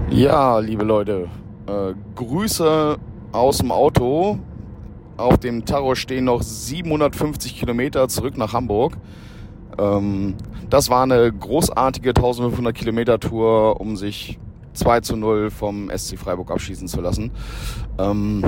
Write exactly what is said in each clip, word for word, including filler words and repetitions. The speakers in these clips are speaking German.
Ja, liebe Leute, äh, Grüße aus dem Auto. Auf dem Tacho stehen noch siebenhundertfünfzig Kilometer zurück nach Hamburg. Ähm, das war eine großartige eintausendfünfhundert Kilometer Tour, um sich zwei zu null vom S C Freiburg abschießen zu lassen. Ähm,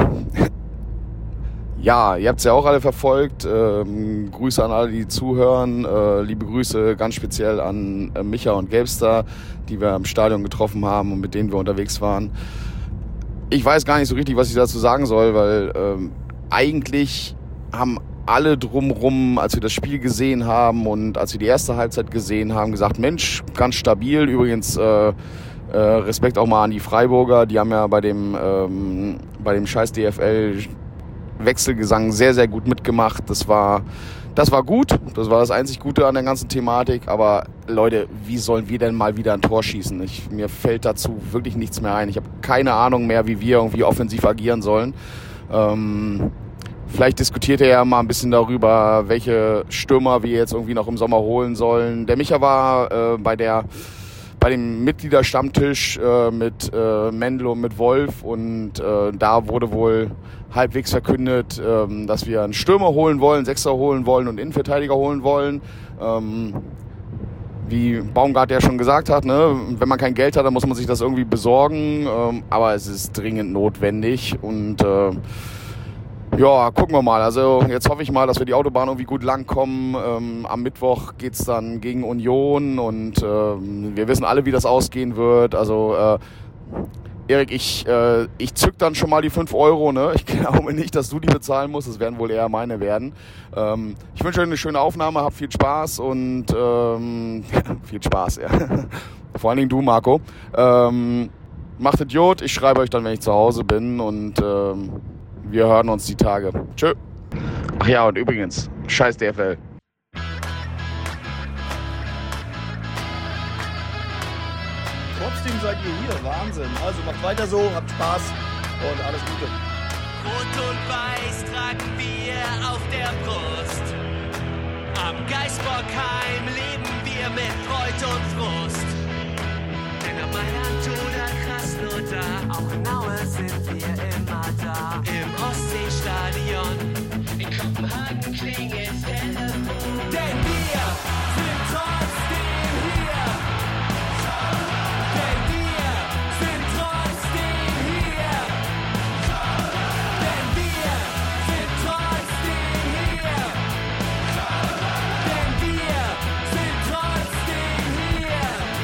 ja, ihr habt es ja auch alle verfolgt. Ähm, Grüße an alle, die zuhören. Äh, liebe Grüße ganz speziell an äh, Micha und Gelbster, die wir im Stadion getroffen haben und mit denen wir unterwegs waren. Ich weiß gar nicht so richtig, was ich dazu sagen soll, weil ähm, eigentlich haben alle drumrum, als wir das Spiel gesehen haben und als wir die erste Halbzeit gesehen haben, gesagt, Mensch, ganz stabil. Übrigens äh, äh, Respekt auch mal an die Freiburger, die haben ja bei dem ähm, bei dem scheiß D F L Wechselgesang sehr, sehr gut mitgemacht. Das war, das war gut. Das war das einzig Gute an der ganzen Thematik. Aber Leute, wie sollen wir denn mal wieder ein Tor schießen? Ich, mir fällt dazu wirklich nichts mehr ein. Ich habe keine Ahnung mehr, wie wir irgendwie offensiv agieren sollen. Ähm, vielleicht diskutiert er ja mal ein bisschen darüber, welche Stürmer wir jetzt irgendwie noch im Sommer holen sollen. Der Micha war äh, bei der bei dem Mitgliederstammtisch äh, mit äh, Mendel und mit Wolf und äh, da wurde wohl halbwegs verkündet, ähm, dass wir einen Stürmer holen wollen, Sechser holen wollen und Innenverteidiger holen wollen. Ähm, wie Baumgart ja schon gesagt hat, ne, wenn man kein Geld hat, dann muss man sich das irgendwie besorgen, ähm, aber es ist dringend notwendig und äh, ja, gucken wir mal. Also jetzt hoffe ich mal, dass wir die Autobahn irgendwie gut langkommen. Ähm, am Mittwoch geht's dann gegen Union und ähm, wir wissen alle, wie das ausgehen wird. Also äh, Erik, ich, äh, ich zück dann schon mal die fünf Euro. Ne? Ich glaube nicht, dass du die bezahlen musst. Das werden wohl eher meine werden. Ähm, ich wünsche euch eine schöne Aufnahme, habt viel Spaß und ähm, viel Spaß, ja. Vor allen Dingen du, Marco. Ähm, macht Idiot. Ich schreibe euch dann, wenn ich zu Hause bin und ähm, wir hören uns die Tage. Tschö. Ach ja, und übrigens, scheiß D F L. Trotzdem seid ihr hier, Wahnsinn. Also macht weiter so, habt Spaß und alles Gute. Rot und Weiß tragen wir auf der Brust. Am Geisbockheim leben wir mit Freude und Frust. Denn am Mailand oder Krasnodar, auch in Aue sind wir immer da. Im Ostseestadion, in Kopenhagen klingelt Telefon. Denn wir sind trotzdem hier. Denn wir sind trotzdem hier. Denn wir sind trotzdem hier. Denn wir sind trotzdem hier.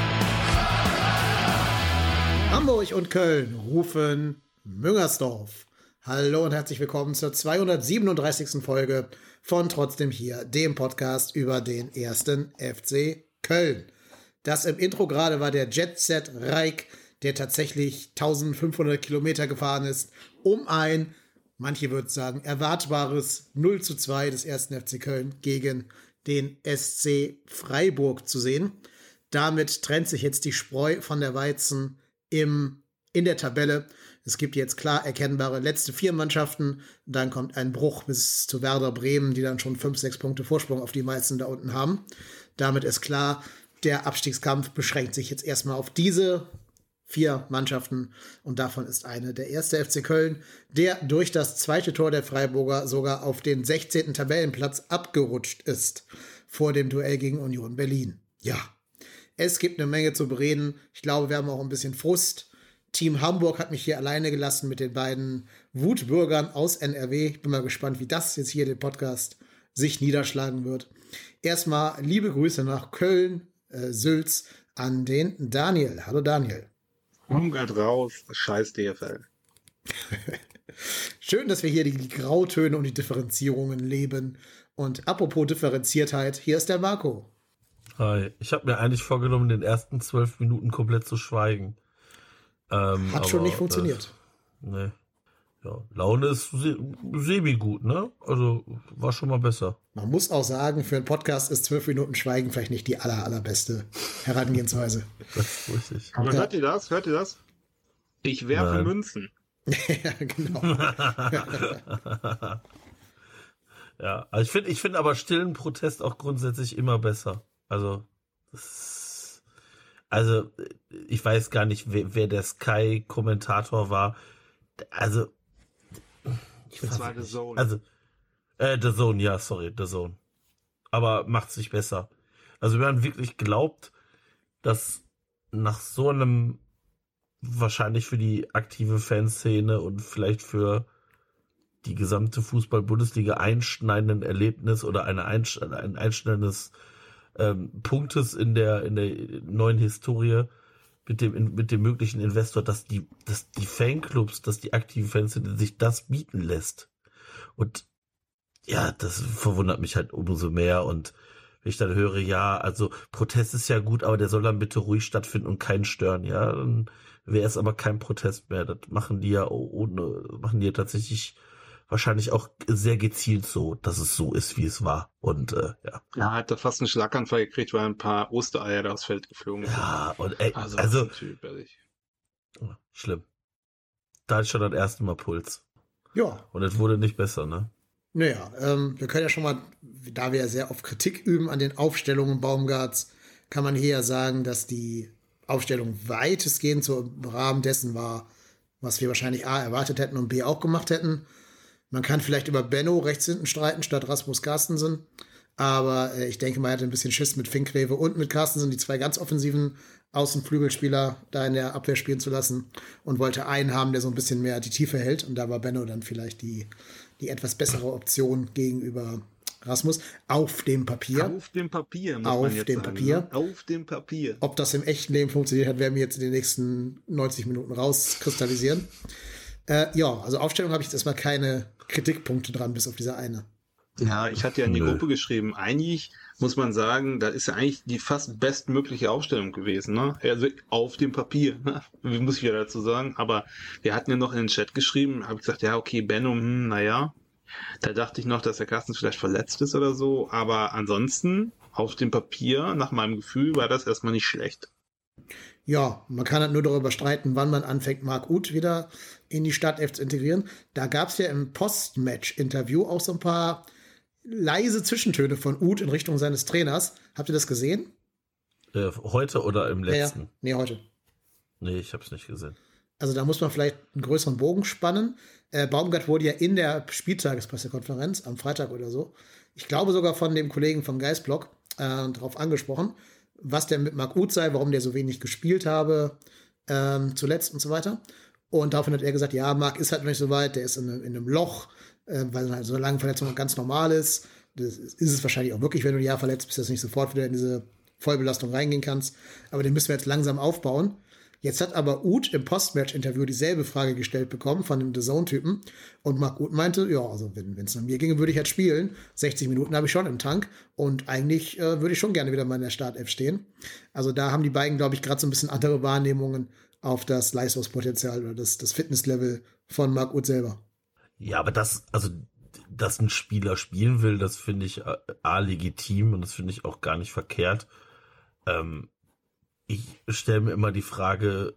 Hamburg und Köln rufen Müngersdorf. Hallo und herzlich willkommen zur zweihundertsiebenunddreißigsten Folge von Trotzdem hier, dem Podcast über den ersten F C Köln. Das im Intro gerade war der Jet Set Reik, der tatsächlich eintausendfünfhundert Kilometer gefahren ist, um ein, manche würden sagen, erwartbares null zu zwei des ersten F C Köln gegen den S C Freiburg zu sehen. Damit trennt sich jetzt die Spreu von der Weizen im, in der Tabelle. Es gibt jetzt klar erkennbare letzte vier Mannschaften. Dann kommt ein Bruch bis zu Werder Bremen, die dann schon fünf, sechs Punkte Vorsprung auf die meisten da unten haben. Damit ist klar, der Abstiegskampf beschränkt sich jetzt erstmal auf diese vier Mannschaften. Und davon ist eine der erste F C Köln, der durch das zweite Tor der Freiburger sogar auf den sechzehnten Tabellenplatz abgerutscht ist vor dem Duell gegen Union Berlin. Ja, es gibt eine Menge zu bereden. Ich glaube, wir haben auch ein bisschen Frust. Team Hamburg hat mich hier alleine gelassen mit den beiden Wutbürgern aus N R W. Ich bin mal gespannt, wie das jetzt hier den Podcast sich niederschlagen wird. Erstmal liebe Grüße nach Köln, äh, Sülz, an den Daniel. Hallo Daniel. Umgehört raus, scheiß D F L. Schön, dass wir hier die, die Grautöne und die Differenzierungen leben. Und apropos Differenziertheit, hier ist der Marco. Hi, ich habe mir eigentlich vorgenommen, den ersten zwölf Minuten komplett zu schweigen. Ähm, Hat schon nicht funktioniert. Das, nee. Ja, Laune ist se- semi-gut, ne? Also war schon mal besser. Man muss auch sagen, für einen Podcast ist zwölf Minuten Schweigen vielleicht nicht die aller, allerbeste Herangehensweise. Das ist richtig. Aber Ja. hört ihr das? Hört ihr das? Ich werfe Nein. Münzen. Ja, genau. Ja, also ich finde ich find aber stillen Protest auch grundsätzlich immer besser. Also, das Also, ich weiß gar nicht, wer, wer der Sky-Kommentator war. Also, ich Das weiß war The nicht. Zone. Also, äh, The Zone, ja, sorry, The Zone. Aber macht's nicht besser. Also, wenn man wirklich glaubt, dass nach so einem wahrscheinlich für die aktive Fanszene und vielleicht für die gesamte Fußball-Bundesliga einschneidenden Erlebnis oder eine Einsch- ein einschneidendes ähm, Punktes in der in der neuen Historie mit dem mit dem möglichen Investor, dass die dass die Fanclubs, dass die aktiven Fanszene sich das bieten lässt. Und ja, das verwundert mich halt umso mehr. Und wenn ich dann höre, ja, also Protest ist ja gut, aber der soll dann bitte ruhig stattfinden und keinen stören, ja, dann wäre es aber kein Protest mehr. Das machen die ja ohne, machen die ja tatsächlich wahrscheinlich auch sehr gezielt so, dass es so ist, wie es war. Und äh, ja. Ja, hat da fast einen Schlaganfall gekriegt, weil ein paar Ostereier da aufs Feld geflogen sind. Ja, und ey, Also, also, was ein Typ, ehrlich. schlimm. Da hatte ich schon das erste Mal Puls. Ja, Und es wurde nicht besser, ne? naja, ähm, wir können ja schon mal, da wir ja sehr auf Kritik üben an den Aufstellungen Baumgarts, kann man hier ja sagen, dass die Aufstellung weitestgehend so im Rahmen dessen war, was wir wahrscheinlich A erwartet hätten und B auch gemacht hätten. Man kann vielleicht über Benno rechts hinten streiten statt Rasmus Carstensen. Aber äh, ich denke, man hatte ein bisschen Schiss mit Finkgreve und mit Carstensen, die zwei ganz offensiven Außenflügelspieler da in der Abwehr spielen zu lassen und wollte einen haben, der so ein bisschen mehr die Tiefe hält. Und da war Benno dann vielleicht die, die etwas bessere Option gegenüber Rasmus auf dem Papier. Auf dem Papier, muss Auf man jetzt dem sagen. Papier. Ne? Auf dem Papier. Ob das im echten Leben funktioniert hat, werden wir jetzt in den nächsten neunzig Minuten rauskristallisieren. Äh, ja, also Aufstellung habe ich jetzt erstmal keine Kritikpunkte dran, bis auf diese eine. Ja, ich hatte ja in die Nö. Gruppe geschrieben, eigentlich muss man sagen, da ist ja eigentlich die fast bestmögliche Aufstellung gewesen, ne? Also auf dem Papier, ne? Wie muss ich ja dazu sagen, aber wir hatten ja noch in den Chat geschrieben, habe ich gesagt, ja, okay, Benno, hm, naja, da dachte ich noch, dass der Carsten vielleicht verletzt ist oder so, aber ansonsten, auf dem Papier, nach meinem Gefühl, war das erstmal nicht schlecht. Ja, man kann halt nur darüber streiten, wann man anfängt, Marc Uth wieder in die Startelf zu integrieren. Da gab es ja im Post-Match-Interview auch so ein paar leise Zwischentöne von Uth in Richtung seines Trainers. Habt ihr das gesehen? Äh, heute oder im letzten? Ja, ja. Nee, heute. Nee, ich hab's nicht gesehen. Also da muss man vielleicht einen größeren Bogen spannen. Äh, Baumgart wurde ja in der Spieltagespressekonferenz am Freitag oder so, ich glaube sogar von dem Kollegen vom Geistblog, äh, darauf angesprochen, was denn mit Marc Uth sei, warum der so wenig gespielt habe ähm, zuletzt und so weiter. Und daraufhin hat er gesagt, ja, Marc ist halt noch nicht so weit, der ist in, in einem Loch, äh, weil halt so eine lange Verletzung ganz normal ist. Das ist es wahrscheinlich auch wirklich, wenn du ein Jahr verletzt bist, dass du nicht sofort wieder in diese Vollbelastung reingehen kannst. Aber den müssen wir jetzt langsam aufbauen. Jetzt hat aber Uth im Postmatch-Interview dieselbe Frage gestellt bekommen von dem The Zone-Typen. Und Marc Uth meinte, ja, also wenn es nach mir ginge, würde ich halt spielen. sechzig Minuten habe ich schon im Tank. Und eigentlich äh, würde ich schon gerne wieder mal in der Startelf stehen. Also da haben die beiden, glaube ich, gerade so ein bisschen andere Wahrnehmungen auf das Leistungspotenzial oder das, das Fitnesslevel von Marc Uth selber. Ja, aber das, also, dass ein Spieler spielen will, das finde ich A, legitim und das finde ich auch gar nicht verkehrt. Ähm, ich stelle mir immer die Frage,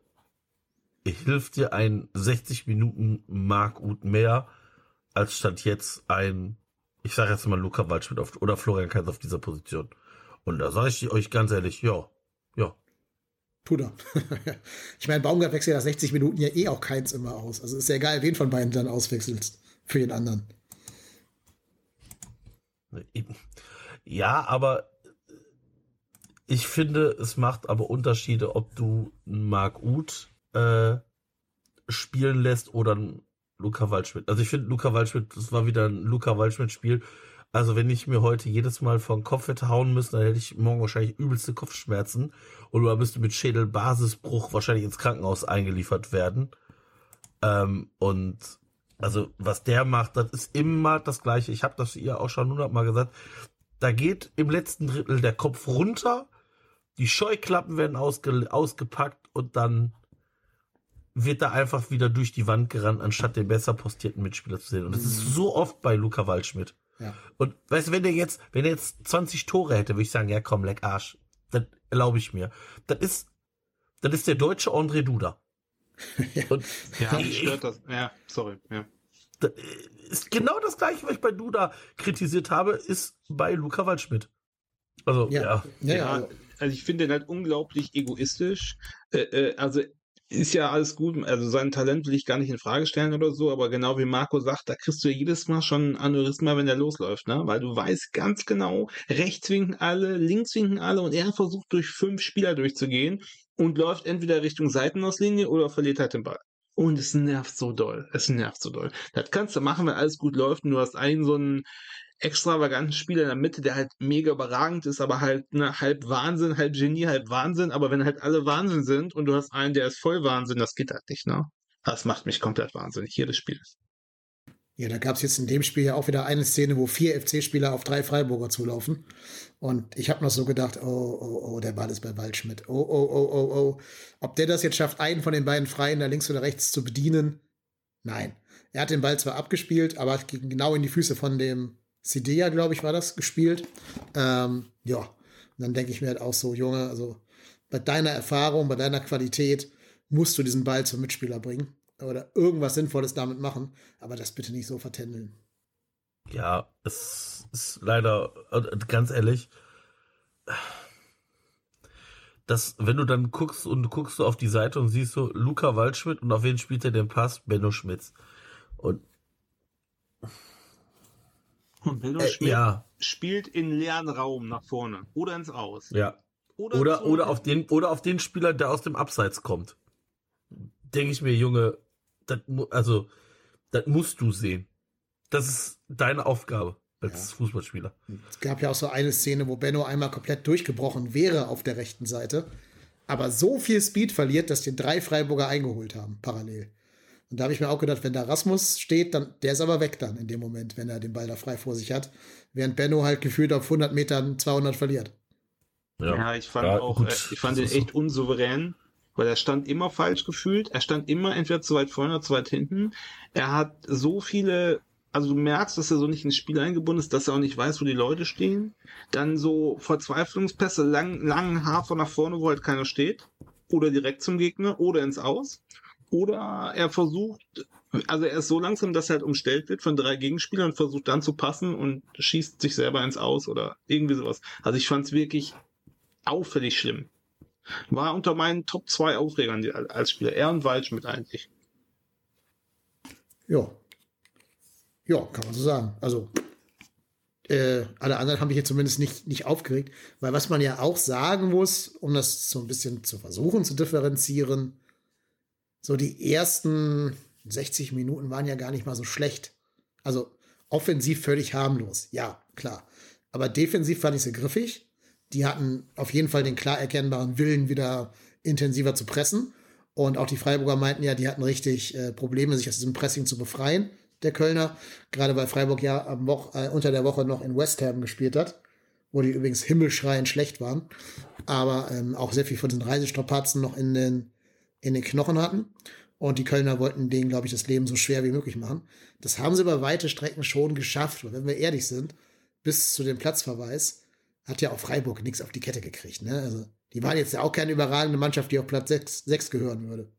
hilft dir ein sechzig Minuten Marc Uth mehr, als statt jetzt ein, ich sage jetzt mal Luca Waldschmidt auf, oder Florian Kainz auf dieser Position? Und da sage ich euch ganz ehrlich, ja, ja. Tut er. Ich meine, Baumgart wechselt nach sechzig Minuten ja eh auch Keins immer aus. Also ist ja egal, wen von beiden dann auswechselst für den anderen. Ja, aber ich finde, es macht aber Unterschiede, ob du einen Marc Uth äh, spielen lässt oder einen Luca Waldschmidt. Also ich finde, Luca Waldschmidt, das war wieder ein Luca Waldschmidt-Spiel. Also wenn ich mir heute jedes Mal vor den Kopf hätte hauen müssen, dann hätte ich morgen wahrscheinlich übelste Kopfschmerzen und man müsste mit Schädelbasisbruch wahrscheinlich ins Krankenhaus eingeliefert werden. Ähm, und also was der macht, das ist immer das Gleiche. Ich habe das ihr auch schon hundertmal gesagt. Da geht im letzten Drittel der Kopf runter, die Scheuklappen werden ausge, ausgepackt und dann wird da einfach wieder durch die Wand gerannt, anstatt den besser postierten Mitspieler zu sehen. Und das ist so oft bei Luca Waldschmidt. Ja. Und weißt du, wenn der jetzt, wenn er jetzt zwanzig Tore hätte, würde ich sagen, ja komm, leck Arsch. Das erlaube ich mir. Das ist, das ist der deutsche André Duda. Ja. Und Ja, mich ich, stört das. Ja, sorry, ja. das ist genau das Gleiche, was ich bei Duda kritisiert habe, ist bei Luca Waldschmidt. Also, ja. Ja, ja, Ja, also, also ich finde den halt unglaublich egoistisch. Äh, äh, also ist ja alles gut, also sein Talent will ich gar nicht in Frage stellen oder so, aber genau wie Marco sagt, da kriegst du ja jedes Mal schon ein Aneurysma, wenn der losläuft, ne? Weil du weißt ganz genau, rechts winken alle, links winken alle und er versucht durch fünf Spieler durchzugehen und läuft entweder Richtung Seitenauslinie oder verliert halt den Ball. Und es nervt so doll, es nervt so doll. Das kannst du machen, wenn alles gut läuft und du hast einen so einen extravaganten Spieler in der Mitte, der halt mega überragend ist, aber halt ne, halb Wahnsinn, halb Genie, halb Wahnsinn. Aber wenn halt alle Wahnsinn sind und du hast einen, der ist voll Wahnsinn, das geht halt nicht, ne? Das macht mich komplett wahnsinnig, jedes Spiel. Ja, da gab es jetzt in dem Spiel ja auch wieder eine Szene, wo vier F C-Spieler auf drei Freiburger zulaufen. Und ich habe noch so gedacht, oh, oh, oh, der Ball ist bei Waldschmidt. Oh, oh, oh, oh, oh. Ob der das jetzt schafft, einen von den beiden Freien da links oder rechts zu bedienen? Nein. Er hat den Ball zwar abgespielt, aber hat genau in die Füße von dem Sidea, glaube ich, war das, gespielt. Ähm, ja, und dann denke ich mir halt auch so, Junge, also bei deiner Erfahrung, bei deiner Qualität musst du diesen Ball zum Mitspieler bringen oder irgendwas Sinnvolles damit machen, aber das bitte nicht so vertändeln. Ja, es ist leider, ganz ehrlich, dass, wenn du dann guckst und du guckst so auf die Seite und siehst so Luca Waldschmidt und auf wen spielt er den Pass? Benno Schmitz. Und Und Benno Äh, Schmidt ja. spielt in leeren Raum nach vorne oder ins Aus. ja. Oder, Oder, zu- oder, auf den, oder auf den Spieler, der aus dem Abseits kommt. Denke ich mir, Junge, das, mu- also, das musst du sehen. Das ist deine Aufgabe als Ja. Fußballspieler. Es gab ja auch so eine Szene, wo Benno einmal komplett durchgebrochen wäre auf der rechten Seite, aber so viel Speed verliert, dass den drei Freiburger eingeholt haben, parallel. Und da habe ich mir auch gedacht, wenn da Rasmus steht, dann der ist aber weg dann in dem Moment, wenn er den Ball da frei vor sich hat, während Benno halt gefühlt auf hundert Metern zweihundert verliert. Ja, ich fand Ja, auch, gut, äh, ich fand das den ist so. echt unsouverän, weil er stand immer falsch gefühlt. Er stand immer entweder zu weit vorne oder zu weit hinten. Er hat so viele, also du merkst, dass er so nicht ins Spiel eingebunden ist, dass er auch nicht weiß, wo die Leute stehen. Dann so Verzweiflungspässe, lang, langen Hafer nach vorne, wo halt keiner steht. Oder direkt zum Gegner oder ins Aus. Oder er versucht, also er ist so langsam, dass er halt umstellt wird von drei Gegenspielern und versucht dann zu passen und schießt sich selber ins Aus oder irgendwie sowas. Also ich fand es wirklich auffällig schlimm. War unter meinen Top zwei Aufregern die- als Spieler. Er und Waldschmidt eigentlich. Ja. Ja, kann man so sagen. Also, äh, alle anderen haben mich jetzt zumindest nicht, nicht aufgeregt, weil was man ja auch sagen muss, um das so ein bisschen zu versuchen zu differenzieren, so die ersten sechzig Minuten waren ja gar nicht mal so schlecht. Also offensiv völlig harmlos, ja, klar. Aber defensiv fand ich sie griffig. Die hatten auf jeden Fall den klar erkennbaren Willen, wieder intensiver zu pressen. Und auch die Freiburger meinten ja, die hatten richtig äh, Probleme, sich aus diesem Pressing zu befreien, der Kölner. Gerade weil Freiburg ja am Woch äh, unter der Woche noch in West Ham gespielt hat, wo die übrigens himmelschreiend schlecht waren. Aber ähm, auch sehr viel von diesen Reisestrapazen noch in den, in den Knochen hatten. Und die Kölner wollten denen, glaube ich, das Leben so schwer wie möglich machen. Das haben sie über weite Strecken schon geschafft. Und wenn wir ehrlich sind, bis zu dem Platzverweis hat ja auch Freiburg nichts auf die Kette gekriegt. Ne? Also, die waren jetzt ja auch keine überragende Mannschaft, die auf Platz sechs gehören würde.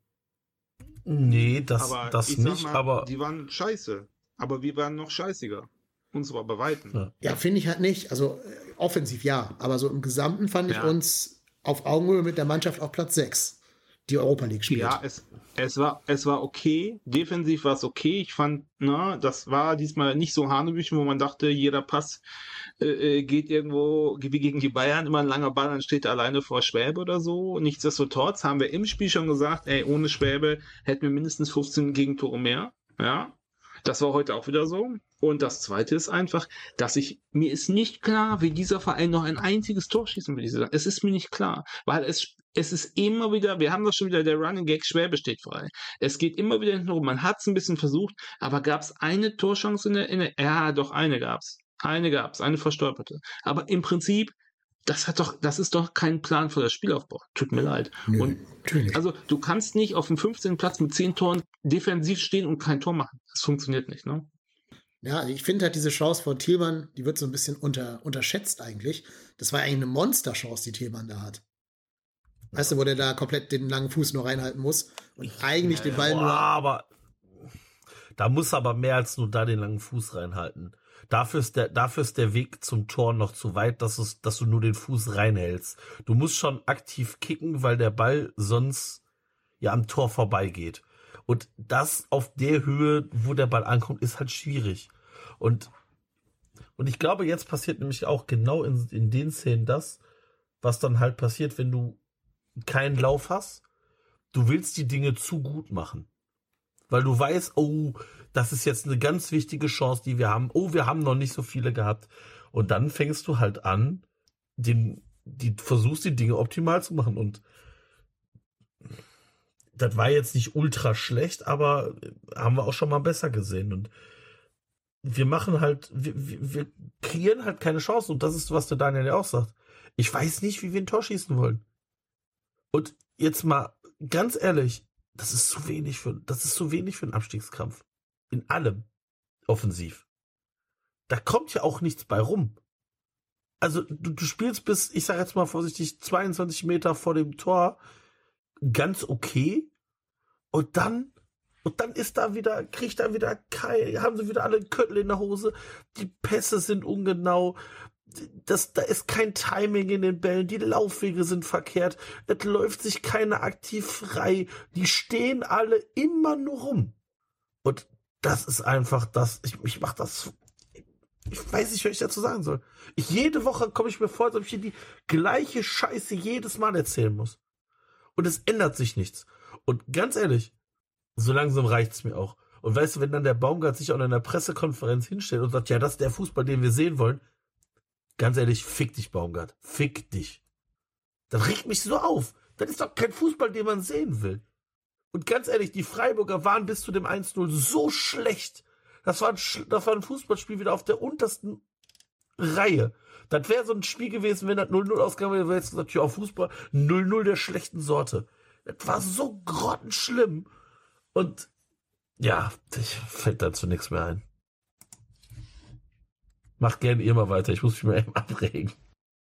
Nee, das, aber das ich sag nicht, mal, aber die waren scheiße. Aber wir waren noch scheißiger. Und zwar bei Weitem. Ja. Ja, finde ich halt nicht. Also äh, offensiv ja, aber so im Gesamten fand ich Ja. uns auf Augenhöhe mit der Mannschaft auf Platz sechs, die Europa League spielt. Ja, es, es, war, es war okay. Defensiv war es okay. Ich fand, na, das war diesmal nicht so Hanebüchen, wo man dachte, jeder Pass äh, äh, geht irgendwo wie gegen die Bayern, immer ein langer Ball, dann steht er alleine vor Schwäbe oder so. Nichtsdestotrotz haben wir im Spiel schon gesagt, ey, ohne Schwäbe hätten wir mindestens fünfzehn Gegentore mehr. Ja, das war heute auch wieder so. Und das Zweite ist einfach, dass ich, mir ist nicht klar, wie dieser Verein noch ein einziges Tor schießen will. Diese, es ist mir nicht klar, weil es, es ist immer wieder, wir haben das schon wieder, der Running Gag, Schwäbe steht frei. Es geht immer wieder hinten rum. Man hat es ein bisschen versucht, aber gab es eine Torchance in der, in der, ja, doch, eine gab's. Eine gab's, eine verstolperte. Aber im Prinzip, das hat doch, das ist doch kein Plan für das Spielaufbau. Tut mir leid. Nö, Und natürlich. also du kannst nicht auf dem fünfzehnten Platz mit zehn Toren defensiv stehen und kein Tor machen. Das funktioniert nicht, ne? Ja, ich finde halt diese Chance von Thielmann, die wird so ein bisschen unter, unterschätzt eigentlich. Das war eigentlich eine Monsterchance, die Thielmann da hat. Weißt du, wo der da komplett den langen Fuß nur reinhalten muss und eigentlich den Ball Boah, nur. aber da muss aber mehr als nur da den langen Fuß reinhalten. Dafür ist der, dafür ist der Weg zum Tor noch zu weit, dass, es, dass du nur den Fuß reinhältst. Du musst schon aktiv kicken, weil der Ball sonst ja am Tor vorbeigeht. Und das auf der Höhe, wo der Ball ankommt, ist halt schwierig. Und, und ich glaube, jetzt passiert nämlich auch genau in, in den Szenen das, was dann halt passiert, wenn du keinen Lauf hast. Du willst die Dinge zu gut machen. Weil du weißt, oh, das ist jetzt eine ganz wichtige Chance, die wir haben. Oh, wir haben noch nicht so viele gehabt. Und dann fängst du halt an, den, die, versuchst die Dinge optimal zu machen. Und das war jetzt nicht ultra schlecht, aber haben wir auch schon mal besser gesehen. Und wir machen halt, wir, wir kreieren halt keine Chance. Und das ist, was der Daniel ja auch sagt. Ich weiß nicht, wie wir ein Tor schießen wollen. Und jetzt mal ganz ehrlich, das ist zu wenig für, das ist zu wenig für einen Abstiegskampf. In allem. Offensiv. Da kommt ja auch nichts bei rum. Also, du, du spielst bis, ich sag jetzt mal vorsichtig, zweiundzwanzig Meter vor dem Tor ganz okay. Und dann, und dann ist da wieder, kriegt da wieder Kai, haben sie wieder alle einen Köttel in der Hose. Die Pässe sind ungenau. Das, da ist kein Timing in den Bällen, die Laufwege sind verkehrt, es läuft sich keiner aktiv frei, die stehen alle immer nur rum. Und das ist einfach das, ich, ich mach das, ich weiß nicht, was ich dazu sagen soll. Ich, jede Woche komme ich mir vor, als ob ich hier die gleiche Scheiße jedes Mal erzählen muss. Und es ändert sich nichts. Und ganz ehrlich, so langsam reicht's mir auch. Und weißt du, wenn dann der Baumgart sich auch in einer Pressekonferenz hinstellt und sagt, ja, das ist der Fußball, den wir sehen wollen, ganz ehrlich, fick dich, Baumgart. Fick dich. Das regt mich so auf. Das ist doch kein Fußball, den man sehen will. Und ganz ehrlich, die Freiburger waren bis zu dem eins null so schlecht. Das war ein, das war ein Fußballspiel wieder auf der untersten Reihe. Das wäre so ein Spiel gewesen, wenn das null null ausgegangen wäre, wäre jetzt gesagt, ja, Fußball null null der schlechten Sorte. Das war so grottenschlimm. Und ja, ich fällt dazu nichts mehr ein. Macht gerne ihr mal weiter, ich muss mich mal eben abregen.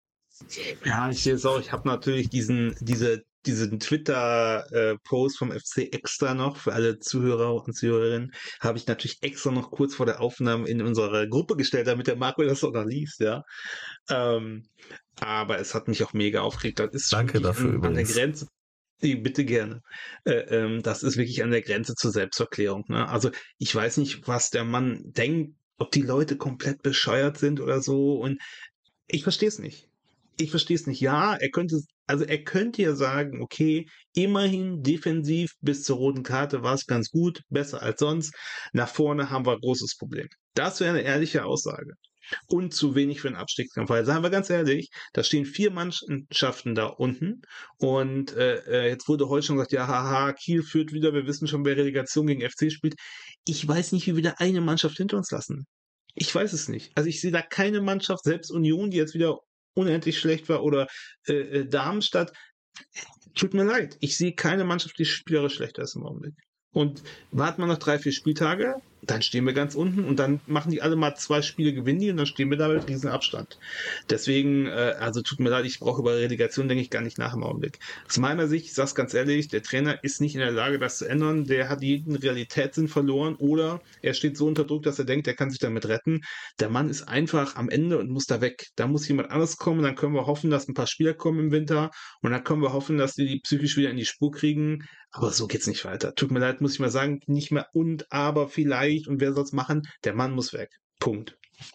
Ja, ich sehe es auch. Ich habe natürlich diesen, diese, diesen Twitter-Post vom F C extra noch für alle Zuhörer und Zuhörerinnen, habe ich natürlich extra noch kurz vor der Aufnahme in unsere Gruppe gestellt, damit der Marco das auch noch liest, ja. Ähm, aber es hat mich auch mega aufgeregt. Das ist Danke dafür an, übrigens. An der Grenze. Bitte gerne. Äh, ähm, das ist wirklich an der Grenze zur Selbstverklärung. Ne? Also ich weiß nicht, was der Mann denkt, ob die Leute komplett bescheuert sind oder so. Und ich verstehe es nicht. Ich verstehe es nicht. Ja, er könnte, also er könnte ja sagen, okay, immerhin defensiv bis zur roten Karte war es ganz gut, besser als sonst. Nach vorne haben wir ein großes Problem. Das wäre eine ehrliche Aussage. Und zu wenig für den Abstiegskampf. Weil, sagen wir ganz ehrlich, da stehen vier Mannschaften da unten und äh, jetzt wurde heute schon gesagt, ja, haha, Kiel führt wieder, wir wissen schon, wer Relegation gegen F C spielt. Ich weiß nicht, wie wir da eine Mannschaft hinter uns lassen. Ich weiß es nicht. Also ich sehe da keine Mannschaft, selbst Union, die jetzt wieder unendlich schlecht war, oder äh, Darmstadt. Tut mir leid, ich sehe keine Mannschaft, die spielerisch schlechter ist im Augenblick. Und warten wir noch drei, vier Spieltage, dann stehen wir ganz unten und dann machen die alle mal zwei Spiele, gewinnen die und dann stehen wir da mit riesen Abstand. Deswegen, äh, also tut mir leid, ich brauche über Relegation, denke ich, gar nicht nach im Augenblick. Aus meiner Sicht, ich sag's ganz ehrlich, der Trainer ist nicht in der Lage, das zu ändern. Der hat jeden Realitätssinn verloren oder er steht so unter Druck, dass er denkt, er kann sich damit retten. Der Mann ist einfach am Ende und muss da weg. Da muss jemand anderes kommen, dann können wir hoffen, dass ein paar Spieler kommen im Winter und dann können wir hoffen, dass die die psychisch wieder in die Spur kriegen. Aber so geht's nicht weiter. Tut mir leid, muss ich mal sagen, nicht mehr und, aber, vielleicht und wer soll's machen? Der Mann muss weg. Punkt.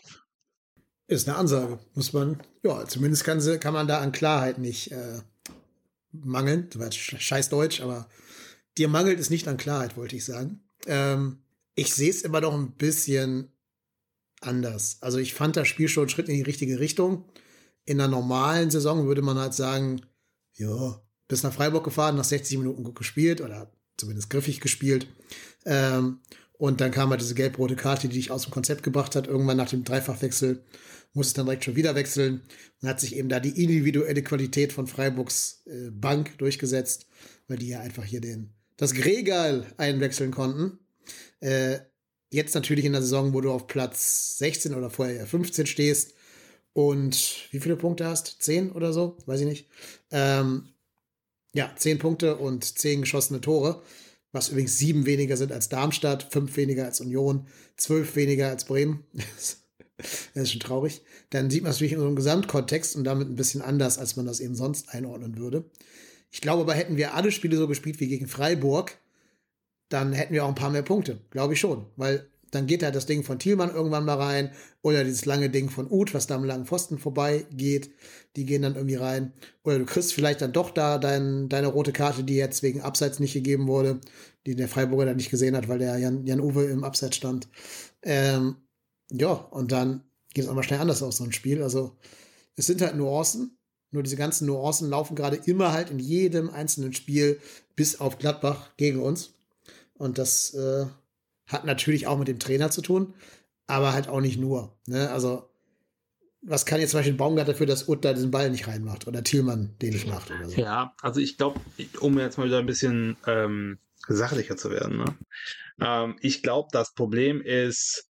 Ist eine Ansage. Muss man, ja, zumindest kann, sie, kann man da an Klarheit nicht äh, mangeln. Das war jetzt scheiß Deutsch, aber dir mangelt es nicht an Klarheit, wollte ich sagen. Ähm, ich sehe es immer noch ein bisschen anders. Also ich fand das Spiel schon einen Schritt in die richtige Richtung. In einer normalen Saison würde man halt sagen, ja, bis nach Freiburg gefahren, nach sechzig Minuten gut gespielt oder zumindest griffig gespielt. Ähm, und dann kam halt diese gelb-rote Karte, die dich aus dem Konzept gebracht hat. Irgendwann nach dem Dreifachwechsel muss es dann direkt schon wieder wechseln. Dann hat sich eben da die individuelle Qualität von Freiburgs äh, Bank durchgesetzt, weil die ja einfach hier den, das Gregal einwechseln konnten. Äh, jetzt natürlich in der Saison, wo du auf Platz sechzehn oder vorher ja fünfzehn stehst und wie viele Punkte hast? zehn oder so? Weiß ich nicht. Ähm, Ja, zehn Punkte und zehn geschossene Tore, was übrigens sieben weniger sind als Darmstadt, fünf weniger als Union, zwölf weniger als Bremen. Das ist schon traurig. Dann sieht man es natürlich in so einem Gesamtkontext und damit ein bisschen anders, als man das eben sonst einordnen würde. Ich glaube aber, hätten wir alle Spiele so gespielt wie gegen Freiburg, dann hätten wir auch ein paar mehr Punkte. Glaube ich schon. Weil dann geht halt das Ding von Thielmann irgendwann mal rein oder dieses lange Ding von Uth, was da am langen Pfosten vorbei geht. Die gehen dann irgendwie rein. Oder du kriegst vielleicht dann doch da dein, deine rote Karte, die jetzt wegen Abseits nicht gegeben wurde, die der Freiburger dann nicht gesehen hat, weil der Jan, Jan-Uwe im Abseits stand. Ähm, ja, und dann geht es auch mal schnell anders aus, so ein Spiel. Also es sind halt Nuancen. Nur diese ganzen Nuancen laufen gerade immer halt in jedem einzelnen Spiel bis auf Gladbach gegen uns. Und das äh, hat natürlich auch mit dem Trainer zu tun, aber halt auch nicht nur. Ne? Also, was kann jetzt zum Beispiel Baumgart dafür, dass Uth da diesen Ball nicht reinmacht oder Thielmann den nicht macht oder so? Ja, also ich glaube, um jetzt mal wieder ein bisschen ähm, sachlicher zu werden, ne? ähm, ich glaube, das Problem ist,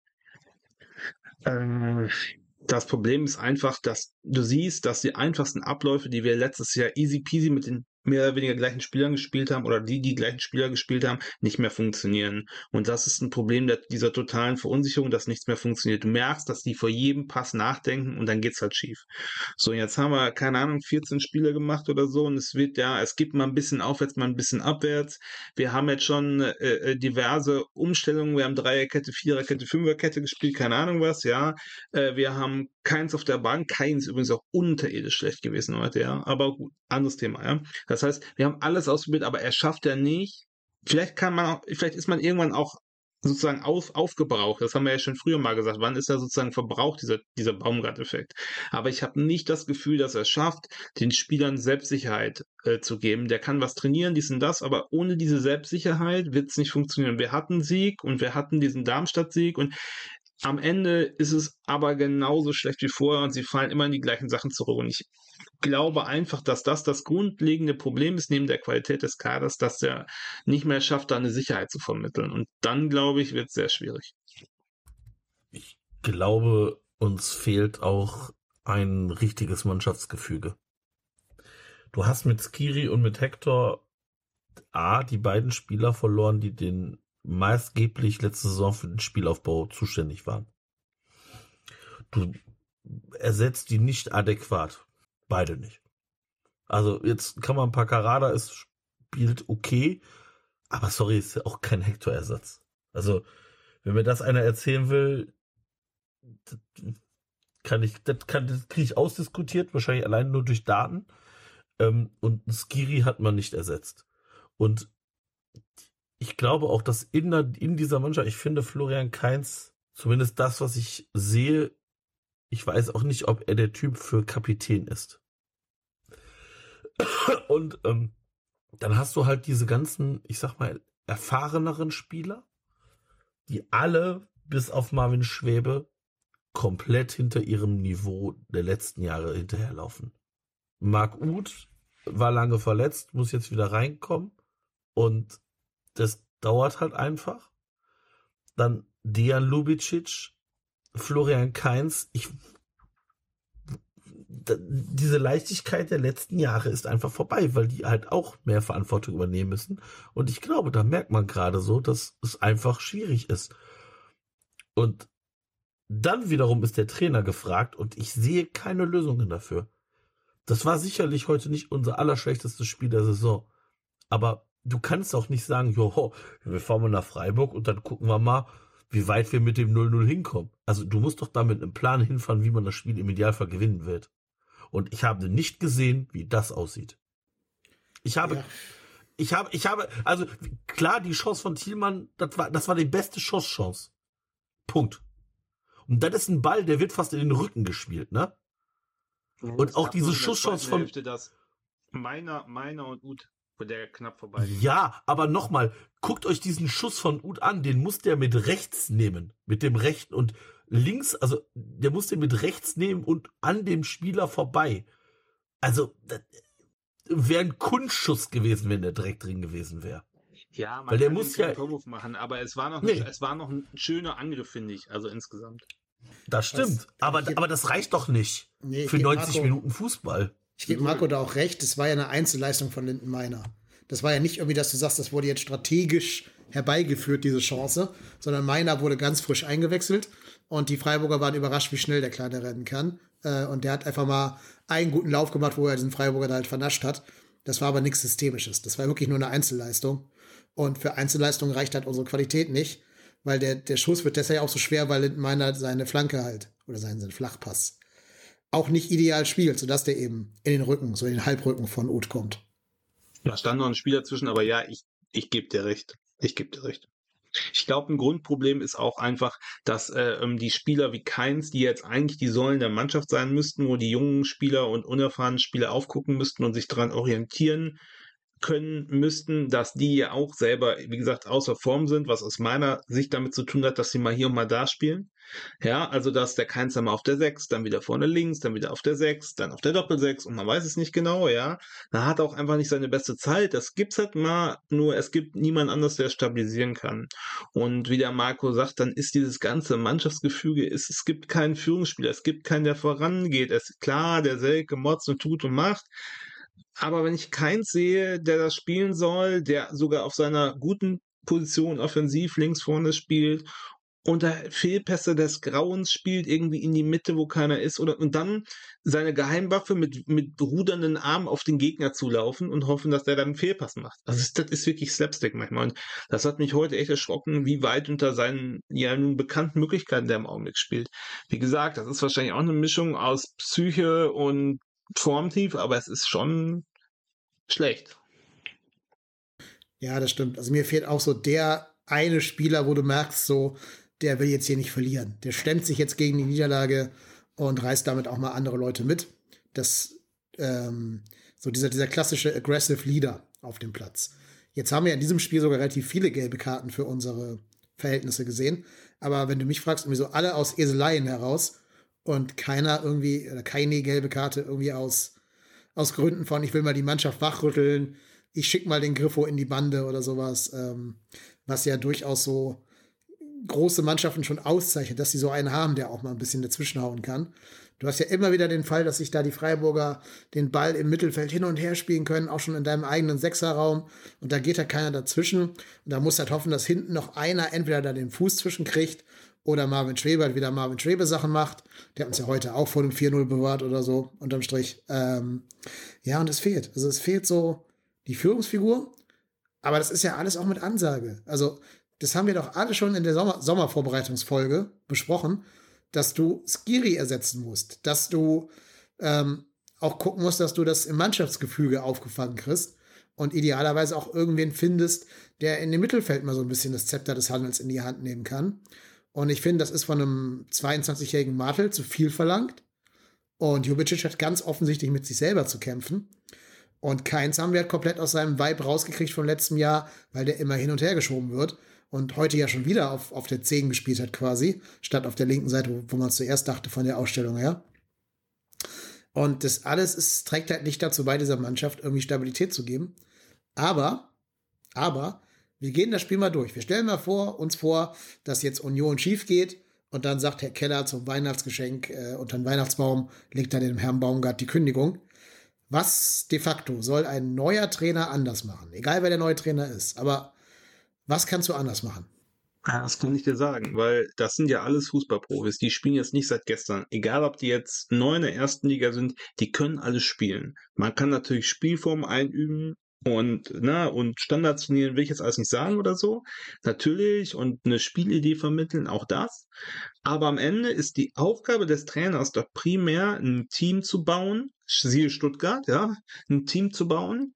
äh, das Problem ist einfach, dass du siehst, dass die einfachsten Abläufe, die wir letztes Jahr easy peasy mit den mehr oder weniger gleichen Spielern gespielt haben oder die, die gleichen Spieler gespielt haben, nicht mehr funktionieren. Und das ist ein Problem der, dieser totalen Verunsicherung, dass nichts mehr funktioniert. Du merkst, dass die vor jedem Pass nachdenken und dann geht's halt schief. So, jetzt haben wir, keine Ahnung, vierzehn Spiele gemacht oder so und es wird, ja, es gibt mal ein bisschen aufwärts, mal ein bisschen abwärts. Wir haben jetzt schon äh, diverse Umstellungen. Wir haben Dreierkette, Viererkette, Fünferkette gespielt, keine Ahnung was, ja. Äh, wir haben keins auf der Bank, keins übrigens auch unterirdisch schlecht gewesen heute, ja. Aber gut, anderes Thema, ja. Das heißt, wir haben alles ausprobiert, aber er schafft ja nicht. Vielleicht kann man auch, vielleicht ist man irgendwann auch sozusagen auf, aufgebraucht. Das haben wir ja schon früher mal gesagt. Wann ist er sozusagen verbraucht, dieser, dieser Baumgart-Effekt? Aber ich habe nicht das Gefühl, dass er es schafft, den Spielern Selbstsicherheit äh, zu geben. Der kann was trainieren, dies und das, aber ohne diese Selbstsicherheit wird es nicht funktionieren. Wir hatten Sieg und wir hatten diesen Darmstadt-Sieg und am Ende ist es aber genauso schlecht wie vorher und sie fallen immer in die gleichen Sachen zurück. Und ich glaube einfach, dass das das grundlegende Problem ist, neben der Qualität des Kaders, dass der nicht mehr schafft, da eine Sicherheit zu vermitteln. Und dann, glaube ich, wird es sehr schwierig. Ich glaube, uns fehlt auch ein richtiges Mannschaftsgefüge. Du hast mit Skiri und mit Hector A, die beiden Spieler verloren, die den maßgeblich letzte Saison für den Spielaufbau zuständig waren. Du ersetzt die nicht adäquat. Beide nicht. Also jetzt kann man Paccarada, es spielt okay, aber sorry, ist ja auch kein Hector-Ersatz. Also wenn mir das einer erzählen will, das kann ich, das kann, das kriege ich ausdiskutiert, wahrscheinlich allein nur durch Daten. Ähm, und Skiri hat man nicht ersetzt. Und ich glaube auch, dass in, der, in dieser Mannschaft, ich finde Florian Kainz, zumindest das, was ich sehe, ich weiß auch nicht, ob er der Typ für Kapitän ist. Und ähm, dann hast du halt diese ganzen, ich sag mal, erfahreneren Spieler, die alle, bis auf Marvin Schwäbe, komplett hinter ihrem Niveau der letzten Jahre hinterherlaufen. Marc Uth war lange verletzt, muss jetzt wieder reinkommen und das dauert halt einfach. Dann Dejan Lubicic, Florian Kainz, ich diese Leichtigkeit der letzten Jahre ist einfach vorbei, weil die halt auch mehr Verantwortung übernehmen müssen. Und ich glaube, da merkt man gerade so, dass es einfach schwierig ist. Und dann wiederum ist der Trainer gefragt und ich sehe keine Lösungen dafür. Das war sicherlich heute nicht unser allerschlechtestes Spiel der Saison. Aber du kannst auch nicht sagen, joho, wir fahren mal nach Freiburg und dann gucken wir mal, wie weit wir mit dem null null hinkommen. Also du musst doch da mit einem Plan hinfahren, wie man das Spiel im Idealfall gewinnen wird. Und ich habe nicht gesehen, wie das aussieht. Ich habe, ja. ich habe, ich habe, also klar, die Chance von Thielmann, das war, das war die beste Schusschance. Punkt. Und das ist ein Ball, der wird fast in den Rücken gespielt, ne? Ja, und auch diese Schusschance von Hälfte, das meiner, meiner und Uth, wo der knapp vorbei ging. Ja, aber nochmal, guckt euch diesen Schuss von Uth an, den muss der mit rechts nehmen, mit dem rechten und links, also der muss den mit rechts nehmen und an dem Spieler vorbei. Also das wäre ein Kunstschuss gewesen, wenn der direkt drin gewesen wäre. Ja, man Weil der kann muss keinen ja Vorwurf machen, aber es war noch, nee. ein, es war noch ein schöner Angriff, finde ich, also insgesamt. Das stimmt, Was, aber, geb, aber das reicht doch nicht nee, für neunzig Marco, Minuten Fußball. Ich gebe Marco da auch recht, das war ja eine Einzelleistung von Lindenmeiner. Das war ja nicht irgendwie, dass du sagst, das wurde jetzt strategisch herbeigeführt, diese Chance, sondern Meiner wurde ganz frisch eingewechselt und die Freiburger waren überrascht, wie schnell der Kleine rennen kann. Äh, und der hat einfach mal einen guten Lauf gemacht, wo er diesen Freiburger da halt vernascht hat. Das war aber nichts Systemisches. Das war wirklich nur eine Einzelleistung. Und für Einzelleistung reicht halt unsere Qualität nicht, weil der, der Schuss wird deshalb auch so schwer, weil Meiner seine Flanke halt, oder seinen, seinen Flachpass, auch nicht ideal spielt, sodass der eben in den Rücken, so in den Halbrücken von Uth kommt. Da stand noch ein Spiel dazwischen, aber ja, ich, ich gebe dir recht. Ich gebe dir recht. Ich glaube, ein Grundproblem ist auch einfach, dass äh, die Spieler wie Keins, die jetzt eigentlich die Säulen der Mannschaft sein müssten, wo die jungen Spieler und unerfahrenen Spieler aufgucken müssten und sich daran orientieren können müssten, dass die ja auch selber, wie gesagt, außer Form sind, was aus meiner Sicht damit zu tun hat, dass sie mal hier und mal da spielen. Ja, also dass der Keins dann mal auf der sechs, dann wieder vorne links, dann wieder auf der sechs, dann auf der Doppelsechs und man weiß es nicht genau, ja. Da hat er auch einfach nicht seine beste Zeit. Das gibt's halt mal, nur es gibt niemand anders, der es stabilisieren kann. Und wie der Marco sagt, dann ist dieses ganze Mannschaftsgefüge, es, es gibt keinen Führungsspieler, es gibt keinen, der vorangeht. Es ist klar, der Selke motzt und tut und macht. Aber wenn ich Keins sehe, der das spielen soll, der sogar auf seiner guten Position offensiv links vorne spielt und da Fehlpässe des Grauens spielt, irgendwie in die Mitte, wo keiner ist, oder und dann seine Geheimwaffe mit, mit rudernden Armen auf den Gegner zulaufen und hoffen, dass der dann einen Fehlpass macht. Also das ist wirklich Slapstick manchmal. Und das hat mich heute echt erschrocken, wie weit unter seinen ja nun bekannten Möglichkeiten der im Augenblick spielt. Wie gesagt, das ist wahrscheinlich auch eine Mischung aus Psyche und Formtief, aber es ist schon schlecht. Ja, das stimmt. Also mir fehlt auch so der eine Spieler, wo du merkst, so, der will jetzt hier nicht verlieren. Der stemmt sich jetzt gegen die Niederlage und reißt damit auch mal andere Leute mit. Das, ähm, so dieser, dieser klassische aggressive Leader auf dem Platz. Jetzt haben wir in diesem Spiel sogar relativ viele gelbe Karten für unsere Verhältnisse gesehen. Aber wenn du mich fragst, irgendwie so alle aus Eseleien heraus und keiner irgendwie, oder keine gelbe Karte irgendwie aus, aus Gründen von, ich will mal die Mannschaft wachrütteln, ich schick mal den Griffo in die Bande oder sowas, ähm, was ja durchaus so große Mannschaften schon auszeichnet, dass sie so einen haben, der auch mal ein bisschen dazwischenhauen kann. Du hast ja immer wieder den Fall, dass sich da die Freiburger den Ball im Mittelfeld hin und her spielen können, auch schon in deinem eigenen Sechserraum. Und da geht halt keiner dazwischen. Und da musst du halt hoffen, dass hinten noch einer entweder da den Fuß zwischenkriegt oder Marvin Schwebe halt wieder Marvin Schwebe Sachen macht. Der hat uns ja heute auch vor dem vier null bewahrt oder so, unterm Strich. Ähm, ja, und es fehlt. Also es fehlt so die Führungsfigur. Aber das ist ja alles auch mit Ansage. Also das haben wir doch alle schon in der Sommer- Sommervorbereitungsfolge besprochen, dass du Skiri ersetzen musst, dass du ähm, auch gucken musst, dass du das im Mannschaftsgefüge aufgefangen kriegst und idealerweise auch irgendwen findest, der in dem Mittelfeld mal so ein bisschen das Zepter des Handels in die Hand nehmen kann. Und ich finde, das ist von einem zweiundzwanzigjährigen Martel zu viel verlangt. Und Jubicic hat ganz offensichtlich mit sich selber zu kämpfen. Und Keins haben wir halt komplett aus seinem Vibe rausgekriegt von letztem Jahr, weil der immer hin und her geschoben wird. Und heute ja schon wieder auf, auf der zehn gespielt hat quasi, statt auf der linken Seite, wo, wo man zuerst dachte von der Ausstellung her. Und das alles ist, trägt halt nicht dazu bei, dieser Mannschaft irgendwie Stabilität zu geben. Aber, aber, wir gehen das Spiel mal durch. Wir stellen mal vor, uns vor, dass jetzt Union schief geht und dann sagt Herr Keller zum Weihnachtsgeschenk äh, unter den Weihnachtsbaum, legt er dem Herrn Baumgart die Kündigung. Was de facto soll ein neuer Trainer anders machen? Egal, wer der neue Trainer ist. Aber was kannst du anders machen? Ja, das kann ich dir sagen, weil das sind ja alles Fußballprofis. Die spielen jetzt nicht seit gestern. Egal, ob die jetzt neu in der ersten Liga sind, die können alles spielen. Man kann natürlich Spielformen einüben und, ne, und Standards trainieren, will ich jetzt alles nicht sagen oder so. Natürlich, und eine Spielidee vermitteln, auch das. Aber am Ende ist die Aufgabe des Trainers doch primär, ein Team zu bauen, siehe Stuttgart, ja, ein Team zu bauen,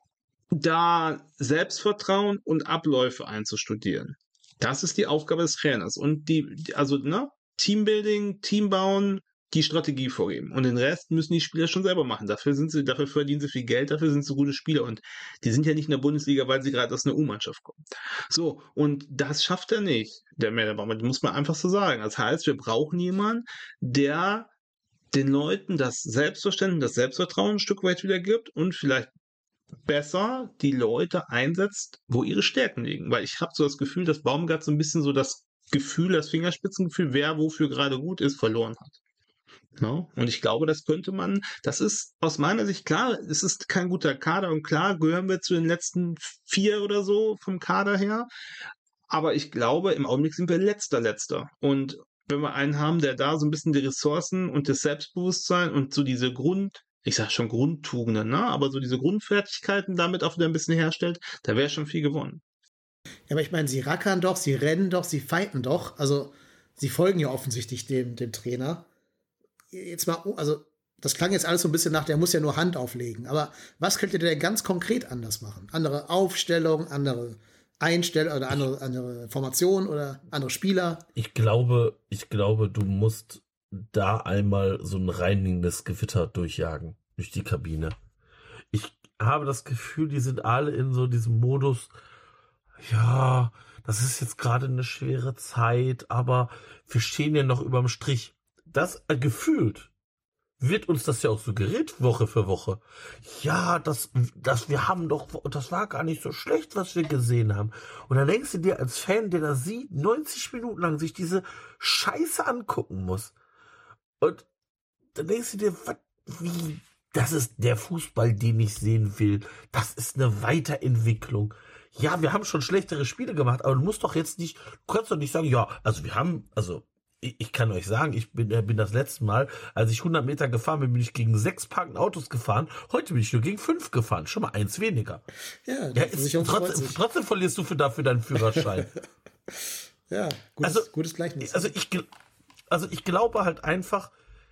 da Selbstvertrauen und Abläufe einzustudieren. Das ist die Aufgabe des Trainers. Und die, also, ne, Teambuilding, Team bauen, die Strategie vorgeben. Und den Rest müssen die Spieler schon selber machen. Dafür sind sie, dafür verdienen sie viel Geld, dafür sind sie gute Spieler. Und die sind ja nicht in der Bundesliga, weil sie gerade aus einer U-Mannschaft kommen. So, und das schafft er nicht, der Mädernbaumer. Das muss man einfach so sagen. Das heißt, wir brauchen jemanden, der den Leuten das Selbstverständnis, das Selbstvertrauen ein Stück weit wieder gibt und vielleicht besser die Leute einsetzt, wo ihre Stärken liegen. Weil ich habe so das Gefühl, dass Baumgart so ein bisschen so das Gefühl, das Fingerspitzengefühl, wer wofür gerade gut ist, verloren hat. No? Und ich glaube, das könnte man, das ist aus meiner Sicht klar, es ist kein guter Kader und klar gehören wir zu den letzten vier oder so vom Kader her. Aber ich glaube, im Augenblick sind wir letzter, letzter. Und wenn wir einen haben, der da so ein bisschen die Ressourcen und das Selbstbewusstsein und so diese Grund, ich sag schon Grundtugenden, ne? Aber so diese Grundfertigkeiten damit auch wieder ein bisschen herstellt, da wäre schon viel gewonnen. Ja, aber ich meine, sie rackern doch, sie rennen doch, sie fighten doch. Also, sie folgen ja offensichtlich dem, dem Trainer. Jetzt mal, also, das klang jetzt alles so ein bisschen nach, der muss ja nur Hand auflegen. Aber was könnt ihr denn ganz konkret anders machen? Andere Aufstellung, andere Einstellung oder andere, andere Formation oder andere Spieler? Ich glaube, ich glaube, du musst da einmal so ein reinigendes Gewitter durchjagen, durch die Kabine. Ich habe das Gefühl, die sind alle in so diesem Modus, ja, das ist jetzt gerade eine schwere Zeit, aber wir stehen ja noch überm Strich. Das äh, gefühlt wird uns das ja auch suggeriert, Woche für Woche. Ja, das, das, wir haben doch, das war gar nicht so schlecht, was wir gesehen haben. Und dann denkst du dir als Fan, der da sieht, neunzig Minuten lang sich diese Scheiße angucken muss. Und dann denkst du dir, was, wie, das ist der Fußball, den ich sehen will. Das ist eine Weiterentwicklung. Ja, wir haben schon schlechtere Spiele gemacht, aber du musst doch jetzt nicht, du kannst doch nicht sagen, ja, also wir haben, also, ich kann euch sagen, ich bin, bin das letzte Mal, als ich hundert Meter gefahren bin, bin ich gegen sechs parkende Autos gefahren. Heute bin ich nur gegen fünf gefahren. Schon mal eins weniger. Ja, ja ist, trotzdem, trotzdem verlierst du für dafür deinen Führerschein. Ja, gutes, also, gutes Gleichnis. Also ich, also ich glaube halt einfach,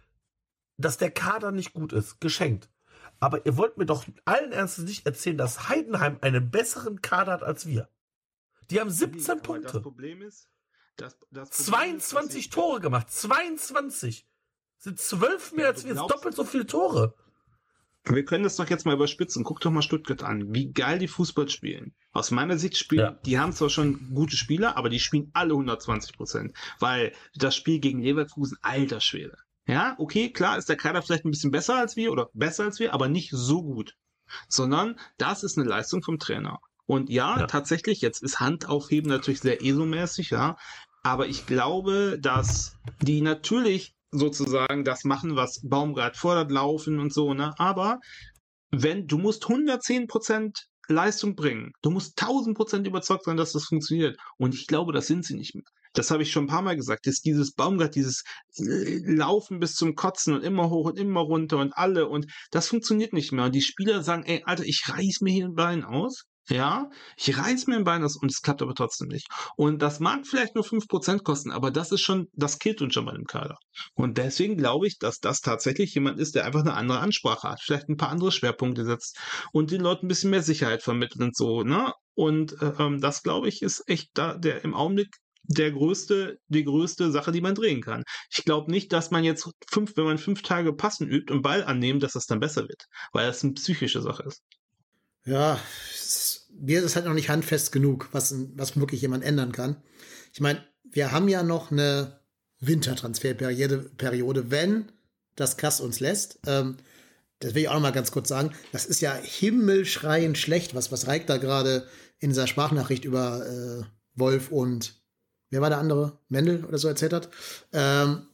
dass der Kader nicht gut ist. Geschenkt. Aber ihr wollt mir doch allen Ernstes nicht erzählen, dass Heidenheim einen besseren Kader hat als wir. Die haben siebzehn Aber Punkte. Das Problem ist, Das, das zweiundzwanzig ist, Tore gemacht. zweiundzwanzig. Sind zwölf mehr ja, als wir. Jetzt doppelt so viele Tore. Wir können das doch jetzt mal überspitzen. Guck doch mal Stuttgart an. Wie geil die Fußball spielen. Aus meiner Sicht spielen, ja. Die haben zwar schon gute Spieler, aber die spielen alle hundertzwanzig Prozent. Weil das Spiel gegen Leverkusen, alter Schwede. Ja, okay, klar ist der Kader vielleicht ein bisschen besser als wir oder besser als wir, aber nicht so gut. Sondern das ist eine Leistung vom Trainer. Und ja, ja, tatsächlich, jetzt ist Handaufheben natürlich sehr ESO-mäßig, ja. Aber ich glaube, dass die natürlich sozusagen das machen, was Baumgart fordert, laufen und so, ne. Aber wenn, du musst hundertzehn Prozent Leistung bringen. Du musst tausend Prozent überzeugt sein, dass das funktioniert. Und ich glaube, das sind sie nicht mehr. Das habe ich schon ein paar Mal gesagt. Das ist dieses Baumgart, dieses Laufen bis zum Kotzen und immer hoch und immer runter und alle. Und das funktioniert nicht mehr. Und die Spieler sagen, ey, Alter, ich reiß mir hier ein Bein aus. Ja, ich reiß mir ein Bein aus und es klappt aber trotzdem nicht. Und das mag vielleicht nur fünf Prozent kosten, aber das ist schon, das killt uns schon bei dem Kader. Und deswegen glaube ich, dass das tatsächlich jemand ist, der einfach eine andere Ansprache hat, vielleicht ein paar andere Schwerpunkte setzt und den Leuten ein bisschen mehr Sicherheit vermittelt und so, ne? Und ähm, das, glaube ich, ist echt da der im Augenblick der größte, die größte Sache, die man drehen kann. Ich glaube nicht, dass man jetzt fünf, wenn man fünf Tage Passen übt und Ball annehmen, dass das dann besser wird, weil das eine psychische Sache ist. Ja, mir ist es halt noch nicht handfest genug, was, was wirklich jemand ändern kann. Ich meine, wir haben ja noch eine Wintertransferperiode, Periode, wenn das Kass uns lässt. Ähm, das will ich auch noch mal ganz kurz sagen. Das ist ja himmelschreiend schlecht, was, was Reik da gerade in dieser Sprachnachricht über äh, Wolf und wer war der andere? Mendel oder so erzählt hat. Ähm,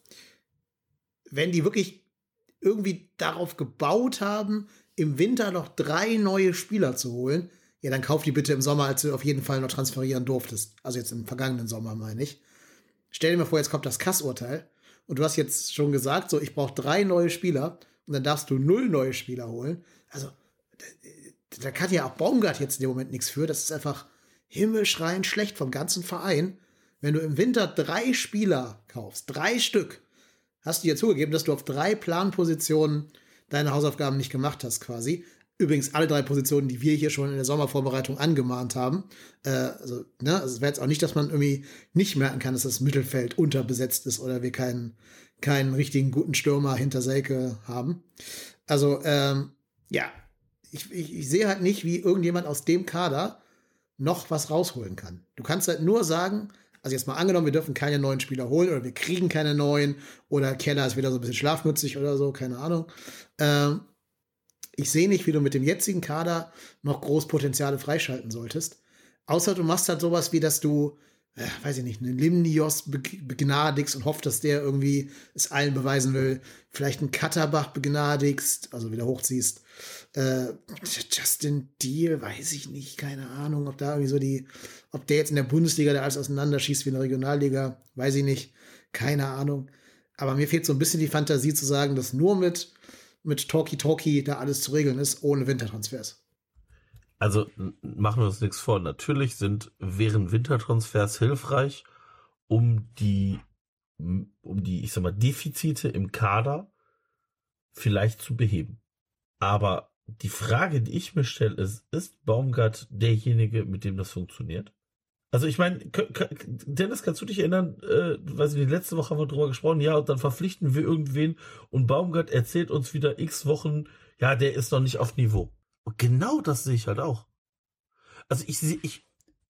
wenn die wirklich irgendwie darauf gebaut haben, im Winter noch drei neue Spieler zu holen, ja, dann kauf die bitte im Sommer, als du auf jeden Fall noch transferieren durftest. Also jetzt im vergangenen Sommer, meine ich. Stell dir mal vor, jetzt kommt das Kass-Urteil und du hast jetzt schon gesagt, so, ich brauche drei neue Spieler und dann darfst du null neue Spieler holen. Also, da, da kann ja auch Baumgart jetzt in dem Moment nichts für. Das ist einfach himmelschreiend schlecht vom ganzen Verein. Wenn du im Winter drei Spieler kaufst, drei Stück, hast du dir zugegeben, dass du auf drei Planpositionen deine Hausaufgaben nicht gemacht hast, quasi. Übrigens alle drei Positionen, die wir hier schon in der Sommervorbereitung angemahnt haben. Äh, also, ne, also es wäre jetzt auch nicht, dass man irgendwie nicht merken kann, dass das Mittelfeld unterbesetzt ist oder wir keinen, keinen richtigen guten Stürmer hinter Selke haben. Also, ähm, ja, ich, ich, ich sehe halt nicht, wie irgendjemand aus dem Kader noch was rausholen kann. Du kannst halt nur sagen, also jetzt mal angenommen, wir dürfen keine neuen Spieler holen oder wir kriegen keine neuen oder Keller ist wieder so ein bisschen schlafmützig oder so, keine Ahnung. Ähm, ich sehe nicht, wie du mit dem jetzigen Kader noch groß Potenziale freischalten solltest. Außer du machst halt sowas wie, dass du äh, weiß ich nicht, einen Limnios begnadigst und hofft, dass der irgendwie es allen beweisen will. Vielleicht einen Katterbach begnadigst, also wieder hochziehst. Äh, Justin Deal, weiß ich nicht, keine Ahnung, ob da irgendwie so die, ob der jetzt in der Bundesliga da alles auseinanderschießt wie in der Regionalliga, weiß ich nicht, keine Ahnung. Aber mir fehlt so ein bisschen die Fantasie zu sagen, dass nur mit, mit Talkie-Talkie da alles zu regeln ist, ohne Wintertransfers. Also machen wir uns nichts vor. Natürlich sind wären Wintertransfers hilfreich, um die, um die, ich sag mal, Defizite im Kader vielleicht zu beheben. Aber die Frage, die ich mir stelle, ist, ist Baumgart derjenige, mit dem das funktioniert? Also ich meine, Dennis, kannst du dich erinnern, äh, weiß ich nicht, letzte Woche haben wir drüber gesprochen, ja, und dann verpflichten wir irgendwen und Baumgart erzählt uns wieder x Wochen, ja, der ist noch nicht auf Niveau. Und genau das sehe ich halt auch. Also ich sehe, ich,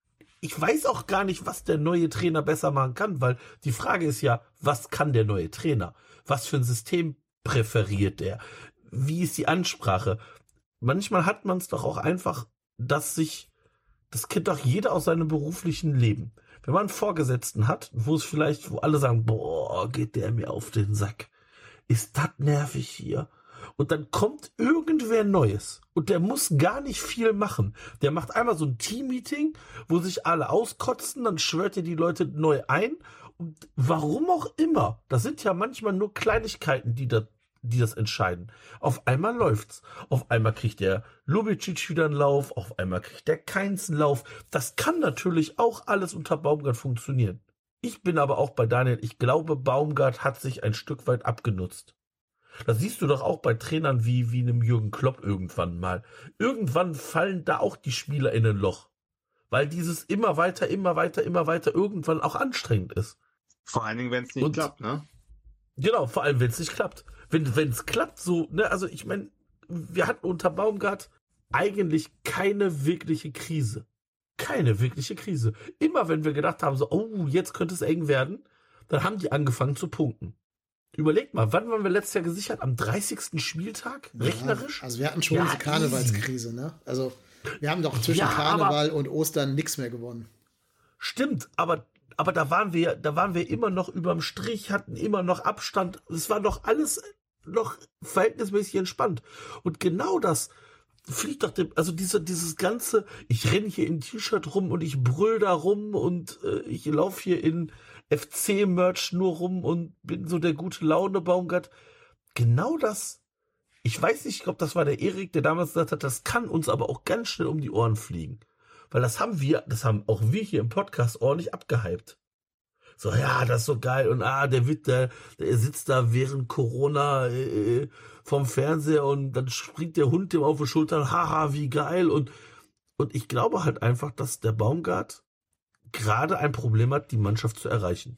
ich weiß auch gar nicht, was der neue Trainer besser machen kann, weil die Frage ist ja, was kann der neue Trainer? Was für ein System präferiert der? Wie ist die Ansprache? Manchmal hat man es doch auch einfach, dass sich, das kennt doch jeder aus seinem beruflichen Leben. Wenn man einen Vorgesetzten hat, wo es vielleicht, wo alle sagen, boah, geht der mir auf den Sack. Ist das nervig hier? Und dann kommt irgendwer Neues und der muss gar nicht viel machen. Der macht einmal so ein Team-Meeting, wo sich alle auskotzen, dann schwört er die Leute neu ein. Und warum auch immer, das sind ja manchmal nur Kleinigkeiten, die da die das entscheiden. Auf einmal läuft's. Auf einmal kriegt der Lubicic wieder einen Lauf, auf einmal kriegt der Keins einen Lauf. Das kann natürlich auch alles unter Baumgart funktionieren. Ich bin aber auch bei Daniel, ich glaube, Baumgart hat sich ein Stück weit abgenutzt. Das siehst du doch auch bei Trainern wie, wie einem Jürgen Klopp irgendwann mal. Irgendwann fallen da auch die Spieler in ein Loch. Weil dieses immer weiter, immer weiter, immer weiter irgendwann auch anstrengend ist. Vor allen Dingen, wenn es nicht Und, klappt, ne? Genau, vor allem, wenn es nicht klappt. Wenn wenn es klappt, so, ne, also ich meine, wir hatten unter Baumgart eigentlich keine wirkliche Krise. Keine wirkliche Krise. Immer wenn wir gedacht haben, so, oh, jetzt könnte es eng werden, dann haben die angefangen zu punkten. Überlegt mal, wann waren wir letztes Jahr gesichert? Am dreißigsten Spieltag? Rechnerisch? Ja, also wir hatten schon ja, diese Karnevalskrise, ne? Also wir haben doch zwischen ja, Karneval und Ostern nichts mehr gewonnen. Stimmt, aber aber da waren wir da waren wir immer noch überm Strich, hatten immer noch Abstand. Es war doch alles noch verhältnismäßig entspannt. Und genau das fliegt doch dem, also diese, dieses ganze, ich renne hier in T-Shirt rum und ich brüll da rum und äh, ich laufe hier in F C-Merch nur rum und bin so der gute Laune Baumgart. Genau das. Ich weiß nicht, ich glaube, das war der Erik, der damals gesagt hat, das kann uns aber auch ganz schnell um die Ohren fliegen. Weil das haben wir, das haben auch wir hier im Podcast ordentlich abgehypt. So, ja, das ist so geil und ah, der wird, der, der sitzt da während Corona äh, vom Fernseher und dann springt der Hund dem auf die Schultern, haha, wie geil und und ich glaube halt einfach, dass der Baumgart gerade ein Problem hat, die Mannschaft zu erreichen.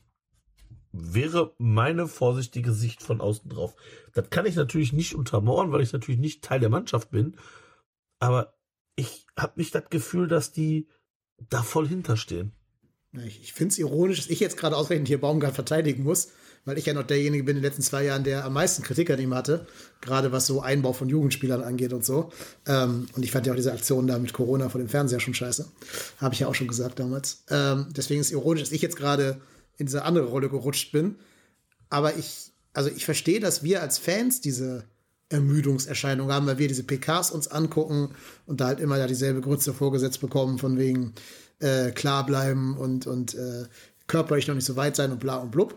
Wäre meine vorsichtige Sicht von außen drauf. Das kann ich natürlich nicht untermauern, weil ich natürlich nicht Teil der Mannschaft bin, aber ich habe nicht das Gefühl, dass die da voll hinterstehen. Ich, ich finde es ironisch, dass ich jetzt gerade ausgerechnet hier Baumgart verteidigen muss, weil ich ja noch derjenige bin in den letzten zwei Jahren, der am meisten Kritik an ihm hatte, gerade was so Einbau von Jugendspielern angeht und so. Ähm, und ich fand ja auch diese Aktion da mit Corona vor dem Fernseher schon scheiße. Habe ich ja auch schon gesagt damals. Ähm, deswegen ist es ironisch, dass ich jetzt gerade in diese andere Rolle gerutscht bin. Aber ich, also ich verstehe, dass wir als Fans diese Ermüdungserscheinung haben, weil wir diese P Ks uns angucken und da halt immer da dieselbe Grütze vorgesetzt bekommen, von wegen äh, klar bleiben und, und äh, körperlich noch nicht so weit sein und bla und blub.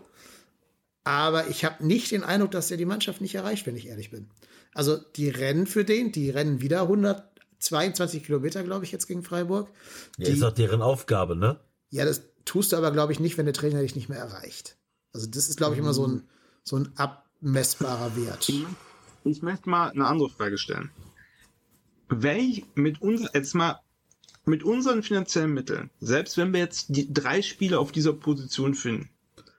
Aber ich habe nicht den Eindruck, dass der die Mannschaft nicht erreicht, wenn ich ehrlich bin. Also die rennen für den, die rennen wieder hundertzweiundzwanzig Kilometer, glaube ich, jetzt gegen Freiburg. Ja, ist doch deren Aufgabe, ne? Ja, das tust du aber, glaube ich, nicht, wenn der Trainer dich nicht mehr erreicht. Also das ist, glaube ich, immer so ein, so ein abmessbarer Wert. Ich möchte mal eine andere Frage stellen. Welch mit uns jetzt mal mit unseren finanziellen Mitteln, selbst wenn wir jetzt die drei Spieler auf dieser Position finden,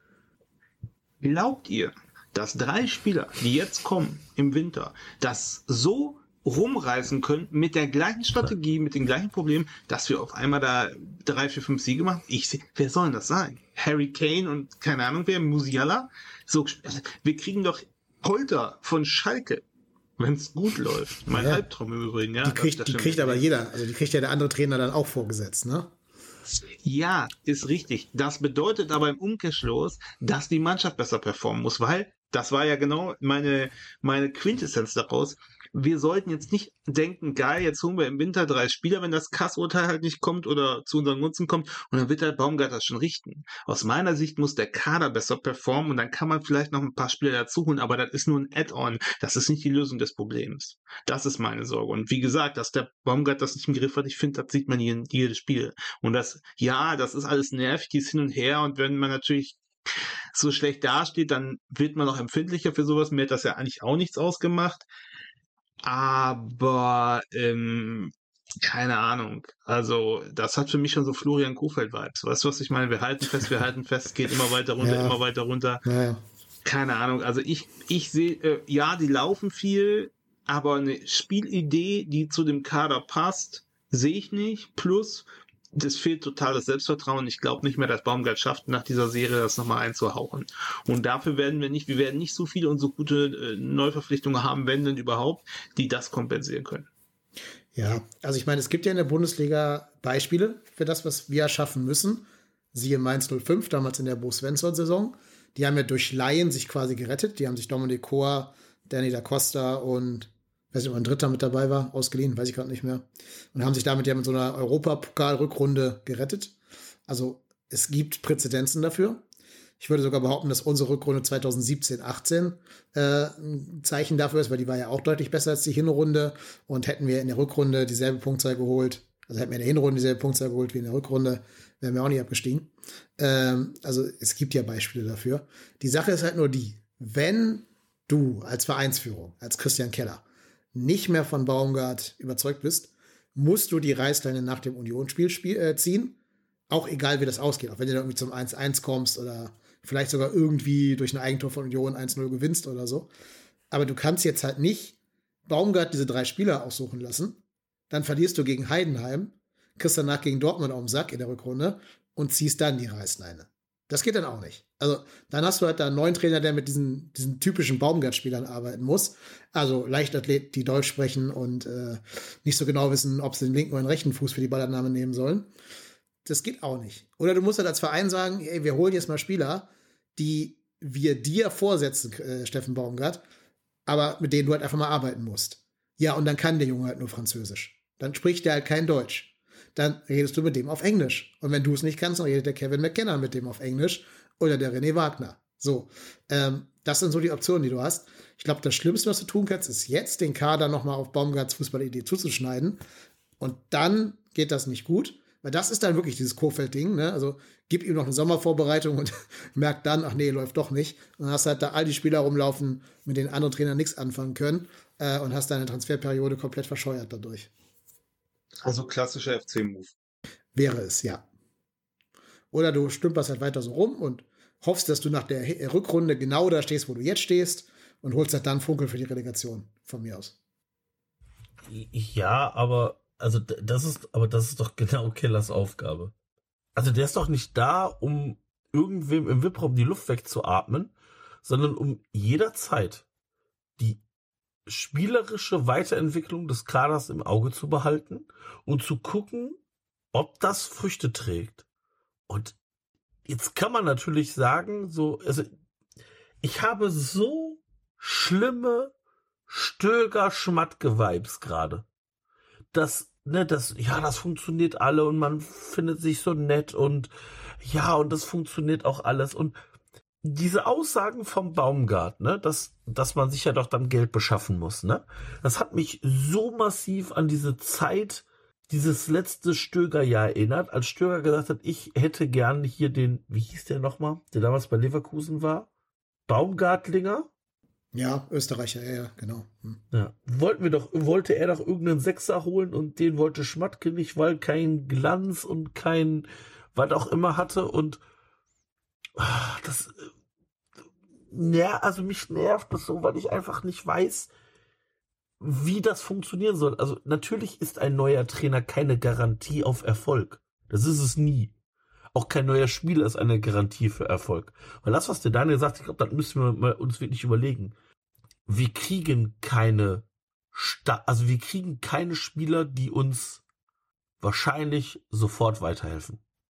glaubt ihr, dass drei Spieler, die jetzt kommen im Winter, das so rumreißen können mit der gleichen Strategie, mit den gleichen Problemen, dass wir auf einmal da drei, vier, fünf Siege machen? Ich sehe, wer soll denn das sein? Harry Kane und keine Ahnung wer, Musiala? So, wir kriegen doch Polter von Schalke, wenn es gut läuft. Mein ja. Albtraum im Übrigen, ja. Die kriegt, die kriegt aber jeder. Also die kriegt ja der andere Trainer dann auch vorgesetzt, ne? Ja, ist richtig. Das bedeutet aber im Umkehrschluss, dass die Mannschaft besser performen muss, weil das war ja genau meine, meine Quintessenz daraus. Wir sollten jetzt nicht denken, geil, jetzt holen wir im Winter drei Spieler, wenn das Kassurteil halt nicht kommt oder zu unseren Nutzen kommt, und dann wird halt Baumgart das schon richten. Aus meiner Sicht muss der Kader besser performen und dann kann man vielleicht noch ein paar Spieler dazu holen, aber das ist nur ein Add-on. Das ist nicht die Lösung des Problems. Das ist meine Sorge. Und wie gesagt, dass der Baumgart das nicht im Griff hat, ich finde, das sieht man hier in jedem Spiel. Und das, ja, das ist alles nervig, dieses Hin und Her, und wenn man natürlich so schlecht dasteht, dann wird man noch empfindlicher für sowas. Mir hat das ja eigentlich auch nichts ausgemacht. Aber ähm, keine Ahnung. Also das hat für mich schon so Florian Kohfeldt-Vibes. Weißt du, was ich meine? Wir halten fest, wir halten fest, geht immer weiter runter, Ja. immer weiter runter. Naja. Keine Ahnung. Also ich, ich sehe, äh, ja, die laufen viel, aber eine Spielidee, die zu dem Kader passt, sehe ich nicht. Plus, es fehlt total das Selbstvertrauen. Ich glaube nicht mehr, dass Baumgart schafft, nach dieser Serie das nochmal einzuhauchen. Und dafür werden wir nicht, wir werden nicht so viele und so gute äh, Neuverpflichtungen haben, wenn denn überhaupt, die das kompensieren können. Ja, also ich meine, es gibt ja in der Bundesliga Beispiele für das, was wir schaffen müssen. Siehe Mainz null fünf, damals in der Bo Svensson-Saison. Die haben ja durch Laien sich quasi gerettet. Die haben sich Dominik Kohr, Danny da Costa und weiß nicht, ob ein Dritter mit dabei war, ausgeliehen, weiß ich gerade nicht mehr. Und haben sich damit ja mit so einer Europapokal-Rückrunde gerettet. Also es gibt Präzedenzen dafür. Ich würde sogar behaupten, dass unsere Rückrunde zwanzig siebzehn achtzehn äh, ein Zeichen dafür ist, weil die war ja auch deutlich besser als die Hinrunde. Und hätten wir in der Rückrunde dieselbe Punktzahl geholt, also hätten wir in der Hinrunde dieselbe Punktzahl geholt wie in der Rückrunde, wären wir auch nicht abgestiegen. Ähm, also es gibt ja Beispiele dafür. Die Sache ist halt nur die, wenn du als Vereinsführung, als Christian Keller, nicht mehr von Baumgart überzeugt bist, musst du die Reißleine nach dem Unionsspiel spiel, äh, ziehen. Auch egal, wie das ausgeht. Auch wenn du da irgendwie zum eins eins kommst oder vielleicht sogar irgendwie durch ein Eigentor von Union eins null gewinnst oder so. Aber du kannst jetzt halt nicht Baumgart diese drei Spieler aussuchen lassen. Dann verlierst du gegen Heidenheim, kriegst danach gegen Dortmund auf den Sack in der Rückrunde und ziehst dann die Reißleine. Das geht dann auch nicht. Also dann hast du halt da einen neuen Trainer, der mit diesen, diesen typischen Baumgart-Spielern arbeiten muss. Also Leichtathleten, die Deutsch sprechen und äh, nicht so genau wissen, ob sie den linken oder den rechten Fuß für die Ballannahme nehmen sollen. Das geht auch nicht. Oder du musst halt als Verein sagen, ey, wir holen jetzt mal Spieler, die wir dir vorsetzen, äh, Steffen Baumgart, aber mit denen du halt einfach mal arbeiten musst. Ja, und dann kann der Junge halt nur Französisch. Dann spricht der halt kein Deutsch. Dann redest du mit dem auf Englisch. Und wenn du es nicht kannst, dann redet der Kevin McKenna mit dem auf Englisch oder der René Wagner. So, ähm, das sind so die Optionen, die du hast. Ich glaube, das Schlimmste, was du tun kannst, ist jetzt den Kader nochmal auf Baumgarts Fußballidee zuzuschneiden. Und dann geht das nicht gut. Weil das ist dann wirklich dieses Kohfeldt-Ding, ne? Also gib ihm noch eine Sommervorbereitung und merkt dann, ach nee, läuft doch nicht. Und dann hast halt da all die Spieler rumlaufen, mit denen andere Trainer nichts anfangen können äh, und hast deine Transferperiode komplett verscheuert dadurch. Also klassischer F C-Move. Wäre es, ja. Oder du stümperst halt weiter so rum und hoffst, dass du nach der Rückrunde genau da stehst, wo du jetzt stehst und holst halt dann Funkel für die Relegation, von mir aus. Ja, aber also das ist, aber das ist doch genau Kellers Aufgabe. Also der ist doch nicht da, um irgendwem im V I P-Raum die Luft wegzuatmen, sondern um jederzeit die spielerische Weiterentwicklung des Kaders im Auge zu behalten und zu gucken, ob das Früchte trägt. Und jetzt kann man natürlich sagen, so, also ich habe so schlimme Stöger-Schmatke-Vibes gerade. Das, ne, das, ja, das funktioniert alle und man findet sich so nett und ja, und das funktioniert auch alles. Und diese Aussagen vom Baumgart, ne, dass, dass man sich ja doch dann Geld beschaffen muss, ne, das hat mich so massiv an diese Zeit, dieses letzte Stöger-Jahr erinnert, als Stöger gesagt hat, ich hätte gern hier den, wie hieß der nochmal, der damals bei Leverkusen war? Baumgartlinger? Ja, Österreicher, ja, ja, genau. Hm. Ja, wollten wir doch, wollte er doch irgendeinen Sechser holen und den wollte Schmatke nicht, weil kein Glanz und kein, was auch immer hatte und ach, das, ja, also mich nervt das so, weil ich einfach nicht weiß, wie das funktionieren soll. Also natürlich ist ein neuer Trainer keine Garantie auf Erfolg. Das ist es nie. Auch kein neuer Spieler ist eine Garantie für Erfolg. Weil das, was der Daniel sagt, ich glaube, das müssen wir mal uns wirklich überlegen. Wir kriegen keine, Sta- also wir kriegen keine Spieler, die uns wahrscheinlich sofort weiterhelfen.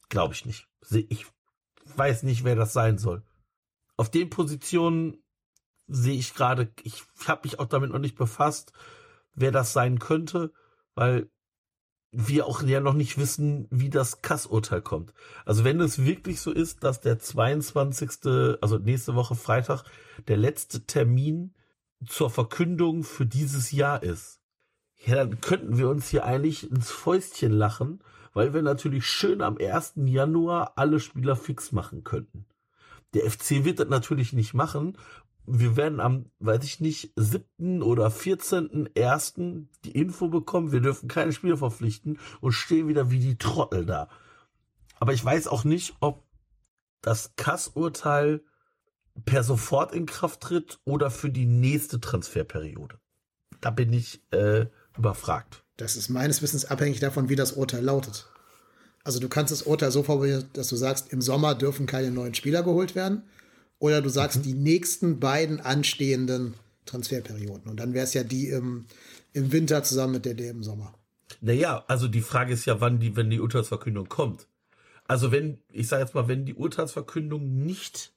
glaube ich nicht. Ich weiß nicht, wer das sein soll. Auf den Positionen sehe ich gerade, ich habe mich auch damit noch nicht befasst, wer das sein könnte, weil wir auch ja noch nicht wissen, wie das Kass-Urteil kommt. Also wenn es wirklich so ist, dass der zweiundzwanzigste, also nächste Woche Freitag, der letzte Termin zur Verkündung für dieses Jahr ist, ja, dann könnten wir uns hier eigentlich ins Fäustchen lachen, weil wir natürlich schön am ersten Januar alle Spieler fix machen könnten. Der F C wird das natürlich nicht machen. Wir werden am, weiß ich nicht, siebten oder vierzehnten ersten die Info bekommen, wir dürfen keine Spieler verpflichten und stehen wieder wie die Trottel da. Aber ich weiß auch nicht, ob das Kass-Urteil per sofort in Kraft tritt oder für die nächste Transferperiode. Da bin ich äh, überfragt. Das ist meines Wissens abhängig davon, wie das Urteil lautet. Also du kannst das Urteil so formulieren, dass du sagst, im Sommer dürfen keine neuen Spieler geholt werden. Oder du sagst, mhm. die nächsten beiden anstehenden Transferperioden. Und dann wäre es ja die im, im Winter zusammen mit der D M im Sommer. Naja, also die Frage ist ja, wann die, wenn die Urteilsverkündung kommt. Also wenn, ich sage jetzt mal, wenn die Urteilsverkündung nicht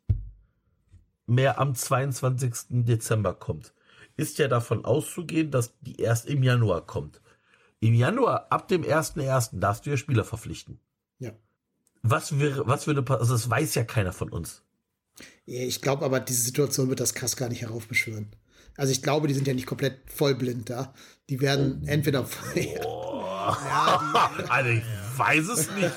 mehr am zweiundzwanzigsten Dezember kommt, ist ja davon auszugehen, dass die erst im Januar kommt. Im Januar, ab dem ersten ersten darfst du ja Spieler verpflichten. Ja. Was wäre, was würde passieren? Also das weiß ja keiner von uns. Ich glaube aber, diese Situation wird das Kass gar nicht heraufbeschwören. Also ich glaube, die sind ja nicht komplett vollblind da. Die werden entweder... Oh. ja, die, also ich weiß es nicht.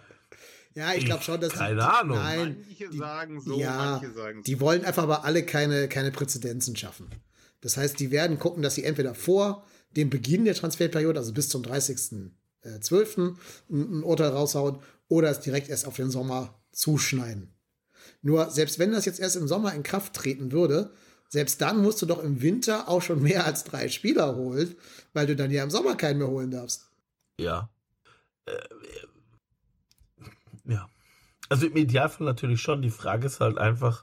Ja, ich glaube schon, dass... Keine die, Ahnung. Nein, manche die, sagen so, ja, manche sagen so. Die wollen einfach aber alle keine, keine Präzedenzen schaffen. Das heißt, die werden gucken, dass sie entweder vor dem Beginn der Transferperiode, also bis zum dreißigsten zwölften ein, ein Urteil raushauen oder es direkt erst auf den Sommer zuschneiden. Nur, selbst wenn das jetzt erst im Sommer in Kraft treten würde, selbst dann musst du doch im Winter auch schon mehr als drei Spieler holen, weil du dann ja im Sommer keinen mehr holen darfst. Ja. Äh, ja. Also im Idealfall natürlich schon. Die Frage ist halt einfach,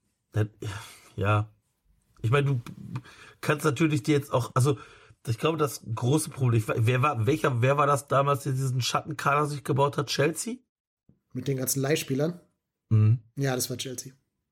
ja. Ich meine, du kannst natürlich dir jetzt auch, also ich glaube, das große Problem, wer war, welcher, wer war das damals, der diesen Schattenkader sich gebaut hat? Chelsea? Mit den ganzen Leihspielern? Mhm. Ja, das war Chelsea.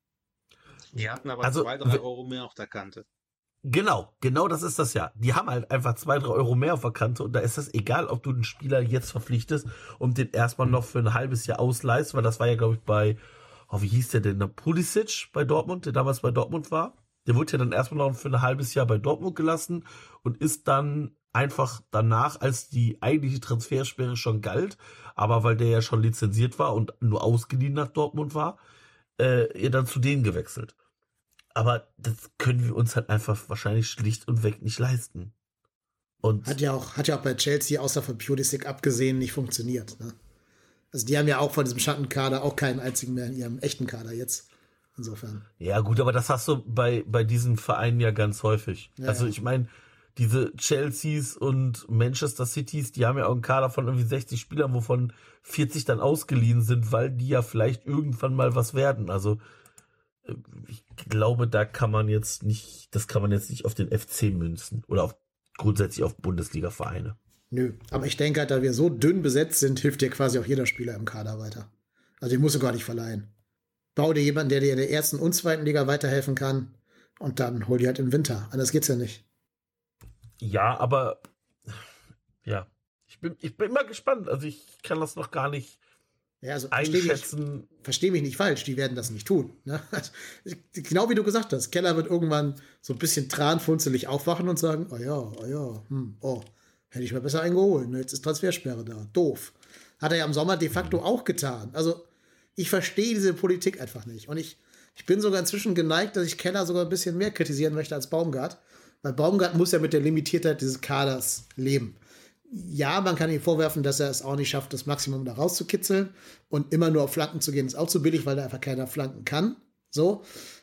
Die hatten aber also, zwei, drei Euro mehr auf der Kante. Genau, genau das ist das ja. Die haben halt einfach zwei, drei Euro mehr auf der Kante und da ist das egal, ob du den Spieler jetzt verpflichtest und den erstmal noch für ein halbes Jahr ausleihst, weil das war ja, glaube ich, bei, oh, wie hieß der denn, der Pulisic bei Dortmund, der damals bei Dortmund war. Der wurde ja dann erstmal noch für ein halbes Jahr bei Dortmund gelassen und ist dann einfach danach, als die eigentliche Transfersperre schon galt, aber weil der ja schon lizenziert war und nur ausgeliehen nach Dortmund war, äh, er dann zu denen gewechselt. Aber das können wir uns halt einfach wahrscheinlich schlicht und weg nicht leisten. Und hat ja auch, hat ja auch bei Chelsea außer von Pulisic abgesehen nicht funktioniert. Ne? Also die haben ja auch von diesem Schattenkader auch keinen einzigen mehr in ihrem echten Kader jetzt. Insofern. Ja gut, aber das hast du bei, bei diesen Vereinen ja ganz häufig. Ja, also ich meine, diese Chelseas und Manchester Cities, die haben ja auch einen Kader von irgendwie sechzig Spielern, wovon vierzig dann ausgeliehen sind, weil die ja vielleicht irgendwann mal was werden. Also ich glaube, da kann man jetzt nicht, das kann man jetzt nicht auf den F C münzen oder auf, grundsätzlich auf Bundesliga-Vereine. Nö, aber ich denke halt, da wir so dünn besetzt sind, hilft dir quasi auch jeder Spieler im Kader weiter. Also den musst du gar nicht verleihen. Bau dir jemanden, der dir in der ersten und zweiten Liga weiterhelfen kann und dann hol die halt im Winter. Anders geht's ja nicht. Ja, aber ja, ich bin, ich bin mal gespannt. Also ich kann das noch gar nicht ja, also einschätzen. Versteh mich, versteh mich nicht falsch, die werden das nicht tun. Ne? Genau wie du gesagt hast, Keller wird irgendwann so ein bisschen tranfunzelig aufwachen und sagen, oh ja, oh ja, hm, oh, hätte ich mal besser eingeholt. Jetzt ist Transfersperre da. Doof. Hat er ja im Sommer de facto auch getan. Also ich verstehe diese Politik einfach nicht. Und ich, ich bin sogar inzwischen geneigt, dass ich Keller sogar ein bisschen mehr kritisieren möchte als Baumgart. Weil Baumgart muss ja mit der Limitiertheit dieses Kaders leben. Ja, man kann ihm vorwerfen, dass er es auch nicht schafft, das Maximum da rauszukitzeln. Und immer nur auf Flanken zu gehen, ist auch zu billig, weil da einfach keiner flanken kann. So.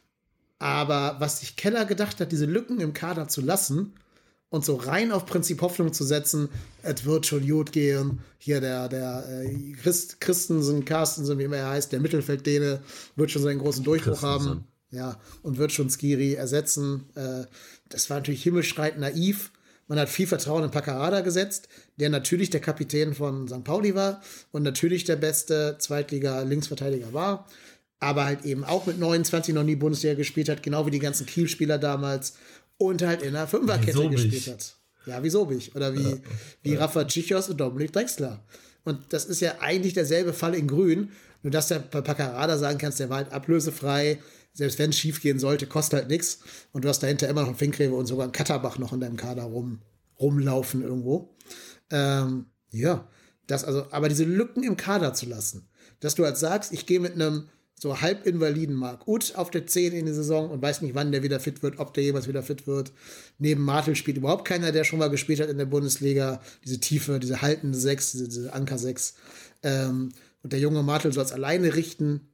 Aber was sich Keller gedacht hat, diese Lücken im Kader zu lassen und so rein auf Prinzip Hoffnung zu setzen, es wird schon gut gehen. Hier der, der äh, Christ, Christensen, Carstensen, wie immer er heißt, der Mittelfelddäne, wird schon seinen großen Durchbruch haben. Ja, und wird schon Skiri ersetzen. Äh, das war natürlich himmelschreiend naiv, Man hat viel Vertrauen in Paccarada gesetzt, der natürlich der Kapitän von Sankt Pauli war und natürlich der beste Zweitliga-Linksverteidiger war, aber halt eben auch mit neunundzwanzig noch nie Bundesliga gespielt hat, genau wie die ganzen Kiel-Spieler damals und halt in der Fünferkette gespielt hat. Ja, wie Sobich oder wie, ja. wie Rafa Tschichos und Dominik Drexler. Und das ist ja eigentlich derselbe Fall in Grün, nur dass du bei Paccarada sagen kannst, der war halt ablösefrei, selbst wenn es schief gehen sollte, kostet halt nichts. Und du hast dahinter immer noch einen Finkgräve und sogar einen Katterbach noch in deinem Kader rum, rumlaufen irgendwo. Ähm, ja, das also, aber diese Lücken im Kader zu lassen, dass du halt sagst, ich gehe mit einem so halbinvaliden Marc Uth auf der zehn in die Saison und weiß nicht, wann der wieder fit wird, ob der jemals wieder fit wird. Neben Martel spielt überhaupt keiner, der schon mal gespielt hat in der Bundesliga. Diese Tiefe, diese haltende sechs, diese, diese Anker sechs. Ähm, und der junge Martel soll es alleine richten.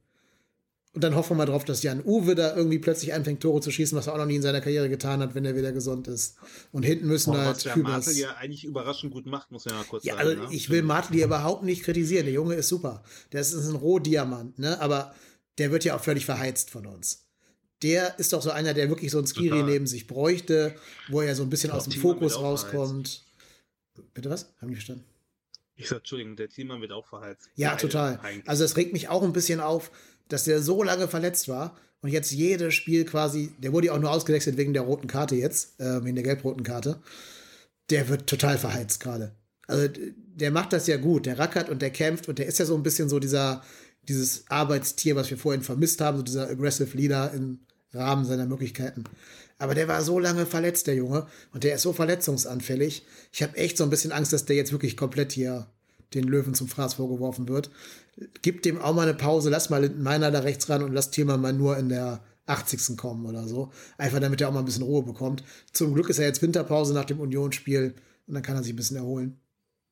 Und dann hoffen wir mal drauf, dass Jan Uwe da irgendwie plötzlich anfängt, Tore zu schießen, was er auch noch nie in seiner Karriere getan hat, wenn er wieder gesund ist. Und hinten müssen da halt was der Martel ja eigentlich überraschend gut macht, muss man ja mal kurz ja, sagen. also ne? ich will Martel hier überhaupt nicht kritisieren. Der Junge ist super. Der ist ein Rohdiamant, ne? Aber der wird ja auch völlig verheizt von uns. Der ist doch so einer, der wirklich so ein Skiri Total. neben sich bräuchte, wo er so ein bisschen Ich glaub, aus dem Thiemann Fokus wird auch rauskommt. Bitte was? Haben die verstanden? Ich sag, Entschuldigung, der Thiemann wird auch verheizt. Ja, Beide total. eigentlich. Also es regt mich auch ein bisschen auf, dass der so lange verletzt war und jetzt jedes Spiel quasi, der wurde ja auch nur ausgewechselt wegen der roten Karte jetzt, äh, wegen der gelb-roten Karte. Der wird total verheizt gerade. Also der macht das ja gut, der rackert und der kämpft und der ist ja so ein bisschen so dieser, dieses Arbeitstier, was wir vorhin vermisst haben, so dieser aggressive Leader im Rahmen seiner Möglichkeiten. Aber der war so lange verletzt, der Junge, und der ist so verletzungsanfällig. Ich habe echt so ein bisschen Angst, dass der jetzt wirklich komplett hier den Löwen zum Fraß vorgeworfen wird. Gib dem auch mal eine Pause, lass mal Meiner da rechts ran und lass Thiemann mal nur in der achtzigsten kommen oder so. Einfach damit er auch mal ein bisschen Ruhe bekommt. Zum Glück ist er jetzt Winterpause nach dem Unionsspiel und dann kann er sich ein bisschen erholen.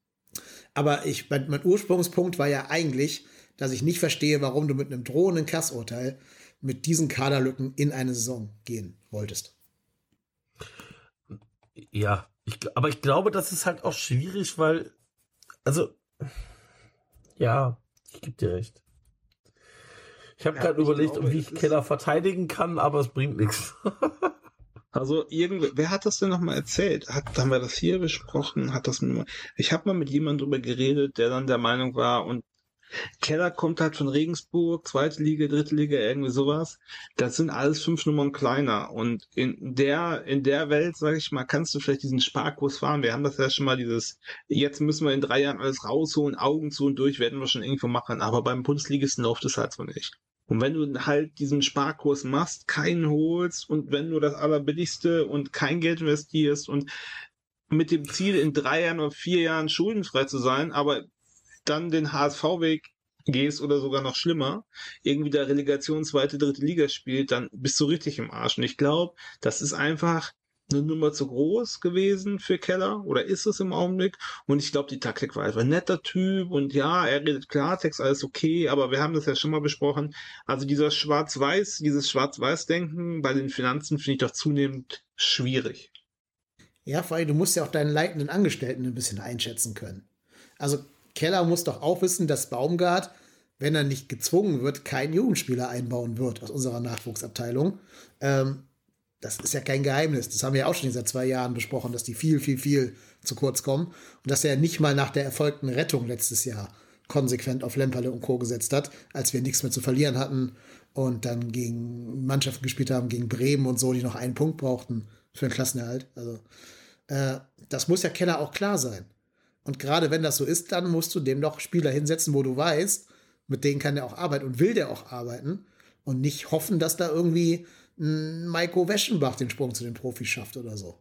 Aber ich, mein, mein Ursprungspunkt war ja eigentlich, dass ich nicht verstehe, warum du mit einem drohenden Kassurteil mit diesen Kaderlücken in eine Saison gehen wolltest. Ja, ich, aber ich glaube, das ist halt auch schwierig, weil, also, ja, ich gebe dir recht. Ich habe Ja, gerade ich überlegt, glaube, wie es ich ist- Keller verteidigen kann, aber es bringt nichts. Also irgendwie, wer hat das denn nochmal erzählt? Hat, haben wir das hier besprochen? Hat das mit, ich habe mal mit jemandem drüber geredet, der dann der Meinung war, und Keller kommt halt von Regensburg, zweite Liga, dritte Liga, irgendwie sowas. Das sind alles fünf Nummern kleiner. Und in der, in der Welt, sage ich mal, kannst du vielleicht diesen Sparkurs fahren. Wir haben das ja schon mal dieses, jetzt müssen wir in drei Jahren alles rausholen, Augen zu und durch, werden wir schon irgendwo machen. Aber beim Bundesligisten läuft es halt so nicht. Und wenn du halt diesen Sparkurs machst, keinen holst und wenn du das Allerbilligste und kein Geld investierst und mit dem Ziel, in drei Jahren oder vier Jahren schuldenfrei zu sein, aber dann den H S V-Weg gehst oder sogar noch schlimmer, irgendwie der Relegation zweite, dritte Liga spielt, dann bist du richtig im Arsch. Und ich glaube, das ist einfach eine Nummer zu groß gewesen für Keller oder ist es im Augenblick. Und ich glaube, die Taktik war einfach ein netter Typ und ja, er redet Klartext, alles okay, aber wir haben das ja schon mal besprochen. Also dieser Schwarz-Weiß, dieses Schwarz-Weiß-Denken bei den Finanzen finde ich doch zunehmend schwierig. Ja, vor allem, du musst ja auch deinen leitenden Angestellten ein bisschen einschätzen können. Also Keller muss doch auch wissen, dass Baumgart, wenn er nicht gezwungen wird, keinen Jugendspieler einbauen wird aus unserer Nachwuchsabteilung. Ähm, das ist ja kein Geheimnis. Das haben wir ja auch schon seit zwei Jahren besprochen, dass die viel, viel, viel zu kurz kommen. Und dass er nicht mal nach der erfolgten Rettung letztes Jahr konsequent auf Lemperle und Co. gesetzt hat, als wir nichts mehr zu verlieren hatten und dann gegen Mannschaften gespielt haben, gegen Bremen und so, die noch einen Punkt brauchten für den Klassenerhalt. Also äh, das muss ja Keller auch klar sein. Und gerade wenn das so ist, dann musst du dem doch Spieler hinsetzen, wo du weißt, mit denen kann der auch arbeiten und will der auch arbeiten und nicht hoffen, dass da irgendwie ein Maiko Weschenbach den Sprung zu den Profis schafft oder so.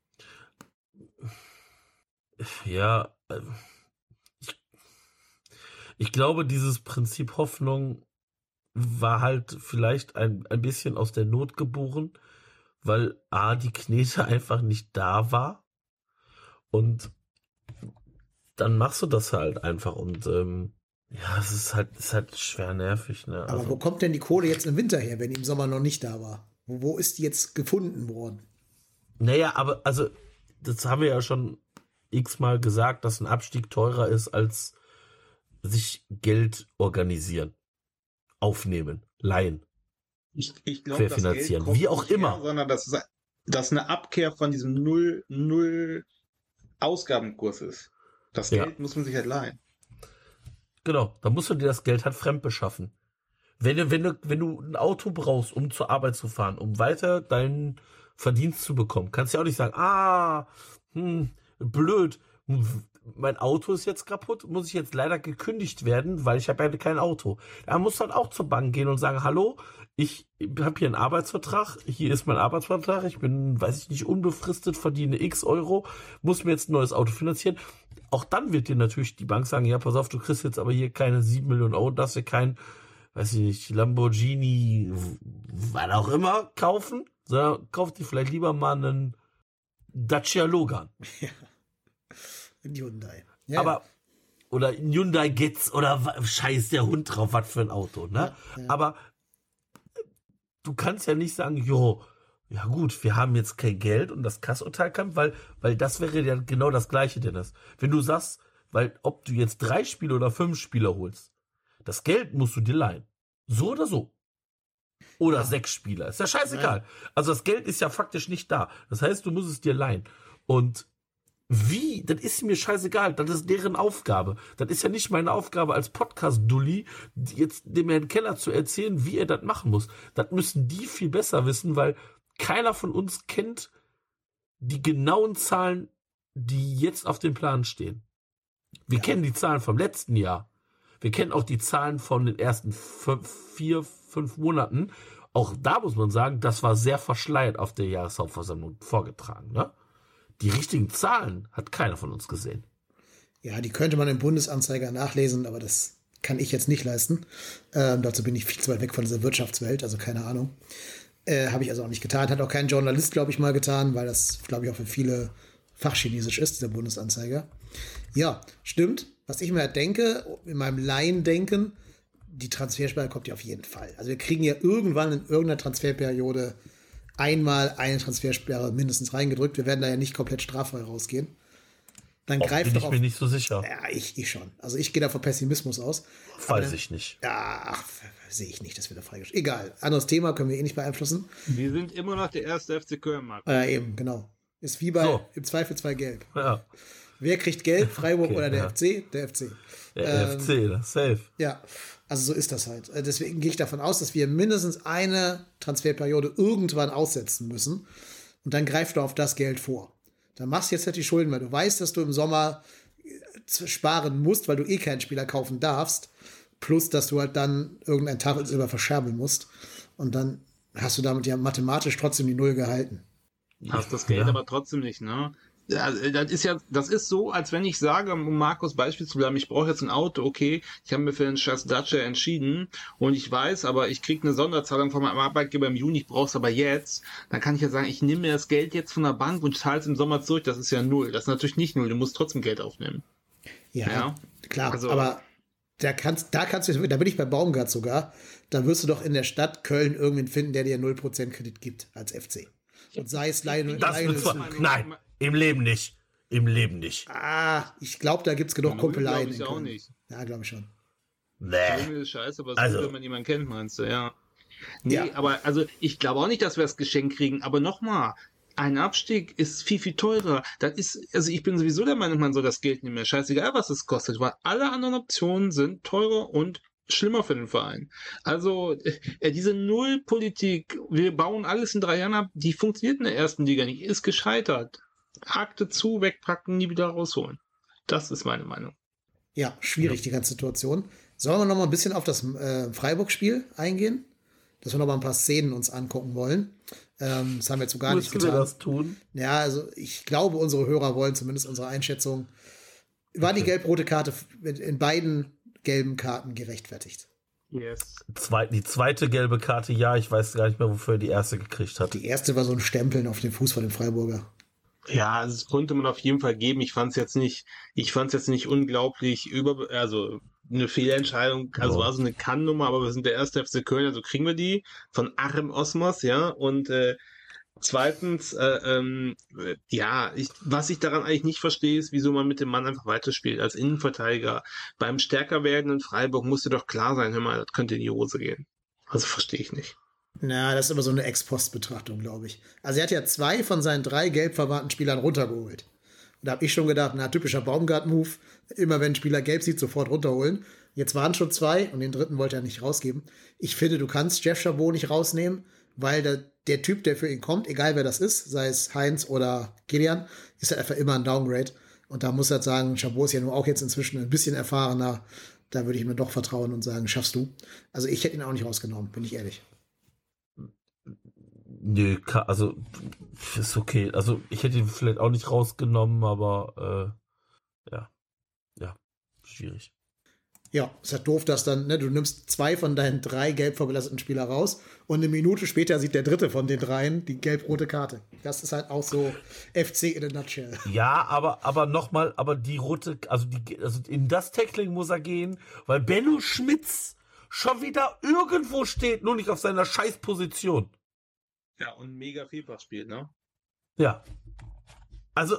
Ja, äh, ich, ich glaube, dieses Prinzip Hoffnung war halt vielleicht ein, ein bisschen aus der Not geboren, weil A, die Knete einfach nicht da war und dann machst du das halt einfach und ähm, ja, es ist halt, es ist halt schwer nervig, ne? Aber Also, wo kommt denn die Kohle jetzt im Winter her, wenn die im Sommer noch nicht da war? Wo, wo ist die jetzt gefunden worden? naja, aber also, das haben wir ja schon x-mal gesagt, dass ein Abstieg teurer ist als sich Geld organisieren, aufnehmen, leihen. Ich, ich glaube, das Geld Querfinanzieren, kommt wie auch nicht immer. her, sondern das ist, das eine Abkehr von diesem Null, Null Ausgabenkurs ist. Das Ja. Geld muss man sich halt leihen. Genau, da musst du dir das Geld halt fremd beschaffen. Wenn du, wenn du, wenn du ein Auto brauchst, um zur Arbeit zu fahren, um weiter deinen Verdienst zu bekommen, kannst du ja auch nicht sagen, ah, hm, blöd, mein Auto ist jetzt kaputt, muss ich jetzt leider gekündigt werden, weil ich habe ja kein Auto. Da musst du halt auch zur Bank gehen und sagen, hallo, ich habe hier einen Arbeitsvertrag, hier ist mein Arbeitsvertrag, ich bin, weiß ich nicht, unbefristet, verdiene x Euro, muss mir jetzt ein neues Auto finanzieren. Auch dann wird dir natürlich die Bank sagen, ja, pass auf, du kriegst jetzt aber hier keine sieben Millionen Euro, darfst dir kein, weiß ich nicht, Lamborghini, was auch immer, kaufen, sondern kauf dir vielleicht lieber mal einen Dacia Logan. Ein Hyundai. Ja, Aber, oder ein Hyundai Getz oder wa- scheiß der Hund drauf, was für ein Auto, ne? Ja, ja. Aber du kannst ja nicht sagen, jo, ja gut, wir haben jetzt kein Geld und das Kassurteil kann, weil, weil das wäre ja genau das Gleiche, Dennis. Wenn du sagst, weil ob du jetzt drei Spiele oder fünf Spieler holst, das Geld musst du dir leihen. So oder so. Oder sechs Spieler. Ist ja scheißegal. Also das Geld ist ja faktisch nicht da. Das heißt, du musst es dir leihen. Und wie? Das ist mir scheißegal. Das ist deren Aufgabe. Das ist ja nicht meine Aufgabe als Podcast-Dulli, jetzt dem Herrn Keller zu erzählen, wie er das machen muss. Das müssen die viel besser wissen, weil keiner von uns kennt die genauen Zahlen, die jetzt auf dem Plan stehen. Wir Ja. kennen die Zahlen vom letzten Jahr. Wir kennen auch die Zahlen von den ersten fünf, vier, fünf Monaten. Auch da muss man sagen, das war sehr verschleiert auf der Jahreshauptversammlung vorgetragen, ne? Die richtigen Zahlen hat keiner von uns gesehen. Ja, die könnte man im Bundesanzeiger nachlesen, aber das kann ich jetzt nicht leisten. Ähm, dazu bin ich viel zu weit weg von dieser Wirtschaftswelt, also keine Ahnung. Äh, Habe ich also auch nicht getan. Hat auch kein Journalist, glaube ich, mal getan, weil das, glaube ich, auch für viele Fachchinesisch ist, dieser Bundesanzeiger. Ja, stimmt. Was ich mir halt denke, in meinem Laiendenken, die Transfersperre kommt ja auf jeden Fall. Also wir kriegen ja irgendwann in irgendeiner Transferperiode einmal eine Transfersperre mindestens reingedrückt. Wir werden da ja nicht komplett straffrei rausgehen. Dann Auch greift bin doch ich auf. mir nicht so sicher. Ja, ich, ich schon. Also ich gehe da von Pessimismus aus. Weiß ich nicht. Ja, ach, sehe ich nicht, dass wir da freigestellt. Egal, anderes Thema, können wir eh nicht beeinflussen. Wir sind immer noch der erste F C Köln, Marco. Äh, eben, genau. Ist wie bei So. im Zweifelsfall gelb. Ja, Wer kriegt gelb, Freiburg Okay, oder der ja. F C? Der F C. der Ähm, F C, das safe. Ja, also so ist das halt. Äh, Deswegen gehe ich davon aus, dass wir mindestens eine Transferperiode irgendwann aussetzen müssen. Und dann greift du auf das Geld vor. Dann machst du jetzt halt die Schulden, weil du weißt, dass du im Sommer äh, sparen musst, weil du eh keinen Spieler kaufen darfst. Plus, dass du halt dann irgendein Tafelsilber verscherbeln musst. Und dann hast du damit ja mathematisch trotzdem die Null gehalten. Hast das Geld Ja. aber trotzdem nicht, ne? Ja, das ist ja, das ist so, als wenn ich sage, um Markus Beispiel zu bleiben, ich brauche jetzt ein Auto, okay, ich habe mir für den scheiß Dacia entschieden und ich weiß, aber ich kriege eine Sonderzahlung von meinem Arbeitgeber im Juni, ich brauche es aber jetzt, dann kann ich ja sagen, ich nehme mir das Geld jetzt von der Bank und zahle es im Sommer zurück, das ist ja null, das ist natürlich nicht null, du musst trotzdem Geld aufnehmen. Ja, Ja. klar, Also- aber da kannst, da kannst du, da bin ich bei Baumgart sogar, da wirst du doch in der Stadt Köln irgendwen finden, der dir null Prozent Kredit gibt als F C. Und sei es Leih Das Leih- wird zwar, Leih- nein, im Leben nicht. Im Leben nicht. Ah, ich glaube, da gibt es genug Null Kumpeleien. glaub ich in auch Köln. nicht. Ja, glaube ich schon. Nee. Junge ist scheiße, aber es ist Also- gut, wenn man jemanden kennt, meinst du, ja. Nee, Ja. aber also ich glaube auch nicht, dass wir das Geschenk kriegen, aber nochmal, ein Abstieg ist viel, viel teurer. Das ist, also ich bin sowieso der Meinung, man soll das Geld nicht mehr. Scheißegal, was es kostet, weil alle anderen Optionen sind teurer und schlimmer für den Verein. Also äh, diese Nullpolitik, wir bauen alles in drei Jahren ab, die funktioniert in der ersten Liga nicht, ist gescheitert. Akte zu, wegpacken, nie wieder rausholen. Das ist meine Meinung. Ja, schwierig, die ganze Situation. Sollen wir noch mal ein bisschen auf das äh, Freiburg-Spiel eingehen? Dass wir noch mal ein paar Szenen uns angucken wollen. Ähm, das haben wir jetzt so gar nicht Müssen wir getan. das tun? Ja, also ich glaube, unsere Hörer wollen zumindest unsere Einschätzung. War die gelb-rote Karte mit- in beiden gelben Karten gerechtfertigt? Yes. Zwei, die zweite gelbe Karte, ja, ich weiß gar nicht mehr, wofür er die erste gekriegt hat. Die erste war so ein Stempeln auf den Fuß von dem Freiburger. Ja, das konnte man auf jeden Fall geben. Ich fand es jetzt nicht, ich fand es jetzt nicht unglaublich über, also eine Fehlentscheidung, also Ja. war so eine Kann-Nummer, aber wir sind der erste F C Köln, also kriegen wir die von Achim Osmos, ja, und äh, zweitens, äh, ähm, äh, ja, ich, was ich daran eigentlich nicht verstehe, ist, wieso man mit dem Mann einfach weiterspielt als Innenverteidiger. Beim stärker werdenden Freiburg musste doch klar sein, hör mal, das könnte in die Hose gehen. Also verstehe ich nicht. Na, das ist immer so eine Ex-Post-Betrachtung, glaube ich. Also er hat ja zwei von seinen drei gelb verwahrten Spielern runtergeholt. Und da habe ich schon gedacht, na, typischer Baumgart-Move. Immer wenn ein Spieler gelb sieht, sofort runterholen. Jetzt waren schon zwei und den dritten wollte er nicht rausgeben. Ich finde, du kannst Jeff Chabot nicht rausnehmen, weil der, der Typ, der für ihn kommt, egal wer das ist, sei es Heinz oder Kilian, ist halt einfach immer ein Downgrade. Und da muss er halt sagen, Chabot ist ja nur auch jetzt inzwischen ein bisschen erfahrener. Da würde ich mir doch vertrauen und sagen, schaffst du. Also ich hätte ihn auch nicht rausgenommen, bin ich ehrlich. Nö, also ist okay. Also ich hätte ihn vielleicht auch nicht rausgenommen, aber äh, ja, ja, schwierig. Ja, ist halt doof, dass dann, ne, du nimmst zwei von deinen drei gelb verbelasteten Spieler raus und eine Minute später sieht der dritte von den dreien die gelb-rote Karte. Das ist halt auch so F C in a nutshell. Ja, aber, aber nochmal, aber die rote, also die, also in das Tackling muss er gehen, weil Benno Schmitz schon wieder irgendwo steht, nur nicht auf seiner Scheißposition. Ja, und mega Fehlpass spielt, ne? Ja. Also,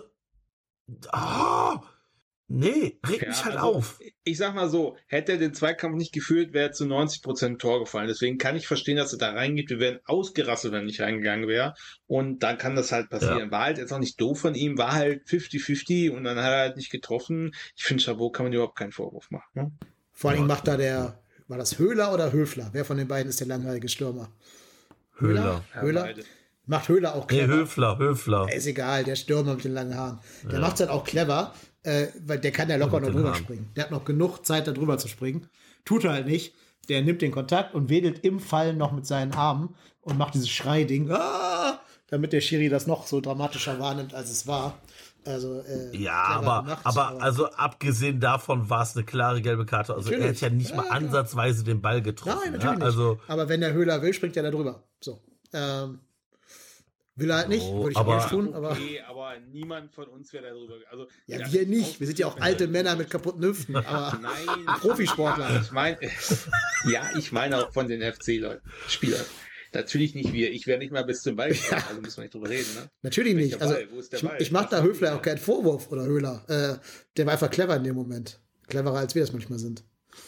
oh, nee, reg Ja, mich halt also, auf. Ich sag mal so, hätte er den Zweikampf nicht geführt, wäre er zu neunzig Prozent Tor gefallen. Deswegen kann ich verstehen, dass er da reingeht. Wir wären ausgerasselt, wenn er nicht reingegangen wäre. Und dann kann das halt passieren. Ja. War halt jetzt auch nicht doof von ihm, war halt fünfzig fünfzig und dann hat er halt nicht getroffen. Ich finde, Chabot kann man überhaupt keinen Vorwurf machen. Ne? Vor allem macht da der, war das Höhler oder Höfler? Wer von den beiden ist der langweilige Stürmer? Höhler. Ja, Höhler? beide. Macht Höhler auch Nee, clever. Höfler, Höfler. Ist egal, der Stürmer mit den langen Haaren. Der macht's halt auch clever, äh, weil der kann ja locker Mit noch den drüber Haaren. springen. Der hat noch genug Zeit, da drüber zu springen. Tut er halt nicht. Der nimmt den Kontakt und wedelt im Fallen noch mit seinen Armen und macht dieses Schreiding, ah! damit der Schiri das noch so dramatischer wahrnimmt, als es war. Also, äh, Ja, clever aber, gemacht, aber, also abgesehen davon war es eine klare gelbe Karte. Also er Natürlich. hat ja nicht Ja, mal klar. ansatzweise den Ball getroffen. Nein, natürlich ja? Also, nicht. Aber wenn der Höhler will, springt er da drüber. So. Ähm, will er halt nicht, So, würde ich aber- auch nicht tun, aber. Okay, aber niemand von uns wäre da drüber. Also, Ja, wir nicht. Wir sind ja auch alte Männer mit kaputten Hüften, aber Nein. Profisportler. Ich meine, ja, ich meine auch von den F C-Leuten, Spielern. Natürlich nicht wir. Ich wäre nicht mal bis zum Ball gekommen, also müssen wir nicht drüber reden, ne? Natürlich Welcher nicht. Also, Ball? Wo ist der ich, Ball? ich mache da Was Höfler machen auch die keinen Vorwurf oder Höhler. Äh, der war einfach clever in dem Moment. Cleverer, als wir das manchmal sind.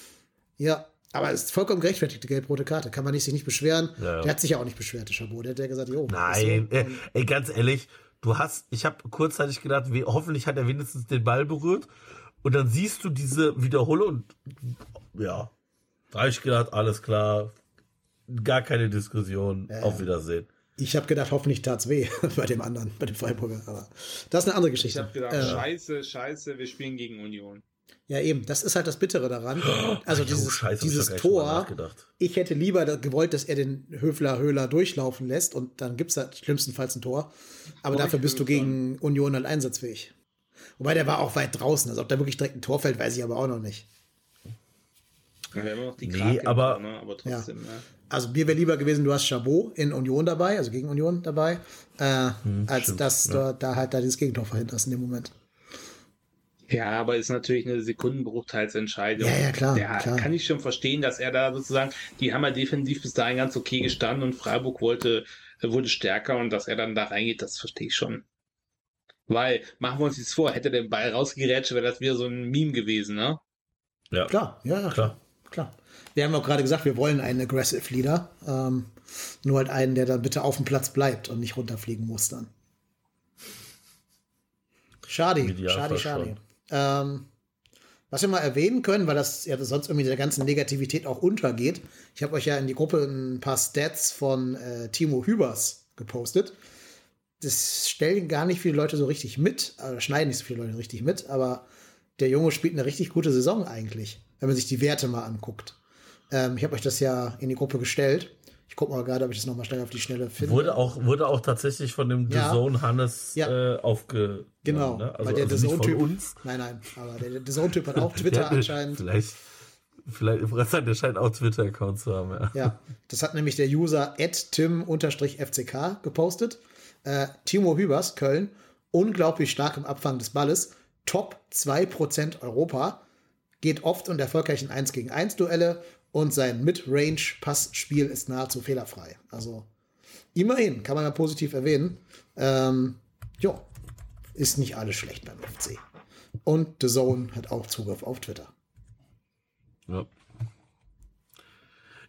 Ja, aber es ist vollkommen gerechtfertigte gelb-rote Karte. Kann man nicht, sich nicht beschweren. Ja, ja. Der hat sich ja auch nicht beschwert, der Chabot. Der hat ja gesagt, jo. nein, ist so. äh, ey, ganz ehrlich, du hast, ich habe kurzzeitig gedacht, we, hoffentlich hat er wenigstens den Ball berührt. Und dann siehst du diese Wiederholung und ja, da habe ich gedacht, alles klar, gar keine Diskussion, Ja. auf Wiedersehen. Ich habe gedacht, hoffentlich tat's weh bei dem anderen, bei dem Freiburger. Aber das ist eine andere Ich Geschichte. habe gedacht, Äh, scheiße, scheiße, wir spielen gegen Union. Ja, eben, das ist halt das Bittere daran. Also Jo, dieses, Scheiße, hab ich dieses doch gar nicht drüber Tor, nachgedacht. ich hätte lieber da gewollt, dass er den Höfler-Höhler durchlaufen lässt und dann gibt's halt schlimmstenfalls ein Tor. Aber dafür bist du gegen Union halt einsatzfähig. Wobei der war auch weit draußen. Also ob da wirklich direkt ein Tor fällt, weiß ich aber auch noch nicht. Ja, wir haben noch die Nee, Krake im aber- Tor, ne? aber trotzdem, ne? Also mir wäre lieber gewesen, du hast Chabot in Union dabei, also gegen Union dabei, äh, als stimmt, dass ja. du da halt da dieses Gegentor verhinderst in dem Moment. Ja, aber ist natürlich eine Sekundenbruchteilsentscheidung. Ja, ja, klar, Ja, klar. kann ich schon verstehen, dass er da sozusagen, die haben ja defensiv bis dahin ganz okay gestanden und Freiburg wollte, wurde stärker und dass er dann da reingeht, das verstehe ich schon. Weil, machen wir uns jetzt vor, hätte der Ball rausgerätscht, wäre das wieder so ein Meme gewesen, ne? Ja, Klar, ja, ja, klar. Klar. klar. Wir haben auch gerade gesagt, wir wollen einen Aggressive Leader. Ähm, nur halt einen, der dann bitte auf dem Platz bleibt und nicht runterfliegen muss dann. Schade, Im Idealfall schade, schade. schon. Ähm, was wir mal erwähnen können, weil das ja sonst irgendwie der ganzen Negativität auch untergeht. Ich habe euch ja in die Gruppe ein paar Stats von äh, Timo Hübers gepostet. Das stellen gar nicht viele Leute so richtig mit, äh, schneiden nicht so viele Leute richtig mit, aber der Junge spielt eine richtig gute Saison eigentlich, wenn man sich die Werte mal anguckt. Ähm, ich habe euch das ja in die Gruppe gestellt. Ich gucke mal gerade, ob ich das nochmal schnell auf die Schnelle finde. Wurde auch, wurde auch tatsächlich von dem Ja. D A Z N Hannes Ja. äh, aufge... Genau, ne? Also, weil der also D A Z nicht von N-Typ. uns. Nein, nein, aber der D A Z N-Typ hat auch Twitter Der- anscheinend. Vielleicht, vielleicht, der scheint auch Twitter-Account zu haben, ja. Ja, das hat nämlich der User at tim-f c k gepostet. Äh, Timo Hübers, Köln, unglaublich stark im Abfangen des Balles, Top zwei Prozent Europa, geht oft und erfolgreich in eins gegen eins Duelle und sein Mid-Range-Passspiel ist nahezu fehlerfrei. Also immerhin, kann man ja positiv erwähnen. Ähm, jo, ist nicht alles schlecht beim F C. Und The Zone hat auch Zugriff auf Twitter. Ja.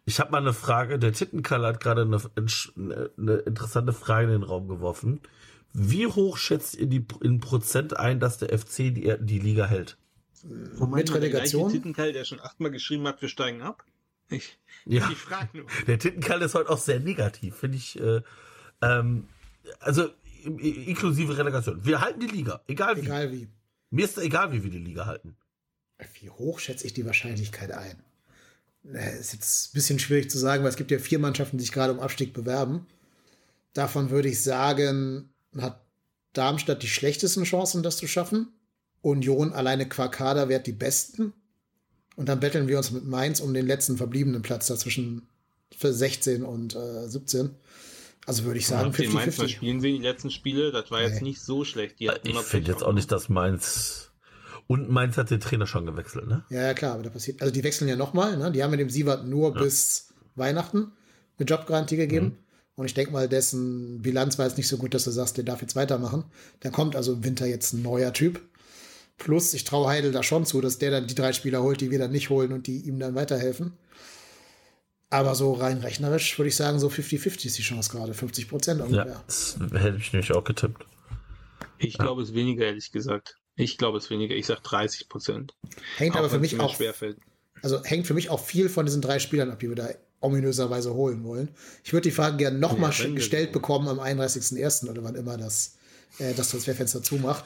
Ich habe mal eine Frage. Der Tittenkall hat gerade eine, eine interessante Frage in den Raum geworfen. Wie hoch schätzt ihr die in Prozent ein, dass der F C die, die Liga hält? Moment, mit Relegation? Der Tittenkall, der schon achtmal geschrieben hat, wir steigen ab? Ich, ja. ich frage nur. Der Tittenkall ist heute auch sehr negativ, finde ich. Äh, ähm, also inklusive Relegation. Wir halten die Liga, egal wie. Egal wie. Mir ist egal, wie wir die Liga halten. Wie hoch schätze ich die Wahrscheinlichkeit ein? Das ist jetzt ein bisschen schwierig zu sagen, weil es gibt ja vier Mannschaften, die sich gerade um Abstieg bewerben. Davon würde ich sagen, hat Darmstadt die schlechtesten Chancen, das zu schaffen. Union alleine qua Kaderwert die besten. Und dann betteln wir uns mit Mainz um den letzten verbliebenen Platz dazwischen für sechzehn und äh, siebzehn. Also würde ich sagen, fünfzig fünfzig. fünfzig fünfzig. Spielen sie die letzten Spiele, das war jetzt Nee. nicht so schlecht. Die Ich finde jetzt auch nicht, dass Mainz... Und Mainz hat den Trainer schon gewechselt, ne? Ja, ja, klar, aber da passiert. Also die wechseln ja nochmal, ne? Die haben ja dem Sievert nur Ja. bis Weihnachten eine Jobgarantie gegeben. Mhm. Und ich denke mal, dessen Bilanz war jetzt nicht so gut, dass du sagst, der darf jetzt weitermachen. Da kommt also im Winter jetzt ein neuer Typ. Plus, ich traue Heidel da schon zu, dass der dann die drei Spieler holt, die wir dann nicht holen und die ihm dann weiterhelfen. Aber so rein rechnerisch würde ich sagen, so fünfzig fünfzig ist die Chance gerade, fünfzig Prozent ungefähr. Ja, das hätte ich nämlich auch getippt. Ich glaube es weniger, ehrlich gesagt. Ich glaube es weniger. Ich sage dreißig Prozent. Hängt aber für mich auch, schwerfällt. also hängt für mich auch viel von diesen drei Spielern ab, die wir da ominöserweise holen wollen. Ich würde die Frage gerne nochmal Ja, wenn gestellt wir- bekommen am einunddreißigsten ersten oder wann immer das, äh, das Transferfenster zumacht.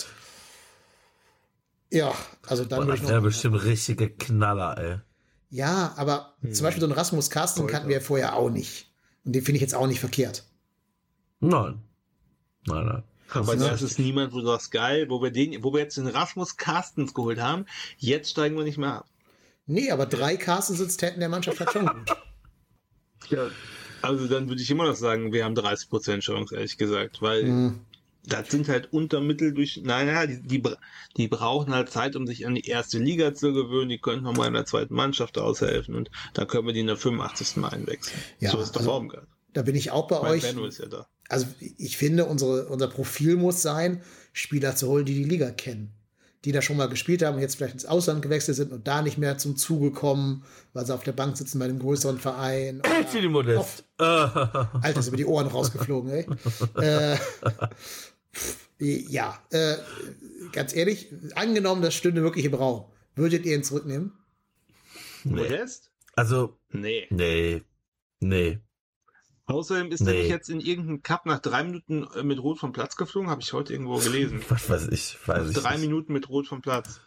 Ja, also dann Boah, würde das ich noch. wäre bestimmt richtige Knaller, ey. Ja, aber zum Beispiel so einen Rasmus Carsten Heute. kannten wir vorher auch nicht. Und den finde ich jetzt auch nicht verkehrt. Nein. Nein, nein. Aber ist das ist niemand, wo du sagst, geil, wo wir den, wo wir jetzt den Rasmus Carstens geholt haben, jetzt steigen wir nicht mehr ab. Nee, aber drei Carstens-Sitztäten der Mannschaft hat schon gut. Ja. Also dann würde ich immer noch sagen, wir haben dreißig Prozent Chance, ehrlich gesagt, weil Hm. das sind halt Untermittel durch, naja, die, die, bra- die brauchen halt Zeit, um sich an die erste Liga zu gewöhnen, die könnten nochmal in der zweiten Mannschaft aushelfen und dann können wir die in der fünfundachtzigsten Mal einwechseln. Ja, so ist doch also- Baumgart. Da bin ich auch bei Mein euch. Benno ist ja da. Also ich finde, unsere, unser Profil muss sein, Spieler zu holen, die die Liga kennen. Die da schon mal gespielt haben und jetzt vielleicht ins Ausland gewechselt sind und da nicht mehr zum Zuge kommen, weil sie auf der Bank sitzen bei einem größeren Verein. Ich finde die Modest. Alter, ist über die Ohren rausgeflogen, ey. äh, pff, ja, äh, ganz ehrlich, angenommen, das stünde wirklich im Raum. Würdet ihr ihn zurücknehmen? Modest? Also, Nee. nee. Nee. Außerdem ist Nee. er nicht jetzt in irgendeinem Cup nach drei Minuten äh, mit Rot vom Platz geflogen, habe ich heute irgendwo gelesen. Was weiß ich, weiß Nach ich drei nicht. Minuten mit Rot vom Platz.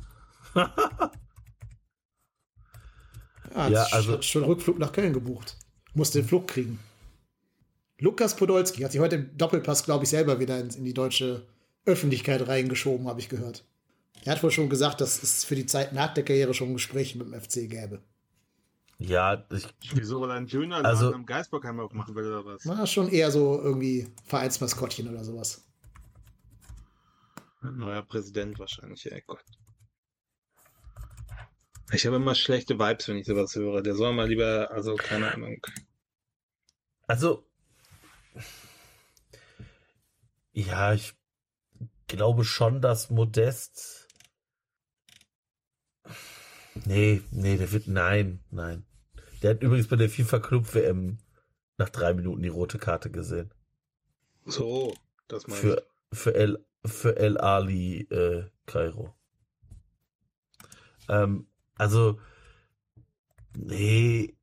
Ah, Ja, hat also- hat schon Rückflug nach Köln gebucht. Musste den Flug kriegen. Lukas Podolski hat sich heute im Doppelpass, glaube ich, selber wieder in, in die deutsche Öffentlichkeit reingeschoben, habe ich gehört. Er hat wohl schon gesagt, dass es für die Zeit nach der Karriere schon Gespräche mit dem F C gäbe. Ja, ich, Wieso, weil er einen schöner Also- Laden am Geisbockheim aufmachen will oder was? War schon eher so irgendwie Vereinsmaskottchen oder sowas. Ein neuer Präsident wahrscheinlich, ey Gott. Ich habe immer schlechte Vibes, wenn ich sowas höre. Der soll mal lieber, also keine Ahnung. also, ja, ich glaube schon, dass Modest, nee, nee, der wird, nein, nein. Der hat übrigens bei der FIFA Club W M nach drei Minuten die rote Karte gesehen. So, das mal. Für, für El, für El Ali, äh, Kairo. Ähm, also, nee.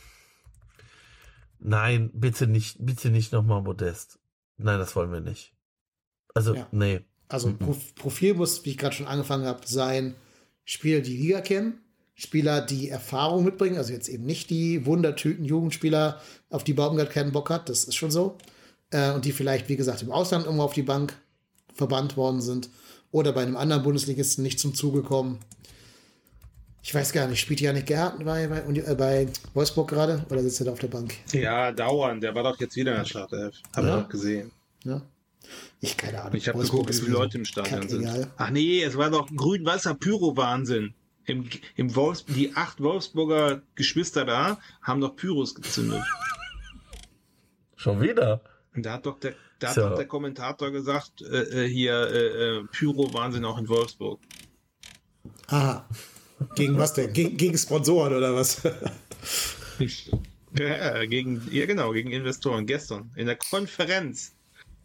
Nein, bitte nicht, bitte nicht nochmal Modest. Nein, das wollen wir nicht. Also, Ja. nee. Also Mhm. Pro Profil muss, wie ich gerade schon angefangen habe, sein, Spieler, die Liga kennen, Spieler, die Erfahrung mitbringen, also jetzt eben nicht die Wundertüten Jugendspieler, auf die Baumgart keinen Bock hat, das ist schon so. Äh, und die vielleicht, wie gesagt, im Ausland irgendwo auf die Bank verbannt worden sind oder bei einem anderen Bundesligisten nicht zum Zuge kommen. Ich weiß gar nicht, spielt Janik Gerhardt bei, bei, äh, bei Wolfsburg gerade oder sitzt er da auf der Bank? Ja, dauernd. Der war doch jetzt wieder in der Startelf. Hab Ja. ich auch gesehen. Ja? Ich keine Ahnung. Ich habe Wolfsburg geguckt, wie ist viele mir so Leute im Stadion sind. kackegal. Ach nee, es war doch grün-weißer Pyro-Wahnsinn. Im, im Wolfs die acht Wolfsburger Geschwister da haben doch Pyros gezündet. Schon wieder? Und da hat doch der, da hat So. doch der Kommentator gesagt, äh, äh, hier äh, äh, Pyro-Wahnsinn auch in Wolfsburg. Aha. Gegen was denn? Gegen, gegen Sponsoren oder was? Ja, gegen, ja, genau, gegen Investoren. Gestern in der Konferenz,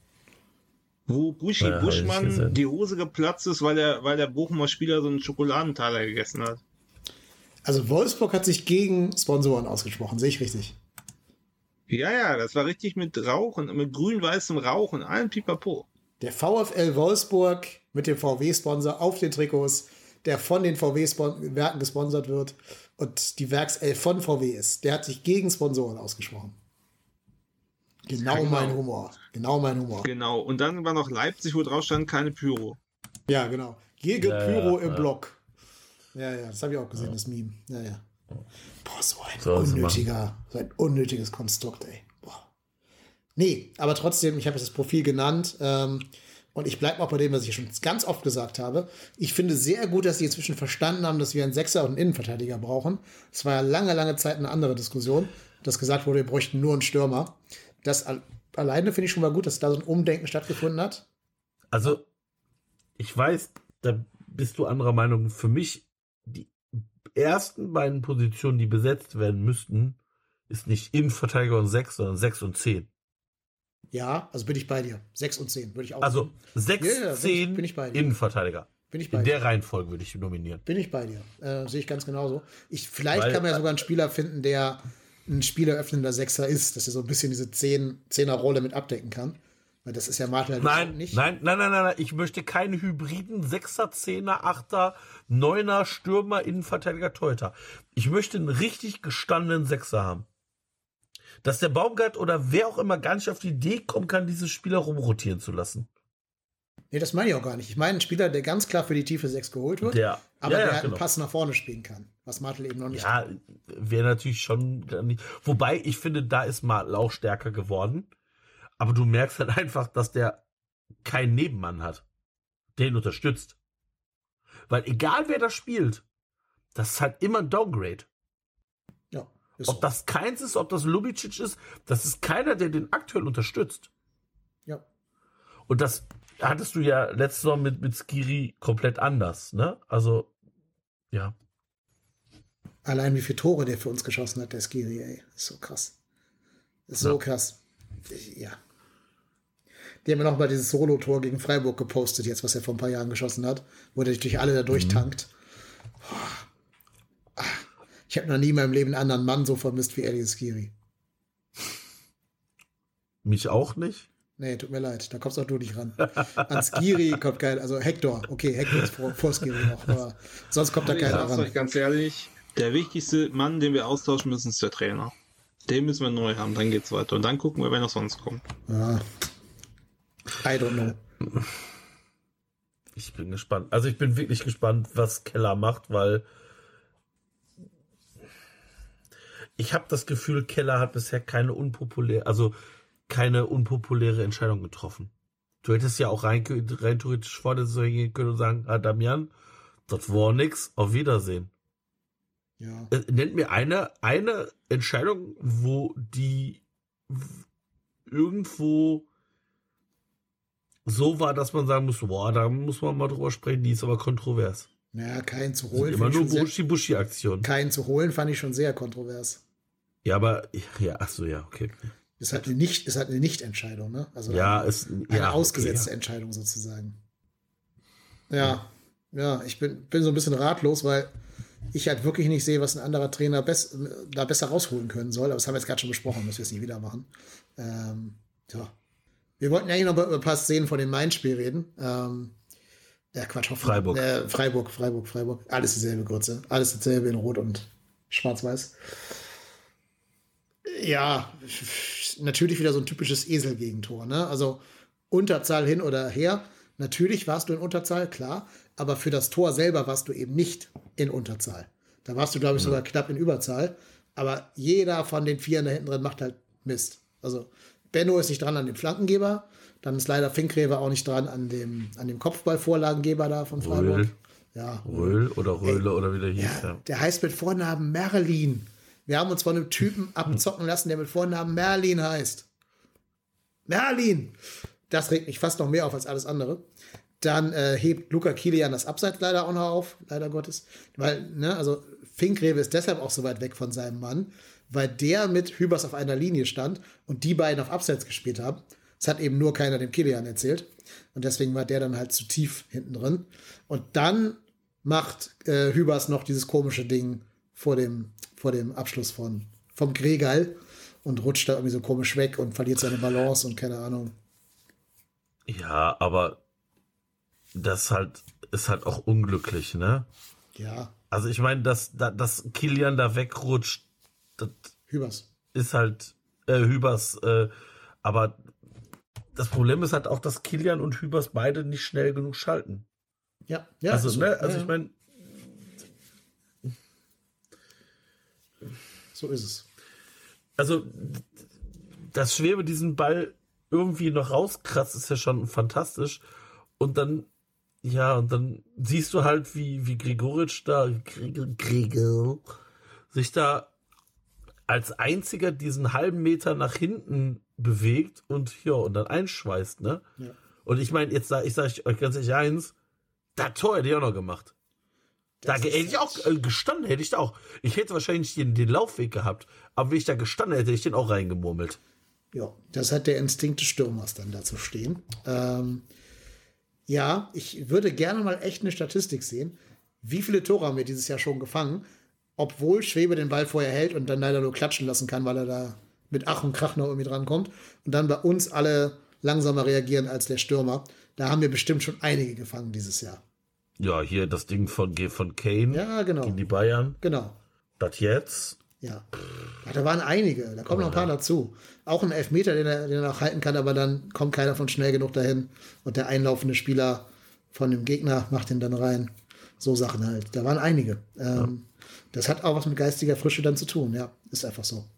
wo Buschi Ja, hab ich Buschmann gesehen. die Hose geplatzt ist, weil der, weil der Bochumer Spieler so einen Schokoladentaler gegessen hat. Also Wolfsburg hat sich gegen Sponsoren ausgesprochen, sehe ich richtig. Ja, ja, das war richtig mit Rauch und mit grün-weißem Rauch und allem Pipapo. Der VfL Wolfsburg mit dem V W-Sponsor auf den Trikots, der von den V W-Werken gesponsert wird und die Werkself von V W ist, der hat sich gegen Sponsoren ausgesprochen. Genau, Genau. mein Humor. Genau mein Humor. Genau, und dann war noch Leipzig, wo drauf stand, keine Pyro. Ja, genau. Gegen Ja, Pyro ja, im ja. Block. Ja, ja, das habe ich auch gesehen, das Meme. Ja, ja. Boah, so ein Sollen sie unnötiger, so ein unnötiges Konstrukt, ey. Boah. Nee, aber trotzdem, ich habe jetzt das Profil genannt, ähm, und ich bleibe auch bei dem, was ich schon ganz oft gesagt habe. Ich finde sehr gut, dass sie inzwischen verstanden haben, dass wir einen Sechser und einen Innenverteidiger brauchen. Es war ja lange, lange Zeit eine andere Diskussion, dass gesagt wurde, wir bräuchten nur einen Stürmer. Das al- alleine finde ich schon mal gut, dass da so ein Umdenken stattgefunden hat. Also, ich weiß, da bist du anderer Meinung. Für mich, die ersten beiden Positionen, die besetzt werden müssten, ist nicht Innenverteidiger und sechs, sondern sechs und zehn. Ja, also bin ich bei dir. Sechs und zehn würde ich auch Also sagen. sechs, Ja, ja, bin ich- zehn bin ich bei dir. Innenverteidiger. Bin ich bei In dir. der Reihenfolge würde ich nominieren. Bin ich bei dir. Äh, sehe ich ganz genauso. Ich, vielleicht Weil- kann man ja sogar einen Spieler finden, der ein spieleröffnender Sechser ist, dass er so ein bisschen diese zehn, Zehner-Rolle mit abdecken kann. Weil das ist ja Martel halt Nein, nicht. nein, nein, nein, nein, nein. Ich möchte keinen hybriden Sechser, Zehner, Achter, Neuner, Stürmer, Innenverteidiger, Torhüter. Ich möchte einen richtig gestandenen Sechser haben. Dass der Baumgart oder wer auch immer gar nicht auf die Idee kommen kann, diese Spieler rumrotieren zu lassen. Nee, das meine ich auch gar nicht. Ich meine einen Spieler, der ganz klar für die tiefe Sechs geholt wird, Der, aber ja, der ja, halt genau. einen Pass nach vorne spielen kann. Was Martel eben noch nicht Ja, wäre natürlich schon. Wobei, ich finde, da ist Martel auch stärker geworden. Aber du merkst halt einfach, dass der keinen Nebenmann hat, der ihn unterstützt. Weil egal wer das spielt, das ist halt immer ein Downgrade. Ja, ist Ob so. das Keins ist, ob das Lubicic ist, das ist keiner, der den aktuell unterstützt. Ja. Und das hattest du ja letztes Mal mit, mit Skiri komplett anders, ne? Also, ja. Allein wie viele Tore der für uns geschossen hat, der Skiri, ey. Ist so krass. Ist so Ja. krass. Ich, ja. Die haben ja noch mal dieses Solo-Tor gegen Freiburg gepostet, jetzt, was er vor ein paar Jahren geschossen hat, wo der durch alle da durchtankt. Boah. Ich habe noch nie in meinem Leben einen anderen Mann so vermisst wie Eddie Skiri. Mich auch nicht. Nee, tut mir leid, da kommst auch du nicht ran. An Skiri kommt kein, also Hector, okay, Hector ist vor, vor Skiri noch, aber sonst kommt da Ich keiner sag's ran. euch ganz ehrlich, der wichtigste Mann, den wir austauschen müssen, ist der Trainer. Den müssen wir neu haben, dann geht's weiter. Und dann gucken wir, wer noch sonst kommt. Ja. I don't know. Ich bin gespannt. Also ich bin wirklich gespannt, was Keller macht, weil ich habe das Gefühl, Keller hat bisher keine unpopuläre, also keine unpopuläre Entscheidung getroffen. Du hättest ja auch rein, rein theoretisch vor der Saison hingehen können und sagen, ah, Damian, das war nix, auf Wiedersehen. Ja. Äh, Nennt mir eine, eine Entscheidung, wo die w- irgendwo so war, dass man sagen muss, boah, da muss man mal drüber sprechen, die ist aber kontrovers. Naja, keinen zu Das holen. sind immer fand ich nur schon sehr- Buschi-Buschi-Aktionen. Keinen zu holen fand ich schon sehr kontrovers. Ja, aber, ja, ach so, ja, okay. Ist halt eine nicht, ist halt eine Nicht-Entscheidung, ne? Also Ja, eine, ist, eine ja, ausgesetzte okay, Entscheidung sozusagen. Ja, ja, ich bin, bin so ein bisschen ratlos, weil ich halt wirklich nicht sehe, was ein anderer Trainer bess, da besser rausholen können soll. Aber das haben wir jetzt gerade schon besprochen, dass wir es nicht wieder machen. Ähm, ja. Wir wollten eigentlich noch über ein paar Szenen von dem Main-Spiel reden. Ähm, ja, Quatsch, Hoffenheim. Freiburg. Äh, Freiburg, Freiburg, Freiburg. Alles dieselbe Grütze. Alles dasselbe in Rot und Schwarz-Weiß. Ja, natürlich wieder so ein typisches Esel-Gegentor. Ne? Also Unterzahl hin oder her. Natürlich warst du in Unterzahl, klar. Aber für das Tor selber warst du eben nicht in Unterzahl. Da warst du, glaube ich, sogar knapp in Überzahl. Aber jeder von den Vieren da hinten drin macht halt Mist. Also Benno ist nicht dran an dem Flankengeber. Dann ist leider Finkgräber auch nicht dran an dem, an dem Kopfballvorlagengeber da von Freiburg. Röhl. Ja, Röhl oder Röhle oder wie der hieß, ja, ja. der heißt mit Vornamen Merlin. Wir haben uns von einem Typen abzocken lassen, der mit Vornamen Merlin heißt. Merlin! Das regt mich fast noch mehr auf als alles andere. Dann äh, hebt Luca Kilian das Abseits leider auch noch auf, leider Gottes. Weil, ne, also Finkgreve ist deshalb auch so weit weg von seinem Mann, weil der mit Hübers auf einer Linie stand und die beiden auf Abseits gespielt haben. Das hat eben nur keiner dem Kilian erzählt. Und deswegen war der dann halt zu tief hinten drin. Und dann macht äh, Hübers noch dieses komische Ding vor dem, vor dem Abschluss von, vom Gregal und rutscht da irgendwie so komisch weg und verliert seine Balance und keine Ahnung. Ja, aber das halt ist halt auch unglücklich, ne? Ja. Also ich meine, dass, dass Kilian da wegrutscht, das Hübers. ist halt äh, Hübers, äh, aber das Problem ist halt auch, dass Kilian und Hübers beide nicht schnell genug schalten. Ja, ja. Also, so, ne, also ja, ich meine, so ist es. also dass Schwebe diesen Ball irgendwie noch rauskratzt, ist ja schon fantastisch. Und dann, ja, und dann siehst du halt, wie, wie Gregoritsch da, Gregor, Gregor, sich da als einziger diesen halben Meter nach hinten bewegt und ja, und dann einschweißt, ne? Ja. Und ich meine, jetzt sag ich sage euch ganz ehrlich eins, das Tor hätte ich auch noch gemacht. Da Das hätte ist ich auch äh, gestanden, hätte ich da auch. Ich hätte wahrscheinlich den, den Laufweg gehabt, aber wenn ich da gestanden hätte, hätte ich den auch reingemurmelt. Ja, das hat der Instinkt des Stürmers dann da zu stehen. Ähm, ja, ich würde gerne mal echt eine Statistik sehen. Wie viele Tore haben wir dieses Jahr schon gefangen, obwohl Schwebe den Ball vorher hält und dann leider nur klatschen lassen kann, weil er da mit Ach und Krach noch irgendwie drankommt und dann bei uns alle langsamer reagieren als der Stürmer. Da haben wir bestimmt schon einige gefangen dieses Jahr. Ja, hier das Ding von, von Kane Ja, genau. gegen die Bayern. Genau. Das jetzt. Ja. Ja, da waren einige. Da kommen noch ein paar dazu. Auch ein Elfmeter, den er, den er noch halten kann, aber dann kommt keiner von schnell genug dahin. Und der einlaufende Spieler von dem Gegner macht ihn dann rein. So Sachen halt. Da waren einige. Ähm, ja. Das hat auch was mit geistiger Frische dann zu tun. Ja, ist einfach so.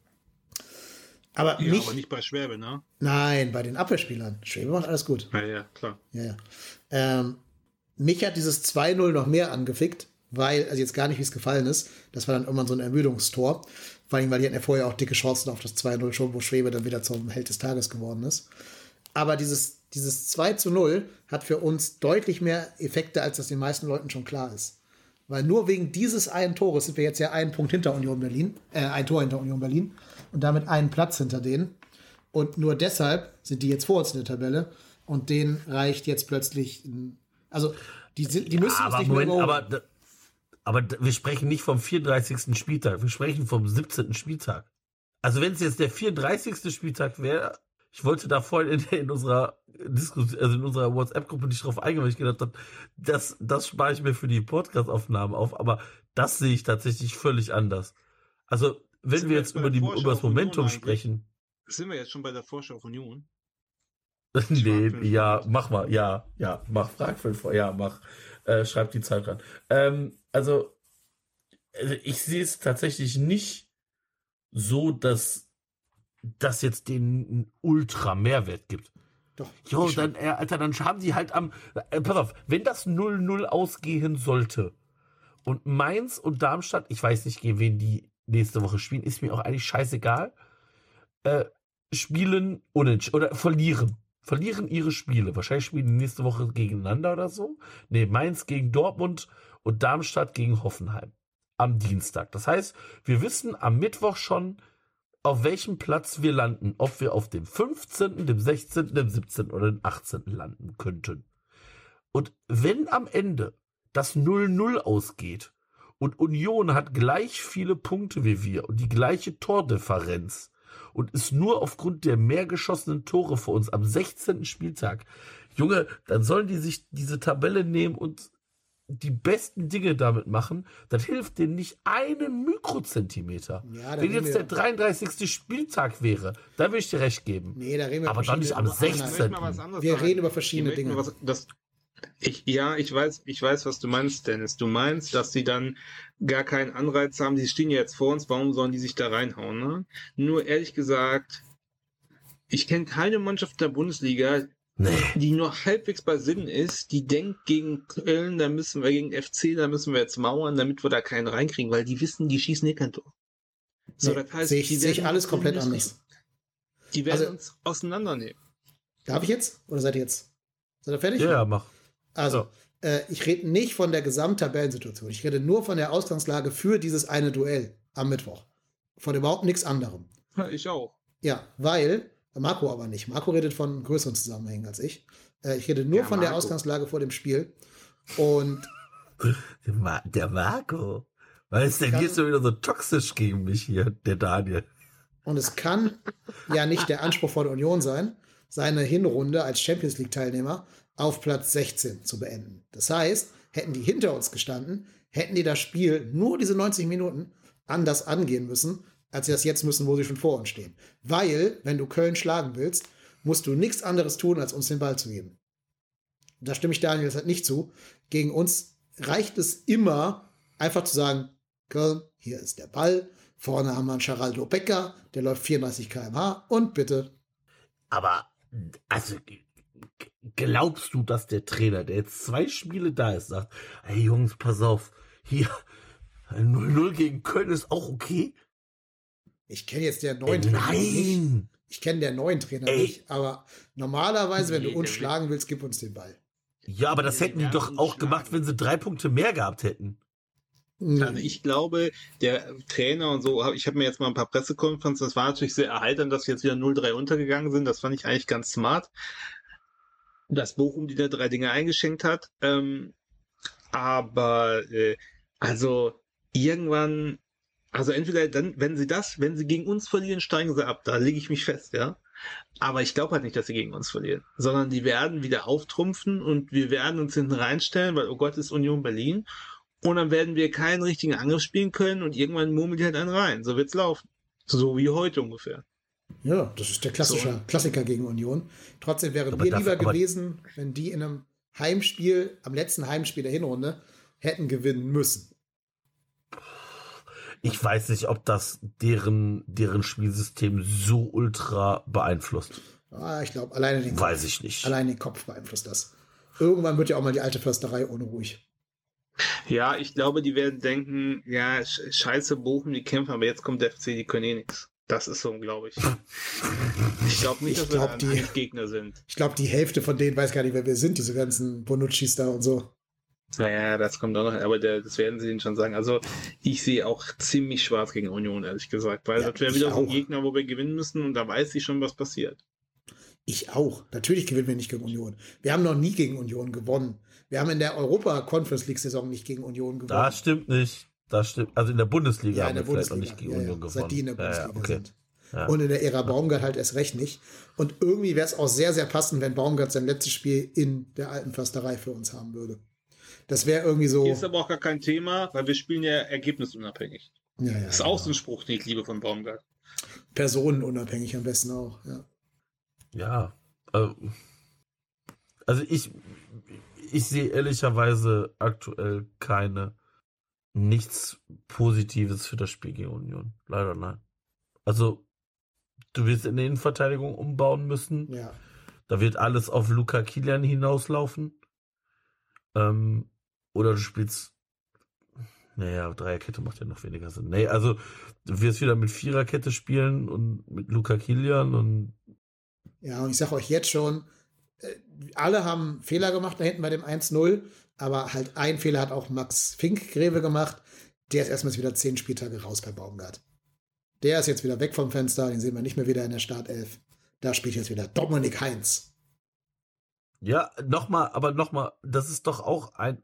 Aber, ja, nicht, aber nicht bei Schwäbe, ne? Nein, bei den Abwehrspielern. Schwäbe macht alles gut. Ja, ja, klar. Ja, ja. Ähm, mich hat dieses zwei null noch mehr angefickt, weil, also jetzt gar nicht, wie es gefallen ist, das war dann irgendwann so ein Ermüdungstor. Vor allem, weil die hatten ja vorher auch dicke Chancen auf das zwei null schon, wo Schwäbe dann wieder zum Held des Tages geworden ist. Aber dieses, dieses zwei zu null hat für uns deutlich mehr Effekte, als das den meisten Leuten schon klar ist. Weil nur wegen dieses einen Tores sind wir jetzt ja einen Punkt hinter Union Berlin, äh, ein Tor hinter Union Berlin und damit einen Platz hinter denen. Und nur deshalb sind die jetzt vor uns in der Tabelle und denen reicht jetzt plötzlich, also die, sind, die müssen ja, uns aber nicht Moment, mehr aber, aber wir sprechen nicht vom vierunddreißigsten Spieltag, wir sprechen vom siebzehnten Spieltag. Also wenn es jetzt der vierunddreißigste Spieltag wäre, ich wollte da vorhin in, in unserer Diskussion, also in unserer WhatsApp-Gruppe nicht drauf eingehen, weil ich gedacht habe, das, das spare ich mir für die Podcast-Aufnahmen auf, aber das sehe ich tatsächlich völlig anders. Also, wenn wir jetzt über, die, über das Momentum sprechen. Sind wir jetzt schon bei der Vorschau auf Union? Nee, ja, mach mal, ja, ja, mach, frag fünf vor, ja, mach, äh, schreib die Zeit ran. Ähm, also, also, ich sehe es tatsächlich nicht so, dass das jetzt den Ultra-Mehrwert gibt. Doch. Jo, dann, äh, Alter, dann haben die halt am, äh, pass auf, wenn das null null ausgehen sollte und Mainz und Darmstadt, ich weiß nicht, gegen wen die nächste Woche spielen, ist mir auch eigentlich scheißegal, äh, spielen unentschieden oder verlieren. Verlieren ihre Spiele. Wahrscheinlich spielen die nächste Woche gegeneinander oder so. Nee, Mainz gegen Dortmund und Darmstadt gegen Hoffenheim. Am Dienstag. Das heißt, wir wissen am Mittwoch schon, auf welchem Platz wir landen. Ob wir auf dem fünfzehnten, dem sechzehnten, dem siebzehnten oder dem achtzehnten landen könnten. Und wenn am Ende das null null ausgeht und Union hat gleich viele Punkte wie wir und die gleiche Tordifferenz und ist nur aufgrund der mehr geschossenen Tore für uns am sechzehnten Spieltag, Junge, dann sollen die sich diese Tabelle nehmen und die besten Dinge damit machen, das hilft denen nicht einen Mikrozentimeter. Ja, wenn jetzt der dreiunddreißigste Spieltag wäre, dann würde ich dir recht geben. Nee, da reden wir aber doch nicht am sechzehnten. Wir reden über verschiedene Dinge. Was, das, ich, ja, ich weiß, ich weiß, was du meinst, Dennis. Du meinst, dass sie dann gar keinen Anreiz haben. Die stehen ja jetzt vor uns. Warum sollen die sich da reinhauen? Ne? Nur ehrlich gesagt, ich kenne keine Mannschaft der Bundesliga, nee, die nur halbwegs bei Sinn ist, die denkt gegen Köln, da müssen wir gegen F C, da müssen wir jetzt mauern, damit wir da keinen reinkriegen, weil die wissen, die schießen eh kein Tor. So, nee, das heißt, sehe ich, die seh ich alles komplett nicht, anders. Die werden also, uns auseinandernehmen. Darf ich jetzt? Oder seid ihr jetzt? Seid ihr fertig? Ja, ja, mach. Also, Äh, ich rede nicht von der Gesamttabellensituation. Ich rede nur von der Ausgangslage für dieses eine Duell am Mittwoch. Von überhaupt nichts anderem. Ich auch. Ja, weil, Marco aber nicht. Marco redet von größeren Zusammenhängen als ich. Äh, ich rede nur Ja, von der Marco. Ausgangslage vor dem Spiel. Und Der, Ma der Marco. Was ist denn Kann- jetzt schon wieder so toxisch gegen mich hier, der Daniel? Und es kann ja nicht der Anspruch von Union sein, seine Hinrunde als Champions League-Teilnehmer auf Platz sechzehn zu beenden. Das heißt, hätten die hinter uns gestanden, hätten die das Spiel nur diese neunzig Minuten anders angehen müssen, als sie das jetzt müssen, wo sie schon vor uns stehen. Weil, wenn du Köln schlagen willst, musst du nichts anderes tun, als uns den Ball zu geben. Da stimme ich Daniel halt nicht zu. Gegen uns reicht es immer, einfach zu sagen, Köln, hier ist der Ball. Vorne haben wir einen Geraldo Becker, der läuft vierunddreißig Kilometer pro Stunde und bitte. Aber, also, g- g- glaubst du, dass der Trainer, der jetzt zwei Spiele da ist, sagt, hey Jungs, pass auf, hier, null null gegen Köln ist auch okay? Ich kenne jetzt den Äh, neuen Trainer nicht. nein! Ich kenne den neuen Trainer Ey. nicht, aber normalerweise, wenn du Nee, uns der schlagen willst, gib uns den Ball. Ja, aber das Die hätten die werden doch uns auch schlagen. gemacht, wenn sie drei Punkte mehr gehabt hätten. Also ich glaube, der Trainer und so, hab- ich habe mir jetzt mal ein paar Pressekonferenzen, das war natürlich sehr erheiternd, dass sie jetzt wieder null drei untergegangen sind. Das fand ich eigentlich ganz smart. Dass Bochum die da drei Dinge eingeschenkt hat. Ähm, aber äh, also irgendwann, also entweder dann, wenn sie das, wenn sie gegen uns verlieren, steigen sie ab. Da lege ich mich fest, ja. Aber ich glaube halt nicht, dass sie gegen uns verlieren, sondern die werden wieder auftrumpfen und wir werden uns hinten reinstellen, weil, oh Gott, ist Union Berlin. Und dann werden wir keinen richtigen Angriff spielen können und irgendwann murmelt die halt einen rein. So wird's laufen. So wie heute ungefähr. Ja, das ist der klassische So. Klassiker gegen Union. Trotzdem wäre Aber mir das- lieber aber- gewesen, wenn die in einem Heimspiel, am letzten Heimspiel der Hinrunde, hätten gewinnen müssen. Ich weiß nicht, ob das deren, deren Spielsystem so ultra beeinflusst. Ah, ich glaube, alleine den Kopf. Weiß ich nicht. Allein den Kopf beeinflusst das. Irgendwann wird ja auch mal die alte Försterei unruhig. Ja, ich glaube, die werden denken, ja, sch- scheiße Bochum, die kämpfen, aber jetzt kommt der F C, die können eh nichts. Das ist so, glaube ich. Ich glaube nicht, Ich dass wir glaub, da die- ein Gegner sind. Ich glaube, die Hälfte von denen weiß gar nicht, wer wir sind, diese ganzen Bonuccis da und so. Naja, das kommt auch noch, aber der, das werden sie ihnen schon sagen. Also ich sehe auch ziemlich schwarz gegen Union, ehrlich gesagt, weil Ja, das wäre ich wieder so ein auch. Gegner, wo wir gewinnen müssen und da weiß ich schon, was passiert. Ich auch. Natürlich gewinnen wir nicht gegen Union. Wir haben noch nie gegen Union gewonnen. Wir haben in der Europa Conference League Saison nicht gegen Union gewonnen. Das stimmt nicht. Das stimmt. Also in der Bundesliga ja, haben in der wir vielleicht Bundesliga. noch nicht gegen ja, Union ja, gewonnen. seit die in der Ja, Bundesliga ja, okay. sind. Ja. Und in der Ära Baumgart halt erst recht nicht. Und irgendwie wäre es auch sehr, sehr passend, wenn Baumgart sein letztes Spiel in der alten Försterei für uns haben würde. Das wäre irgendwie so. Hier ist aber auch gar kein Thema, weil wir spielen ja ergebnisunabhängig. ja, ja, Das ist auch so ein Spruch, den ich liebe von Baumgart. personenunabhängig am besten auch. Ja. Ja. äh, Also ich, ich sehe ehrlicherweise aktuell keine, nichts Positives für das Spiel gegen Union. Leider nein. Also, du wirst in der Innenverteidigung umbauen müssen. ja. Da wird alles auf Luca Kilian hinauslaufen. Ähm, oder du spielst. Naja, Dreierkette macht ja noch weniger Sinn. Nee, also du wirst wieder mit Viererkette spielen und mit Luca Kilian und Ja, und ich sage euch jetzt schon, äh, alle haben Fehler gemacht da hinten bei dem eins null, aber halt ein Fehler hat auch Max Finkgräve gemacht. Der ist erstmal wieder zehn Spieltage raus bei Baumgart. Der ist jetzt wieder weg vom Fenster, den sehen wir nicht mehr wieder in der Startelf. Da spielt jetzt wieder Dominik Heinz. ja, nochmal, aber nochmal, das ist doch auch ein.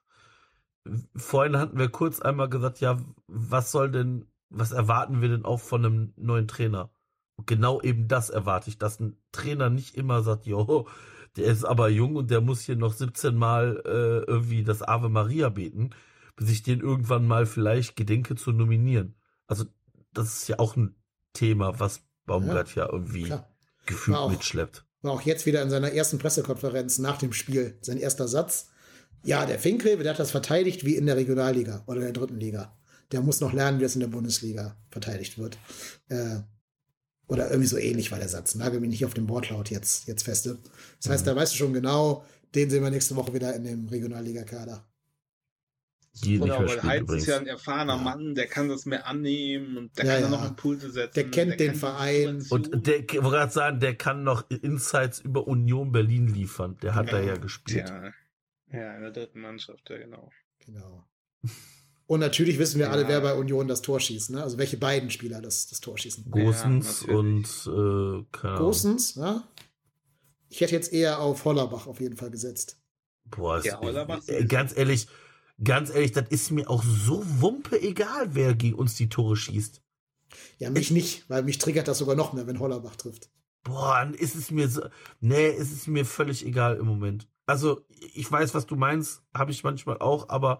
Vorhin hatten wir kurz einmal gesagt, ja, was soll denn, was erwarten wir denn auch von einem neuen Trainer? Und genau eben das erwarte ich, dass ein Trainer nicht immer sagt, jo, der ist aber jung und der muss hier noch siebzehn Mal äh, irgendwie das Ave Maria beten, bis ich den irgendwann mal vielleicht gedenke zu nominieren. Also das ist ja auch ein Thema, was Baumgart ja, irgendwie Klar. gefühlt War auch- mitschleppt. War auch jetzt wieder in seiner ersten Pressekonferenz nach dem Spiel sein erster Satz. Ja, der Finkgräve, der hat das verteidigt wie in der Regionalliga oder in der dritten Liga. Der muss noch lernen, wie es in der Bundesliga verteidigt wird. Äh, oder irgendwie so ähnlich war der Satz. Nagel mich nicht auf den Wortlaut jetzt, jetzt feste. Das heißt, da weißt du schon genau, den sehen wir nächste Woche wieder in dem Regionalliga-Kader. Die nicht Genau, mehr weil spielt Heinz übrigens. ist ja ein erfahrener Ja. Mann, der kann das mehr annehmen und der Ja, kann ja. da noch Impulse setzen. Der kennt den kann die Verein. Situation- Und der, ich wollte gerade sagen, der kann noch Insights über Union Berlin liefern. Der hat da ja gespielt. Ja. Ja, in der dritten Mannschaft, ja genau. Genau. Und natürlich wissen wir Ja. alle, wer bei Union das Tor schießt, ne? Also welche beiden Spieler das, das Tor schießen. Gosens Ja, und äh, keine Ahnung. Gosens, ja? Ich hätte jetzt eher auf Hollerbach auf jeden Fall gesetzt. Boah, Ja, ist, Hollerbach äh, ganz ehrlich, ganz ehrlich, das ist mir auch so wumpe egal, wer gegen uns die Tore schießt. Ja, mich nicht, weil mich triggert das sogar noch mehr, wenn Hollerbach trifft. Boah, dann ist es mir so, nee, ist es mir völlig egal im Moment. Also, ich weiß, was du meinst, habe ich manchmal auch, aber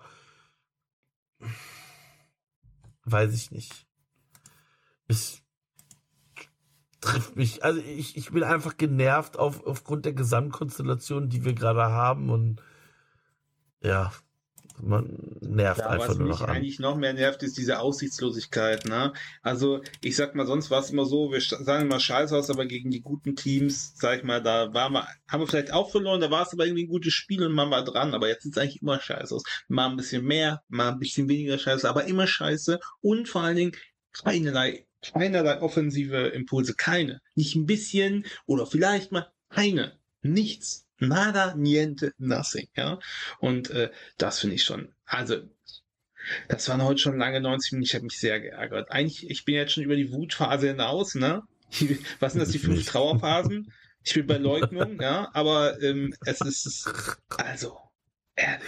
weiß ich nicht. Es trifft mich, also ich, ich bin einfach genervt auf, aufgrund der Gesamtkonstellation, die wir gerade haben und ja, man nervt Ja, einfach was nur mich noch an. eigentlich noch mehr nervt, ist diese Aussichtslosigkeit. Ne? Also ich sag mal, sonst war es immer so, wir sch- sagen immer Scheiße aus, aber gegen die guten Teams, sag ich mal, da waren wir, haben wir vielleicht auch verloren, da war es aber irgendwie ein gutes Spiel und man war dran, aber jetzt sieht es eigentlich immer Scheiße aus. Mal ein bisschen mehr, mal ein bisschen weniger Scheiße, aber immer Scheiße und vor allen Dingen keinerlei, keinerlei offensive Impulse, keine. Nicht ein bisschen oder vielleicht mal keine. Nichts. Nada, niente, nothing, ja. Und äh, das finde ich schon, also das waren heute schon lange neunzig Minuten, ich habe mich sehr geärgert. Eigentlich, ich bin jetzt schon über die Wutphase hinaus, ne? Was sind das, die Ich fünf nicht. Trauerphasen? Ich bin bei Leugnung, ja, aber ähm, es ist, also, ehrlich.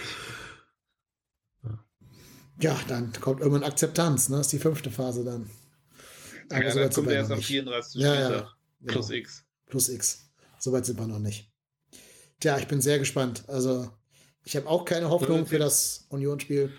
Ja, dann kommt irgendwann Akzeptanz, ne? Das ist die fünfte Phase dann. Aber Ja, so dann weit sind kommt wir er erst noch am nicht. vierunddreißigsten Ja, ja, Spieltag. genau. Plus X. Plus X. Soweit sind wir noch nicht. Tja, ich bin sehr gespannt. Also, ich habe auch keine Hoffnung für das Unionsspiel.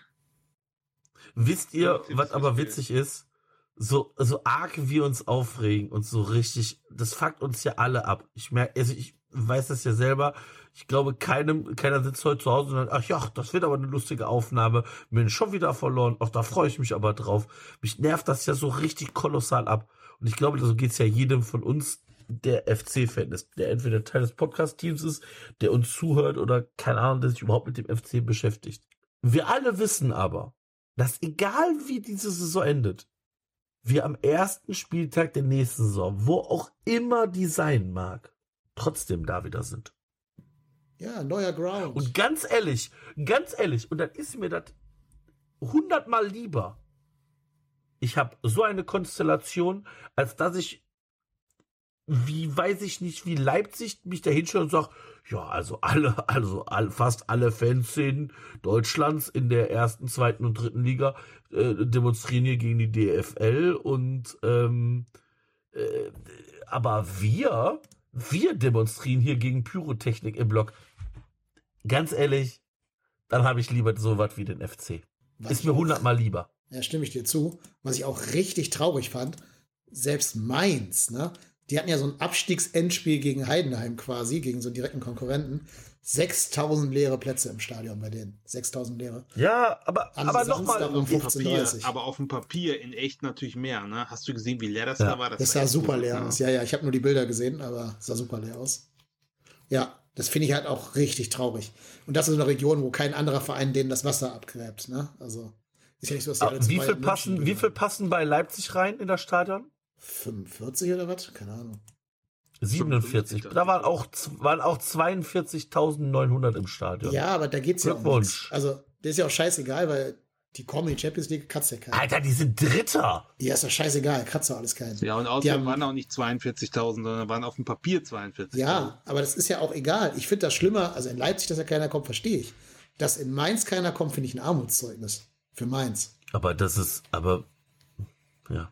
Wisst ihr, Ja, was aber Spiel. witzig ist? So, so arg wir uns aufregen und so richtig, das fuckt uns ja alle ab. Ich merke, also ich weiß das ja selber. Ich glaube, keinem, keiner sitzt heute zu Hause und sagt, ach ja, das wird aber eine lustige Aufnahme. Bin schon wieder verloren. Ach, da freue ich mich aber drauf. Mich nervt das ja so richtig kolossal ab. Und ich glaube, so geht's ja jedem von uns, der F C-Fan ist, der entweder Teil des Podcast-Teams ist, der uns zuhört oder, keine Ahnung, der sich überhaupt mit dem F C beschäftigt. Wir alle wissen aber, dass egal wie diese Saison endet, wir am ersten Spieltag der nächsten Saison, wo auch immer die sein mag, trotzdem da wieder sind. Ja, neuer Ground. Und ganz ehrlich, ganz ehrlich, und dann ist mir das hundertmal lieber. Ich habe so eine Konstellation, als dass ich, wie weiß ich nicht, wie Leipzig mich da hinstelle und sage, ja, also alle, also all, fast alle Fanszenen Deutschlands in der ersten, zweiten und dritten Liga äh, demonstrieren hier gegen die D F L und ähm, äh, aber wir, wir demonstrieren hier gegen Pyrotechnik im Block. Ganz ehrlich, dann habe ich lieber so was wie den F C. Was Ist ich mir auch- hundertmal lieber. Ja, stimme ich dir zu. Was ich auch richtig traurig fand, selbst Mainz, ne? Die hatten ja so ein Abstiegsendspiel gegen Heidenheim quasi, gegen so einen direkten Konkurrenten. sechstausend leere Plätze im Stadion bei denen. sechstausend leere. Ja, aber, Am aber Samstag nochmal. um Auf dem fünfzehn Uhr Papier, dreißig. aber auf dem Papier in echt natürlich mehr, ne? Hast du gesehen, wie leer das Ja. da war? Das war sah echt super gut, leer ne? aus. Ja, ja, ich habe nur die Bilder gesehen, aber es sah super leer aus. Ja, das finde ich halt auch richtig traurig. Und das ist so eine Region, wo kein anderer Verein denen das Wasser abgräbt, ne? Also, ist ja nicht so, dass die Ah, alle zu wie viel Bayern passen, München wie gehen. viel passen bei Leipzig rein in das Stadion? fünfundvierzig oder was? Keine Ahnung. siebenundvierzig. Da waren auch, waren auch zweiundvierzigtausendneunhundert im Stadion. Ja, aber da geht's ja um Glückwunsch. nichts. Also, das ist ja auch scheißegal, weil die kommen in die Champions League, kratzt ja keiner. Alter, die sind Dritter. Ja, ist doch scheißegal, kratzt doch alles keinen. Ja, und Die außerdem haben- waren auch nicht zweiundvierzigtausend, sondern waren auf dem Papier zweiundvierzigtausend. Ja, aber das ist ja auch egal. Ich finde das schlimmer, also in Leipzig, dass ja keiner kommt, verstehe ich. Dass in Mainz keiner kommt, finde ich ein Armutszeugnis. Für Mainz. Aber das ist, aber, ja.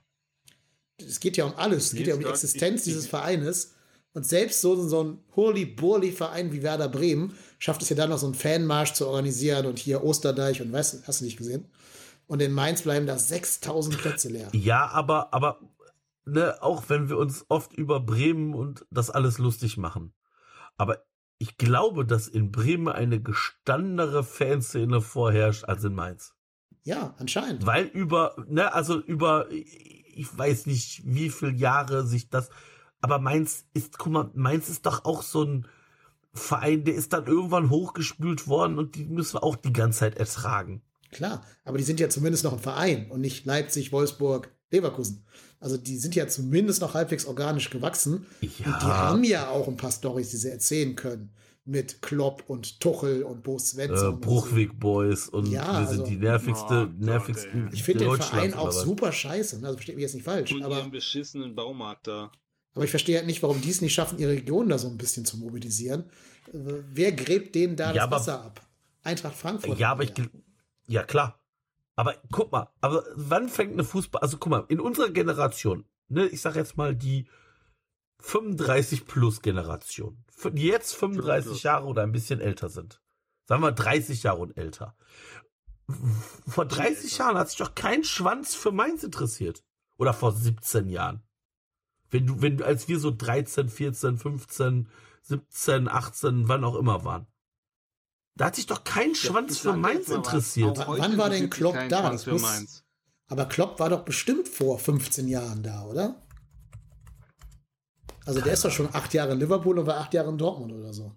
Es geht ja um alles. Es geht Jetzt ja um die sagt- Existenz ich- dieses ich- Vereines. Und selbst so, so ein Hurli-Burli-Verein wie Werder Bremen schafft es ja dann noch so einen Fanmarsch zu organisieren und hier Osterdeich und weißt du, hast du nicht gesehen? Und in Mainz bleiben da sechstausend Plätze leer. Ja, aber, aber, ne, auch wenn wir uns oft über Bremen und das alles lustig machen. Aber ich glaube, dass in Bremen eine gestandenere Fanszene vorherrscht als in Mainz. Ja, anscheinend. Weil über, ne, also über, ich weiß nicht, wie viele Jahre sich das, aber Mainz ist, guck mal, Mainz ist doch auch so ein Verein, der ist dann irgendwann hochgespült worden und die müssen wir auch die ganze Zeit ertragen. Klar, aber die sind ja zumindest noch ein Verein und nicht Leipzig, Wolfsburg, Leverkusen. Also die sind ja zumindest noch halbwegs organisch gewachsen. Ja. Und die haben ja auch ein paar Storys, die sie erzählen können. mit Klopp und Tuchel und Bo Svensson. Äh, Bruchweg Boys und Ja, wir sind also- die nervigste, Oh Gott, nervigsten ey. Ich finde den Deutschlands, Verein auch oder was? super scheiße, ne? Also versteht mich jetzt nicht falsch, Und aber, ihren beschissenen Baumarkt da. aber ich verstehe halt nicht, warum die es nicht schaffen, ihre Region da so ein bisschen zu mobilisieren. Äh, Wer gräbt denen da Ja, das aber- Wasser ab? Eintracht Frankfurt. Ja, aber ich, gl- ja klar. Aber guck mal, aber wann fängt eine Fußball, also guck mal, in unserer Generation, ne, ich sag jetzt mal die fünfunddreißig plus Generation, f- die jetzt fünfunddreißig plus. Jahre oder ein bisschen älter sind. Sagen wir dreißig Jahre und älter. V- Vor dreißig älter. Jahren hat sich doch kein Schwanz für Mainz interessiert. Oder vor siebzehn Jahren. Wenn du, wenn, als wir so dreizehn, vierzehn, fünfzehn, siebzehn, achtzehn, wann auch immer waren. Da hat sich doch kein Schwanz Ich für sag Mainz jetzt mal was, interessiert. auch Wann heute war denn interessiert sich Klopp kein da? Schwanz Das für muss- Mainz. Aber Klopp war doch bestimmt vor fünfzehn Jahren da, oder? Also der ist doch schon acht Jahre in Liverpool und war acht Jahre in Dortmund oder so.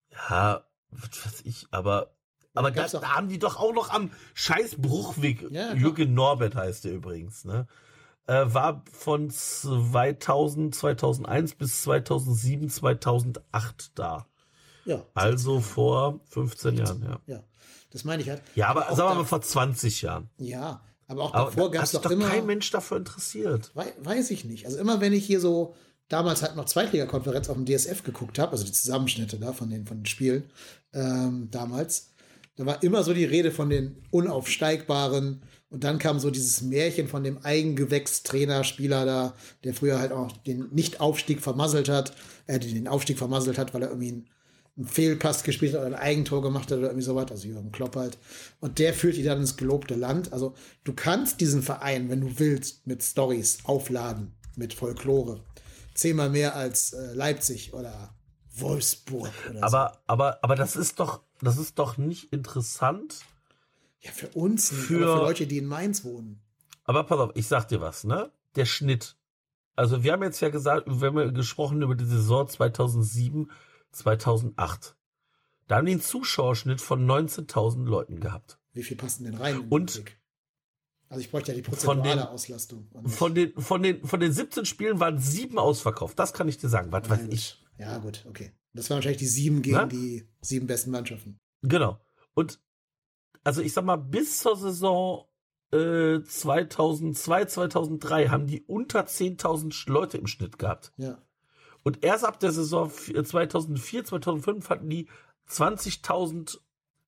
Ja, was weiß ich, aber, aber da, gab's doch- da haben die doch auch noch am scheiß Bruchweg, Ja, klar. Jürgen Norbert heißt der übrigens, ne? Äh, war von zweitausend, zweitausendeins bis zweitausendsieben, zweitausendacht da. Ja, Also vor fünfzehn Jahren, ja. ja. Das meine ich halt. Ja, aber, auch sagen wir da- mal vor zwanzig Jahren. Ja, aber auch Aber davor da gab hat es sich doch doch immer. kein Mensch dafür interessiert. Wei- Weiß ich nicht. Also immer wenn ich hier so damals halt noch Zweitligakonferenz auf dem D S F geguckt habe, also die Zusammenschnitte da von den, von den Spielen ähm, damals, da war immer so die Rede von den Unaufsteigbaren und dann kam so dieses Märchen von dem Eigengewächstrainer-Spieler da, der früher halt auch den Nicht-Aufstieg vermasselt hat, äh, den Aufstieg vermasselt hat, weil er irgendwie einen, einen Fehlpass gespielt hat oder ein Eigentor gemacht hat oder irgendwie sowas, also Jürgen Klopp halt. Und der führt die dann ins gelobte Land. Also du kannst diesen Verein, wenn du willst, mit Stories aufladen, mit Folklore. Zehnmal mehr als äh, Leipzig oder Wolfsburg oder Aber, aber, aber das ist doch, das ist doch nicht interessant. so. Ja, für uns nicht, für- aber für Leute, die in Mainz wohnen. Aber pass auf, ich sag dir was, ne? Der Schnitt. Also wir haben jetzt ja gesagt, wir haben ja gesprochen über die Saison zweitausendsieben, zweitausendacht. Da haben die einen Zuschauerschnitt von neunzehntausend Leuten gehabt. Wie viel passen denn rein? in den Und- Blick? Also ich bräuchte ja die Von prozentuale den- Auslastung. und nicht- Von den, von den, von den siebzehn Spielen waren sieben ausverkauft. Das kann ich dir sagen. Was weiß Nein, ich. Ja, gut, okay. Das waren wahrscheinlich die sieben gegen Na? die sieben besten Mannschaften. Genau. Und also ich sag mal, bis zur Saison äh, zweitausendzwei, zweitausenddrei haben die unter zehntausend Leute im Schnitt gehabt. Ja. Und erst ab der Saison v- zweitausendvier, zweitausendfünf hatten die zwanzigtausend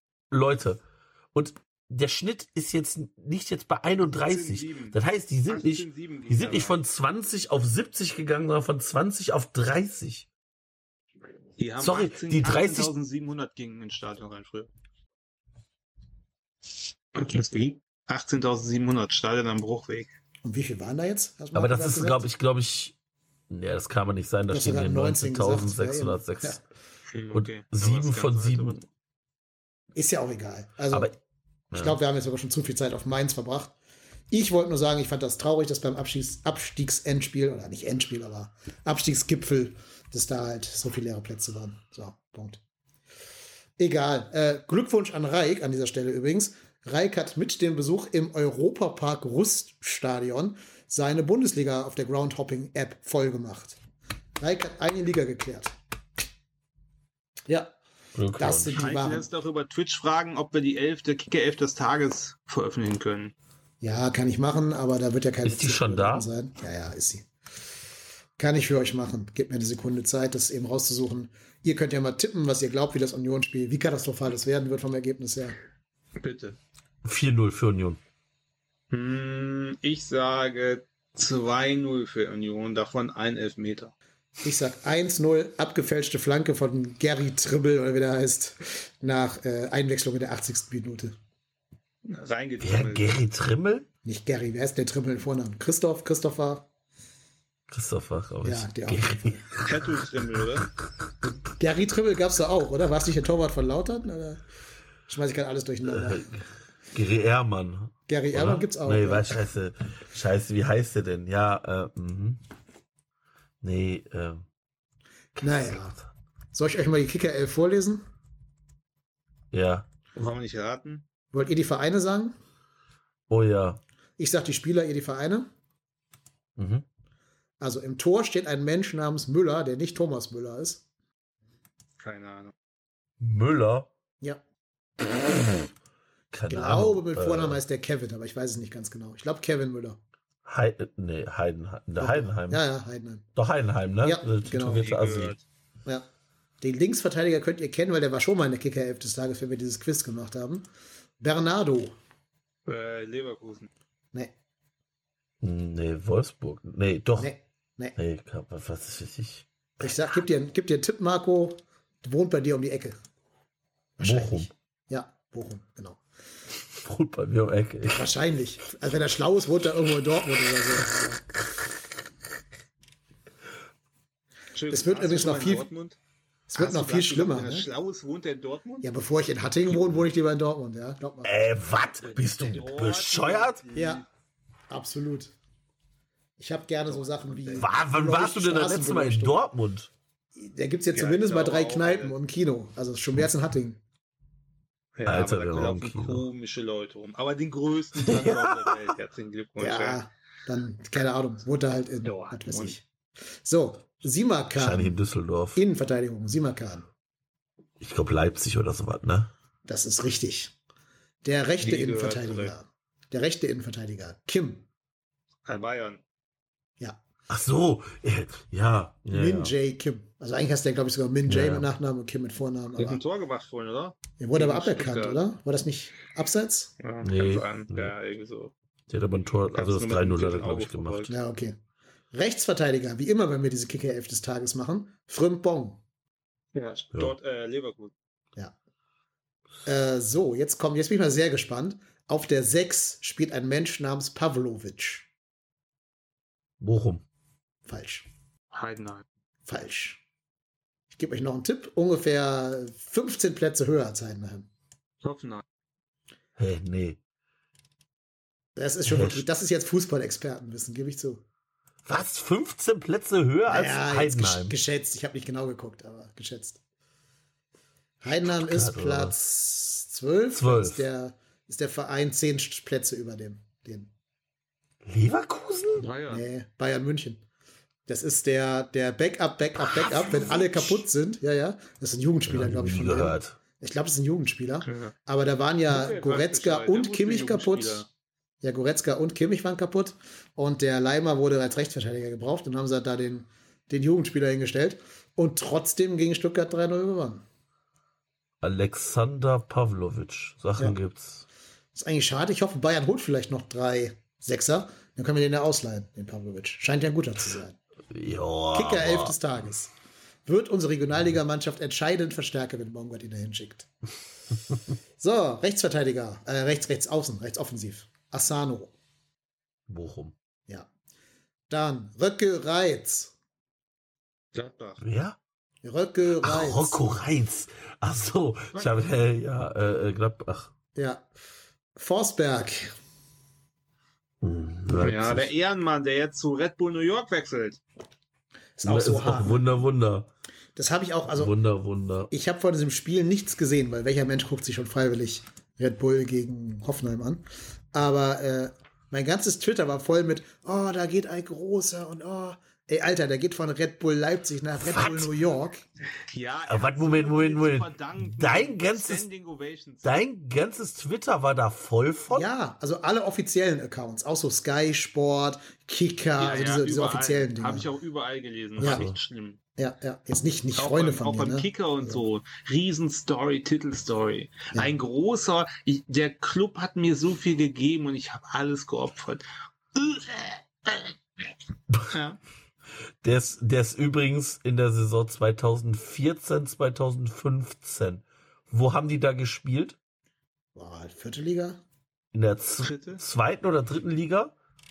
Leute. Und der Schnitt ist jetzt nicht jetzt bei einunddreißig. achtzehn Komma sieben. Das heißt, die sind nicht, achtzehn Komma sieben die sind ging nicht dabei. von zwanzig auf siebzig gegangen, sondern von zwanzig auf dreißig. Die haben Sorry, achtzehn die dreißig achtzehntausendsiebenhundert gingen ins Stadion rein früher. Das ging? achtzehntausendsiebenhundert Stadion am Bruchweg. Und wie viel waren da jetzt? Hast du mal Aber das gesagt? ist, glaube ich, glaube ich, ja, das kann man nicht sein, da Du hast stehen sogar hier neunzehn gesagt, neunzehntausendsechshundertsechs. ja, Hm, Und okay. sieben Aber das von Ganze sieben. halt Ist ja auch egal. Also Aber ich ja. glaube, wir haben jetzt aber schon zu viel Zeit auf Mainz verbracht. Ich wollte nur sagen, ich fand das traurig, dass beim Abstiegs Abstiegsendspiel, oder nicht Endspiel, aber Abstiegsgipfel, dass da halt so viele leere Plätze waren. So, Punkt. Egal. Äh, Glückwunsch an Raik an dieser Stelle übrigens. Raik hat mit dem Besuch im Europapark Rust-Stadion seine Bundesliga auf der Groundhopping-App vollgemacht. Raik hat eine Liga geklärt. Ja, Glückwunsch. das sind die Ich will Wahren. jetzt auch über Twitch fragen, ob wir die elf, der Kicker elf des Tages veröffentlichen können. Ja, kann ich machen, aber da wird ja keine Ist die Zeit schon da? sein. Ja, ja, ist sie. Kann ich für euch machen. Gebt mir eine Sekunde Zeit, das eben rauszusuchen. Ihr könnt ja mal tippen, was ihr glaubt, wie das Union-Spiel, wie katastrophal das werden wird vom Ergebnis her. Bitte. vier null für Union. Hm, ich sage zwei null für Union, davon ein Elfmeter. Ich sag eins null, abgefälschte Flanke von Gary Tribble, oder wie der heißt, nach äh, Einwechslung in der achtzigsten Minute. Wer? Reingetrimmelt. Gary Trimmel? Nicht Gary, wer ist der Tribble im Vornamen? Christoph, Christopher. Christopher, glaube ich. Ja, der auch. Gary. Tattoo-Trimmel, oder? Gary Tribble gab's da auch, oder? War es nicht der Torwart von Lautern? Oder schmeiß ich gerade alles durcheinander. Äh, Gary Ehrmann. Gary oder? Ehrmann gibt's auch. Nee, ja. was, scheiße. Scheiße, wie heißt der denn? Ja, äh, mhm. Nee, äh. Naja. Soll ich euch mal die Kicker elf vorlesen? Ja. Wollen wir nicht raten? Wollt ihr die Vereine sagen? Oh ja. Ich sag die Spieler, ihr die Vereine. Mhm. Also im Tor steht ein Mensch namens Müller, der nicht Thomas Müller ist. Keine Ahnung. Müller? Ja. Keine Ich Ahnung. glaube, mit Vornamen äh, heißt der Kevin, aber ich weiß es nicht ganz genau. Ich glaube Kevin Müller. Heid, nee, Heidenheim. Der Heidenheim. Ja, ja, Heidenheim. Doch Heidenheim, ne? Ja, Der genau. tätowierte Assi. Ja. Den Linksverteidiger könnt ihr kennen, weil der war schon mal in der Kicker-Elf des Tages, wenn wir dieses Quiz gemacht haben. Bernardo. Äh, Leverkusen. Nee, Nee, Wolfsburg. Nee, doch. nee, nee. Nee, was weiß ich. Ich sag, gib dir, gib dir einen Tipp, Marco. Wohnt bei dir um die Ecke. Bochum. Ja, Bochum, genau. Wohnt bei mir um die Ecke. Wahrscheinlich. Also wenn er schlau ist, wohnt er irgendwo in Dortmund oder so. Schön, Es wird warst du übrigens schon noch mal in viel- Dortmund? Es wird Hast noch du viel gerade schlimmer. gesagt, wenn er Ne? schlau ist, wohnt er in Dortmund? Ja, bevor ich in Hattingen wohne, wohne ich lieber in Dortmund. Ja, glaub mal. Ey, was? Bist du bescheuert? Ja, absolut. Ich habe gerne so Sachen wie. War, wann warst du denn das letzte Mal in Dortmund? Da gibt es jetzt Ja, zumindest ich mal glaube drei auch, Kneipen ey. und ein Kino. Also schon mehr als in Hattingen. Ja, Alter, aber der da laufen Raumkino. komische Leute rum. Aber den größten Standort der Welt. Herzlichen Glückwunsch. Ja, dann, keine Ahnung, wohnt er halt in, Ja, was weiß und- ich. So, Wahrscheinlich in Simakan. Düsseldorf. Innenverteidigung, Simakan. Ich glaube Leipzig oder sowas, ne? Das ist richtig. Der rechte Die gehört Innenverteidiger. Der rechte Innenverteidiger. Kim. Ein Bayern. Ja. Ach so. äh, Ja. ja, Min ja. Jae Kim. Also eigentlich heißt der, glaube ich, sogar Min Ja, Jae ja. mit Nachnamen und Kim mit Vornamen. Der hat ein Aber Tor gemacht vorhin, oder? er wurde aber gegen aberkannt, Stuttgart. oder? War das nicht abseits? Ja, Nee, kann sein. nee. Ja, irgendwie so. Der hat aber ein Tor, also das Kannst du drei mit null dem hat er, glaube ich, Auge gemacht. verfolgen. Ja, okay. Rechtsverteidiger, wie immer, wenn wir diese Kicker-Elf des Tages machen. Frimpong. Ja, dort äh, Leverkusen. Äh, so, jetzt kommt, jetzt bin ich mal sehr gespannt. Auf der sechs spielt ein Mensch namens Pavlovic. Bochum. Falsch. Heidenheim. Falsch. Ich gebe euch noch einen Tipp. Ungefähr fünfzehn Plätze höher als Heidenheim. Hoffenheim. Hä, nee. Das ist schon Ja. wirklich, das ist jetzt Fußball-Expertenwissen, gebe ich zu. Was? fünfzehn Plätze höher als Ja, jetzt gesch Heidenheim? geschätzt. Ich habe nicht genau geguckt, aber geschätzt. Heidenheim ist oder Platz zwölf. Zwölf. Ist der, ist der Verein zehn Plätze über dem. Den. Leverkusen? Bayern. Nee, Bayern München. Das ist der, der Backup, Backup, Backup, wenn alle kaputt sind. Ja, ja. Das ist ein Jugendspieler, Ja, glaube ich, nie von denen. gehört. Ich glaube, das ist ein Jugendspieler. Ja. Aber da waren ja Okay, weiß Goretzka Bescheid. und Der Kimmich wusste, kaputt. Jugendspieler. Ja, Goretzka und Kimmich waren kaputt. Und der Leimer wurde als Rechtsverteidiger gebraucht. Und haben sie da den, den Jugendspieler hingestellt. Und trotzdem gegen Stuttgart drei null gewonnen. Alexander Pavlovic. Sachen Ja. gibt's. Ist eigentlich schade. Ich hoffe, Bayern holt vielleicht noch drei Sechser. Dann können wir den ja ausleihen, den Pavlovic. Scheint ja ein guter zu sein. Ja. Kicker elf aber- des Tages. Wird unsere Regionalligamannschaft entscheidend verstärken, wenn Baumgart ihn dahin schickt. So, Rechtsverteidiger. Äh, rechts, rechts außen, rechts offensiv. Asano. Bochum. Ja. Dann Röcke Reitz. Gladbach. Wer? Röcke Ach, Reitz. Rocco Reitz. Ach so. Ich habe, äh, ja, äh, Gladbach. Ja. Forsberg. Hm, Ja, Leipzig. der Ehrenmann, der jetzt zu Red Bull New York wechselt. Ist auch ist so auch hart. Wunder, Wunder. Das habe ich auch, also Wunder, Wunder. ich habe von diesem Spiel nichts gesehen, weil welcher Mensch guckt sich schon freiwillig Red Bull gegen Hoffenheim an. Aber äh, mein ganzes Twitter war voll mit, oh, da geht ein großer und oh, ey, Alter, der geht von Red Bull Leipzig nach Red Bull New York. Ja, Aber warte, Moment, Moment, Moment. Verdammt, Dein ganzes- Standing Ovations. Dein ganzes Twitter war da voll von? Ja, also alle offiziellen Accounts, auch so Sky Sport, Kicker, also diese, diese offiziellen Dinge. Habe ich auch überall gelesen. Ja. War echt schlimm. Ja, ja, jetzt nicht, nicht Auch Freunde beim, von auch mir, beim ne? Kicker und so. Riesenstory, Titelstory. Ja. Ein großer, ich, der Club hat mir so viel gegeben und ich habe alles geopfert. Ja. Der ist, der ist übrigens in der Saison zweitausendvierzehn, zweitausendfünfzehn. Wo haben die da gespielt? Boah, vierte Liga? In der z- Dritte? zweiten oder dritten Liga?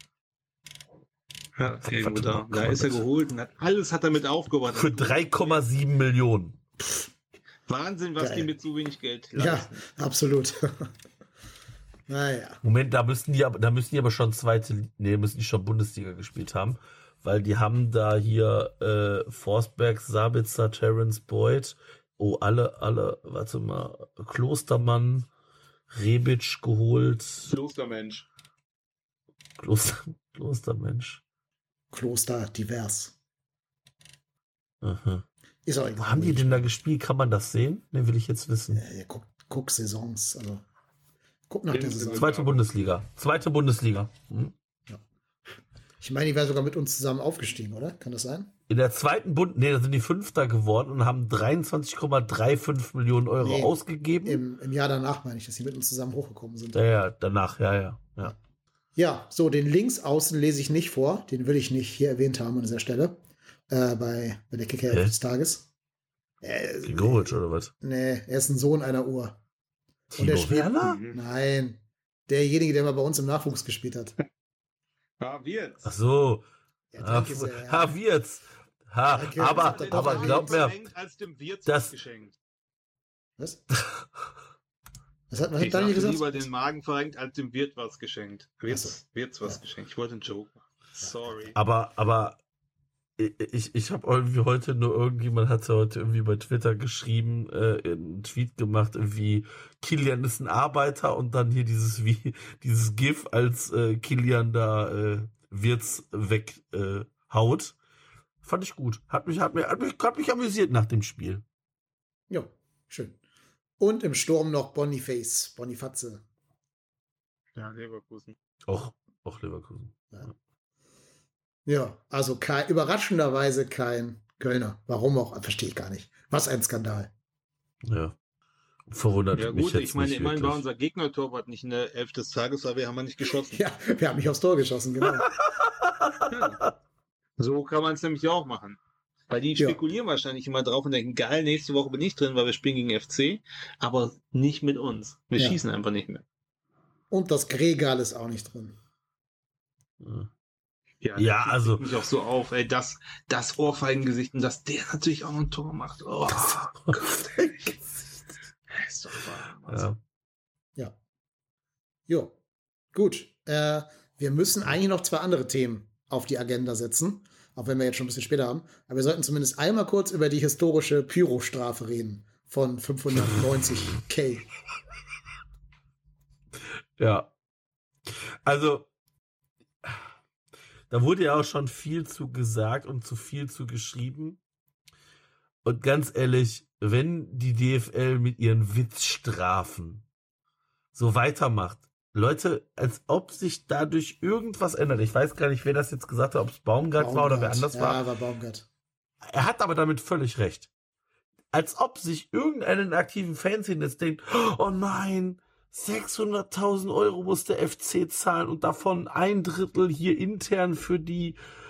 Ja, irgendwo Warte da. mal, kann Da man ist er das- geholt und hat alles hat er mit aufgebaut. Für drei Komma sieben Millionen. Wahnsinn, was Geil. die mit so wenig Geld Ja, leisten. absolut. Naja. Moment, da müssten die aber, da müssen die aber schon zweite, Li- nee, müssen die schon Bundesliga gespielt haben, weil die haben da hier äh, Forsberg, Sabitzer, Terence Boyd, oh, alle, alle, warte mal, Klostermann, Rebic geholt, Klostermensch. Kloster, Klostermensch. Kloster divers. Aha. Ist auch Wo egal. haben die denn da gespielt? Kann man das sehen? Ne, will ich jetzt wissen. Ja, guck, guck Saisons. Also, guck nach der Saison. Zweite Bundesliga. Zweite Bundesliga. Hm. Ich meine, die wäre sogar mit uns zusammen aufgestiegen, oder? Kann das sein? In der zweiten Bund, nee, da sind die Fünfter geworden und haben dreiundzwanzig Komma fünfunddreißig Millionen Euro Nee, ausgegeben. Im, Im Jahr danach meine ich, dass sie mit uns zusammen hochgekommen sind. Ja, ja, danach, ja, ja, ja. Ja, so, den Linksaußen lese ich nicht vor. Den will ich nicht hier erwähnt haben an dieser Stelle. Äh, bei, bei der Kicker Hä? des Tages. Äh, Gregoritsch oder was? nee, er ist ein Sohn einer Uhr. Und der Timo spielt- Werner? Nein, derjenige, der mal bei uns im Nachwuchs gespielt hat. Ja, wie jetzt? Ach so. Ja, Ha, danke sehr. ha Wirtz. Ha, Danke, aber, das habt ihr doch aber erwähnt. glaub mir, Als dem Wirt das- geschenkt. Was? Was hat, was Ich hat Daniel habe gesagt? lieber den Magen verrenkt, als dem Wirt was geschenkt. Ach so. Wird's, Wird's was Ja. geschenkt. Ich wollte einen Joke machen. Sorry. aber, aber ich, ich habe irgendwie heute nur irgendjemand hat heute irgendwie bei Twitter geschrieben, äh, einen Tweet gemacht, irgendwie Kilian ist ein Arbeiter und dann hier dieses wie dieses GIF, als äh, Kilian da äh, Wirtz weg äh, haut. Fand ich gut. Hat mich, hat mich, hat mich, hat mich amüsiert nach dem Spiel. Ja, schön. Und im Sturm noch Boniface, Boniface. Ja, Leverkusen. Auch, auch Leverkusen. Ja, also kein, überraschenderweise kein Kölner. Warum auch? Verstehe ich gar nicht. Was ein Skandal. Ja. Verwundert Ja mich gut, jetzt ich meine, nicht immerhin war wirklich. unser Gegner-Torwart nicht in der Elf des Tages, aber wir haben ja nicht geschossen. Ja, wir haben nicht aufs Tor geschossen, genau. Ja. So kann man es nämlich auch machen. Weil die Ja. spekulieren wahrscheinlich immer drauf und denken, geil, nächste Woche bin ich drin, weil wir spielen gegen F C, aber nicht mit uns. Wir Ja. schießen einfach nicht mehr. Und das Gregal ist auch nicht drin. Ja. Ja, Ja, das also- regt mich auch so auf, ey, das, das Ohrfeigengesicht und dass der natürlich auch noch ein Tor macht. Oh, Gott, ey. Ist doch wahr. Ja. Jo, gut. Äh, wir müssen eigentlich noch zwei andere Themen auf die Agenda setzen, auch wenn wir jetzt schon ein bisschen später haben. Aber wir sollten zumindest einmal kurz über die historische Pyro-Strafe reden von fünfhundertneunzig K. Ja. Also, da wurde ja auch schon viel zu gesagt und zu viel zu geschrieben. Und ganz ehrlich, wenn die D F L mit ihren Witzstrafen so weitermacht, Leute, als ob sich dadurch irgendwas ändert. Ich weiß gar nicht, wer das jetzt gesagt hat, ob es Baumgart, war oder wer anders ja, war. Ja, war Baumgart. Er hat aber damit völlig recht. Als ob sich irgendeinen aktiven Fanszene jetzt denkt, oh nein, sechshunderttausend Euro muss der F C zahlen und davon ein Drittel hier intern für die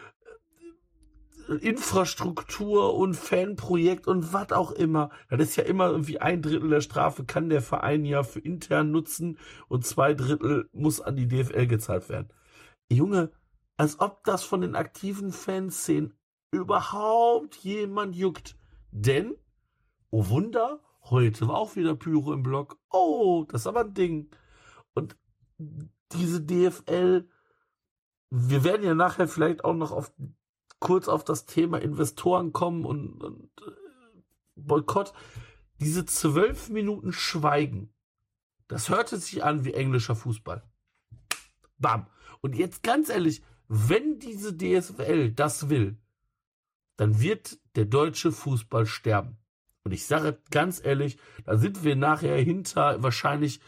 äh, Infrastruktur und Fanprojekt und was auch immer. Das ist ja immer irgendwie ein Drittel der Strafe kann der Verein ja für intern nutzen und zwei Drittel muss an die D F L gezahlt werden. Junge, als ob das von den aktiven Fanszenen überhaupt jemand juckt. Denn, oh Wunder, heute war auch wieder Pyro im Blog. Oh, das ist aber ein Ding. Und diese D F L, wir werden ja nachher vielleicht auch noch auf, kurz auf das Thema Investoren kommen und, und äh, Boykott. Diese zwölf Minuten Schweigen, das hörte sich an wie englischer Fußball. Bam. Und jetzt ganz ehrlich, wenn diese D F L das will, dann wird der deutsche Fußball sterben. Und ich sage ganz ehrlich, da sind wir nachher hinter wahrscheinlich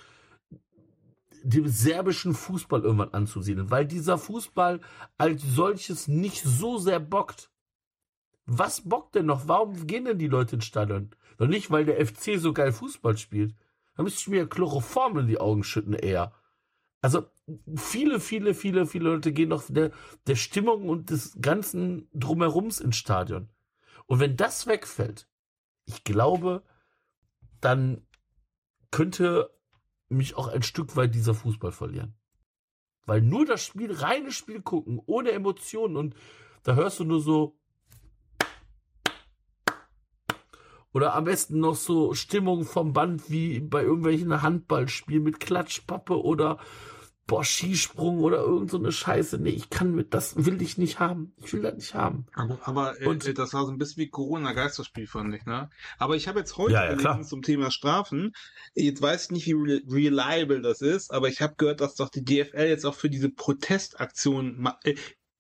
dem serbischen Fußball irgendwann anzusiedeln, weil dieser Fußball als solches nicht so sehr bockt. Was bockt denn noch? Warum gehen denn die Leute ins Stadion? Doch nicht, weil der F C so geil Fußball spielt. Da müsste ich mir Chloroform in die Augen schütten eher. Also viele, viele, viele, viele Leute gehen doch der, der Stimmung und des ganzen Drumherums ins Stadion. Und wenn das wegfällt, ich glaube, dann könnte mich auch ein Stück weit dieser Fußball verlieren. Weil nur das Spiel, reines Spiel gucken, ohne Emotionen und da hörst du nur so oder am besten noch so Stimmung vom Band wie bei irgendwelchen Handballspielen mit Klatschpappe oder boah, Skisprung oder irgend so eine Scheiße. Nee, ich kann mit, das will ich nicht haben. Ich will das nicht haben. Aber, aber Und- äh, das war so ein bisschen wie Corona-Geisterspiel, fand ich, ne? Aber ich habe jetzt heute Ja, ja, gelesen klar. zum Thema Strafen. Jetzt weiß ich nicht, wie re- reliable das ist, aber ich habe gehört, dass doch die D F L jetzt auch für diese Protestaktion ma- äh,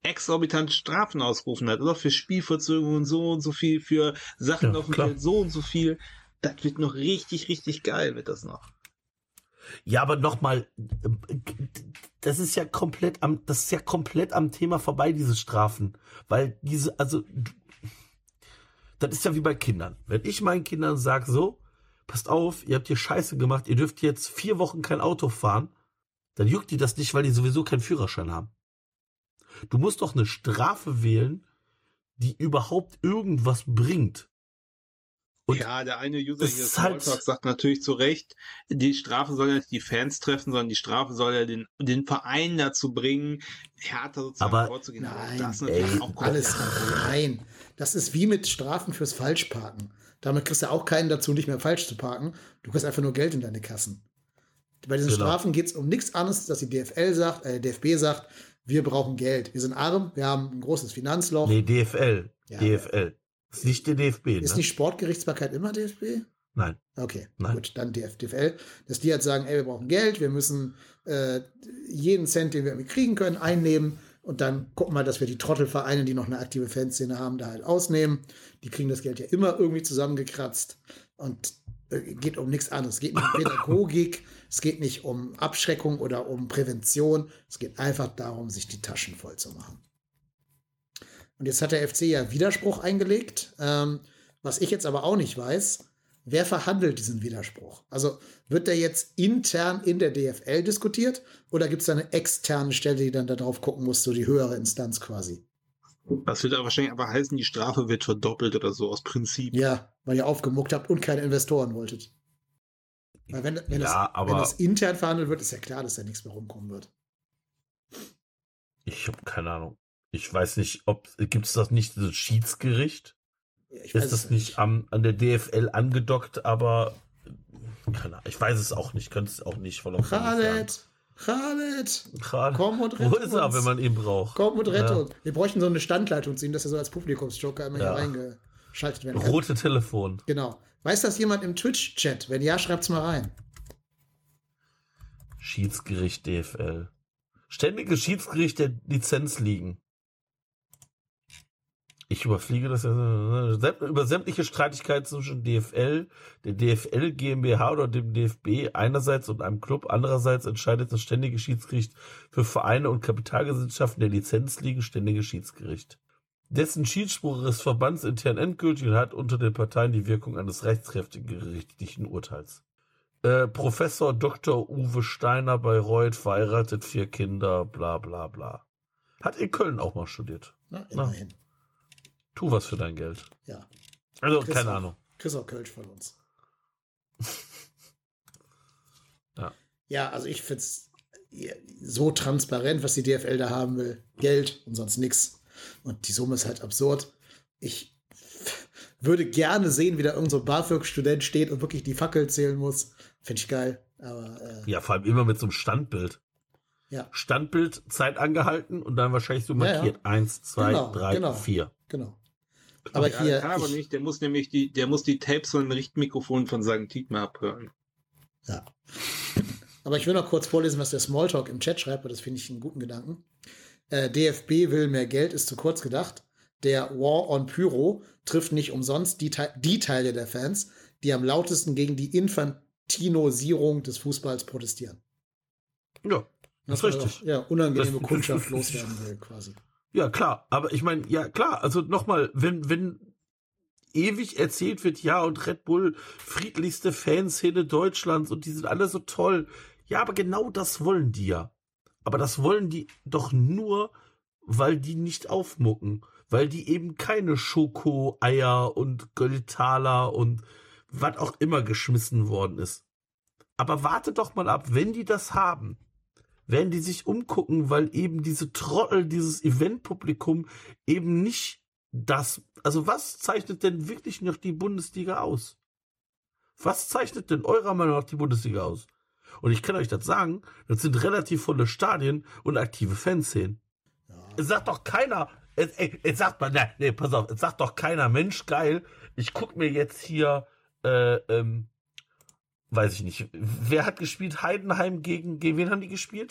exorbitant Strafen ausgerufen hat, oder für Spielverzögerungen so und so viel, für Sachen Ja, auf dem klar. Feld so und so viel. Das wird noch richtig, richtig geil, wird das noch. Ja, aber nochmal, das ist ja komplett am, das ist ja komplett am Thema vorbei, diese Strafen. Weil diese, also, das ist ja wie bei Kindern. Wenn ich meinen Kindern sage, so, passt auf, ihr habt hier Scheiße gemacht, ihr dürft jetzt vier Wochen kein Auto fahren, dann juckt die das nicht, weil die sowieso keinen Führerschein haben. Du musst doch eine Strafe wählen, die überhaupt irgendwas bringt. Und ja, der eine User das hier, ist halt- Smalltalk, sagt natürlich zu Recht, die Strafe soll ja nicht die Fans treffen, sondern die Strafe soll ja den, den Verein dazu bringen, härter sozusagen Aber- vorzugehen. Nein, das ist natürlich ey, auch komplett Alles anders. nein. Das ist wie mit Strafen fürs Falschparken. Damit kriegst du auch keinen dazu, nicht mehr falsch zu parken. Du kriegst einfach nur Geld in deine Kassen. Bei diesen Genau. Strafen geht es um nichts anderes, dass die D F L sagt, äh, D F B sagt, wir brauchen Geld. Wir sind arm, wir haben ein großes Finanzloch. nee, D F L. Ja. D F L. Ist nicht der D F B, Ist ne? nicht Sportgerichtsbarkeit immer D F B? Nein. Okay, Nein. gut, dann D F L. Dass die halt sagen, ey, wir brauchen Geld, wir müssen äh, jeden Cent, den wir irgendwie kriegen können, einnehmen und dann gucken wir, dass wir die Trottelvereine, die noch eine aktive Fanszene haben, da halt ausnehmen. Die kriegen das Geld ja immer irgendwie zusammengekratzt und äh, geht um nichts anderes. Es geht nicht um Pädagogik, es geht nicht um Abschreckung oder um Prävention. Es geht einfach darum, sich die Taschen voll zu machen. Und jetzt hat der F C ja Widerspruch eingelegt. Ähm, was ich jetzt aber auch nicht weiß, wer verhandelt diesen Widerspruch? Also wird der jetzt intern in der D F L diskutiert oder gibt es da eine externe Stelle, die dann da drauf gucken muss, so die höhere Instanz quasi? Das wird aber wahrscheinlich aber heißen, die Strafe wird verdoppelt oder so aus Prinzip. Ja, weil ihr aufgemuckt habt und keine Investoren wolltet. Weil wenn, wenn, Ja, das, aber- wenn das intern verhandelt wird, ist ja klar, dass da nichts mehr rumkommen wird. Ich habe keine Ahnung. Ich weiß nicht, ob gibt es das nicht, das Schiedsgericht? Ja, ich Ist es das nicht am, an der D F L angedockt, aber keine Ahnung, ich weiß es auch nicht, könnte es auch nicht voll Khaled, Khaled, Gerade. komm und Wo rette ist er, uns. wenn man ihn braucht? Komm und rette Ja. uns. Wir bräuchten so eine Standleitung zu ihm, dass er so als Publikumsjoker immer Ja. hier reingeschaltet werden kann. Rote Telefon. Genau. Weiß das jemand im Twitch-Chat? Wenn ja, schreibt's mal rein. Schiedsgericht D F L. Ständiges Schiedsgericht der Lizenzligen. Ich überfliege das ja. Sämt- Über sämtliche Streitigkeiten zwischen D F L, der D F L GmbH oder dem D F B einerseits und einem Club, andererseits entscheidet das Ständige Schiedsgericht für Vereine und Kapitalgesellschaften der Lizenzligen Ständige Schiedsgericht. Dessen Schiedsspruch ist verbandsintern endgültig und hat unter den Parteien die Wirkung eines rechtskräftigen gerichtlichen Urteils. Äh, Professor Doktor Uwe Steiner Bayreuth, verheiratet, vier Kinder, bla bla bla. Hat in Köln auch mal studiert. Na, immerhin. Tu was für dein Geld. Ja. Also, Chris keine auch- Ahnung. Chris auch Kölsch von uns. Ja. Ja, also ich finde es so transparent, was die D F L da haben will. Geld und sonst nichts. Und die Summe ist halt absurd. Ich würde gerne sehen, wie da irgend so ein BAföG-Student steht und wirklich die Fackel zählen muss. Finde ich geil. Aber äh, Ja, vor allem immer mit so einem Standbild. ja, Standbild, Zeit angehalten und dann wahrscheinlich so Ja, ja. markiert. Eins, zwei, Genau, drei, genau. vier. genau. Aber Ja, hier, kann aber ich, nicht, der muss nämlich die, der muss die Tapes von dem Richtmikrofon von Sankt Dietmar abhören. ja. Aber ich will noch kurz vorlesen, was der Smalltalk im Chat schreibt, weil das finde ich einen guten Gedanken. Äh, D F B will mehr Geld, ist zu kurz gedacht. Der War on Pyro trifft nicht umsonst die, Te die Teile der Fans, die am lautesten gegen die Infantinosierung des Fußballs protestieren. Ja, das ist Also, richtig. Ja, unangenehme Das- Kundschaft loswerden will, quasi. Ja, klar. Aber ich meine, ja, klar. Also nochmal, wenn, wenn ewig erzählt wird, ja, und Red Bull, friedlichste Fanszene Deutschlands und die sind alle so toll. Ja, aber genau das wollen die ja. Aber das wollen die doch nur, weil die nicht aufmucken. Weil die eben keine Schoko-Eier und Gölltaler und was auch immer geschmissen worden ist. Aber warte doch mal ab, wenn die das haben, werden die sich umgucken, weil eben diese Trottel, dieses Eventpublikum eben nicht das, also was zeichnet denn wirklich noch die Bundesliga aus? Was zeichnet denn eurer Meinung nach die Bundesliga aus? Und ich kann euch das sagen, das sind relativ volle Stadien und aktive Fanszenen. Es sagt doch keiner, es, ey, es sagt mal, ne, nee, pass auf, es sagt doch keiner, Mensch, geil, ich guck mir jetzt hier, äh, ähm, weiß ich nicht, wer hat gespielt? Heidenheim gegen, gegen wen haben die gespielt?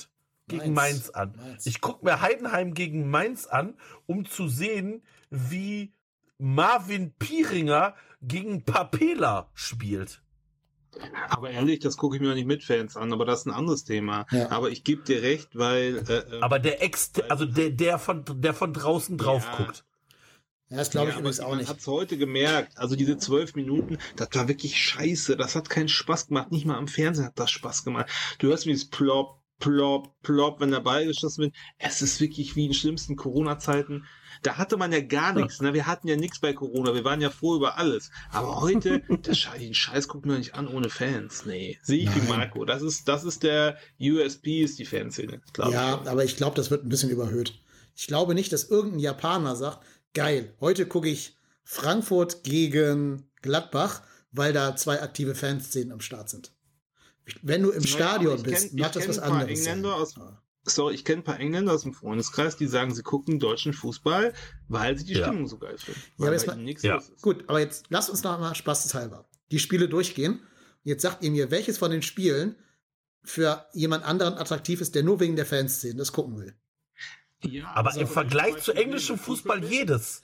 gegen Mainz. Mainz an. Mainz. Ich gucke mir Heidenheim gegen Mainz an, um zu sehen, wie Marvin Pieringer gegen Papela spielt. Aber ehrlich, das gucke ich mir nicht mit Fans an, aber das ist ein anderes Thema. Ja. Aber ich gebe dir recht, weil... Äh, äh, Aber der Ex, also der, der von, der von draußen drauf Ja. guckt. Ja, das glaube ich ja, übrigens aber auch man nicht. hat es heute gemerkt. Also diese zwölf Minuten, das war wirklich scheiße. Das hat keinen Spaß gemacht. Nicht mal am Fernsehen hat das Spaß gemacht. Du hörst, wie es plopp, plopp, plopp, wenn der Ball geschossen wird. Es ist wirklich wie in schlimmsten Corona-Zeiten. Da hatte man ja gar nichts. Ne? Wir hatten ja nichts bei Corona. Wir waren ja froh über alles. Aber heute, der Scheiß, den Scheiß guckt man nicht an ohne Fans. Nee, sehe ich wie Nein. Marco. Das ist, das ist der U S P, ist die Fanszene. glaub Ja, ich. aber ich glaube, das wird ein bisschen überhöht. Ich glaube nicht, dass irgendein Japaner sagt, geil, heute gucke ich Frankfurt gegen Gladbach, weil da zwei aktive Fanszenen am Start sind. Wenn du im Naja, Stadion aber ich bist, kenn- macht ich das kenn was ein paar anderes. Engländer sein. aus- Ja. So, ich kenne ein paar Engländer aus dem Freundeskreis, die sagen, sie gucken deutschen Fußball, weil sie die Ja. Stimmung so geil finden. Ja, Weil aber jetzt bei mal- ihnen nichts Ja. los ist. Gut, aber jetzt lasst uns noch mal spaßeshalber die Spiele durchgehen. Jetzt sagt ihr mir, welches von den Spielen für jemand anderen attraktiv ist, der nur wegen der Fanszenen das gucken will. Ja, Aber also im zum Vergleich Beispiel zu englischem du Fußball vermischst- jedes.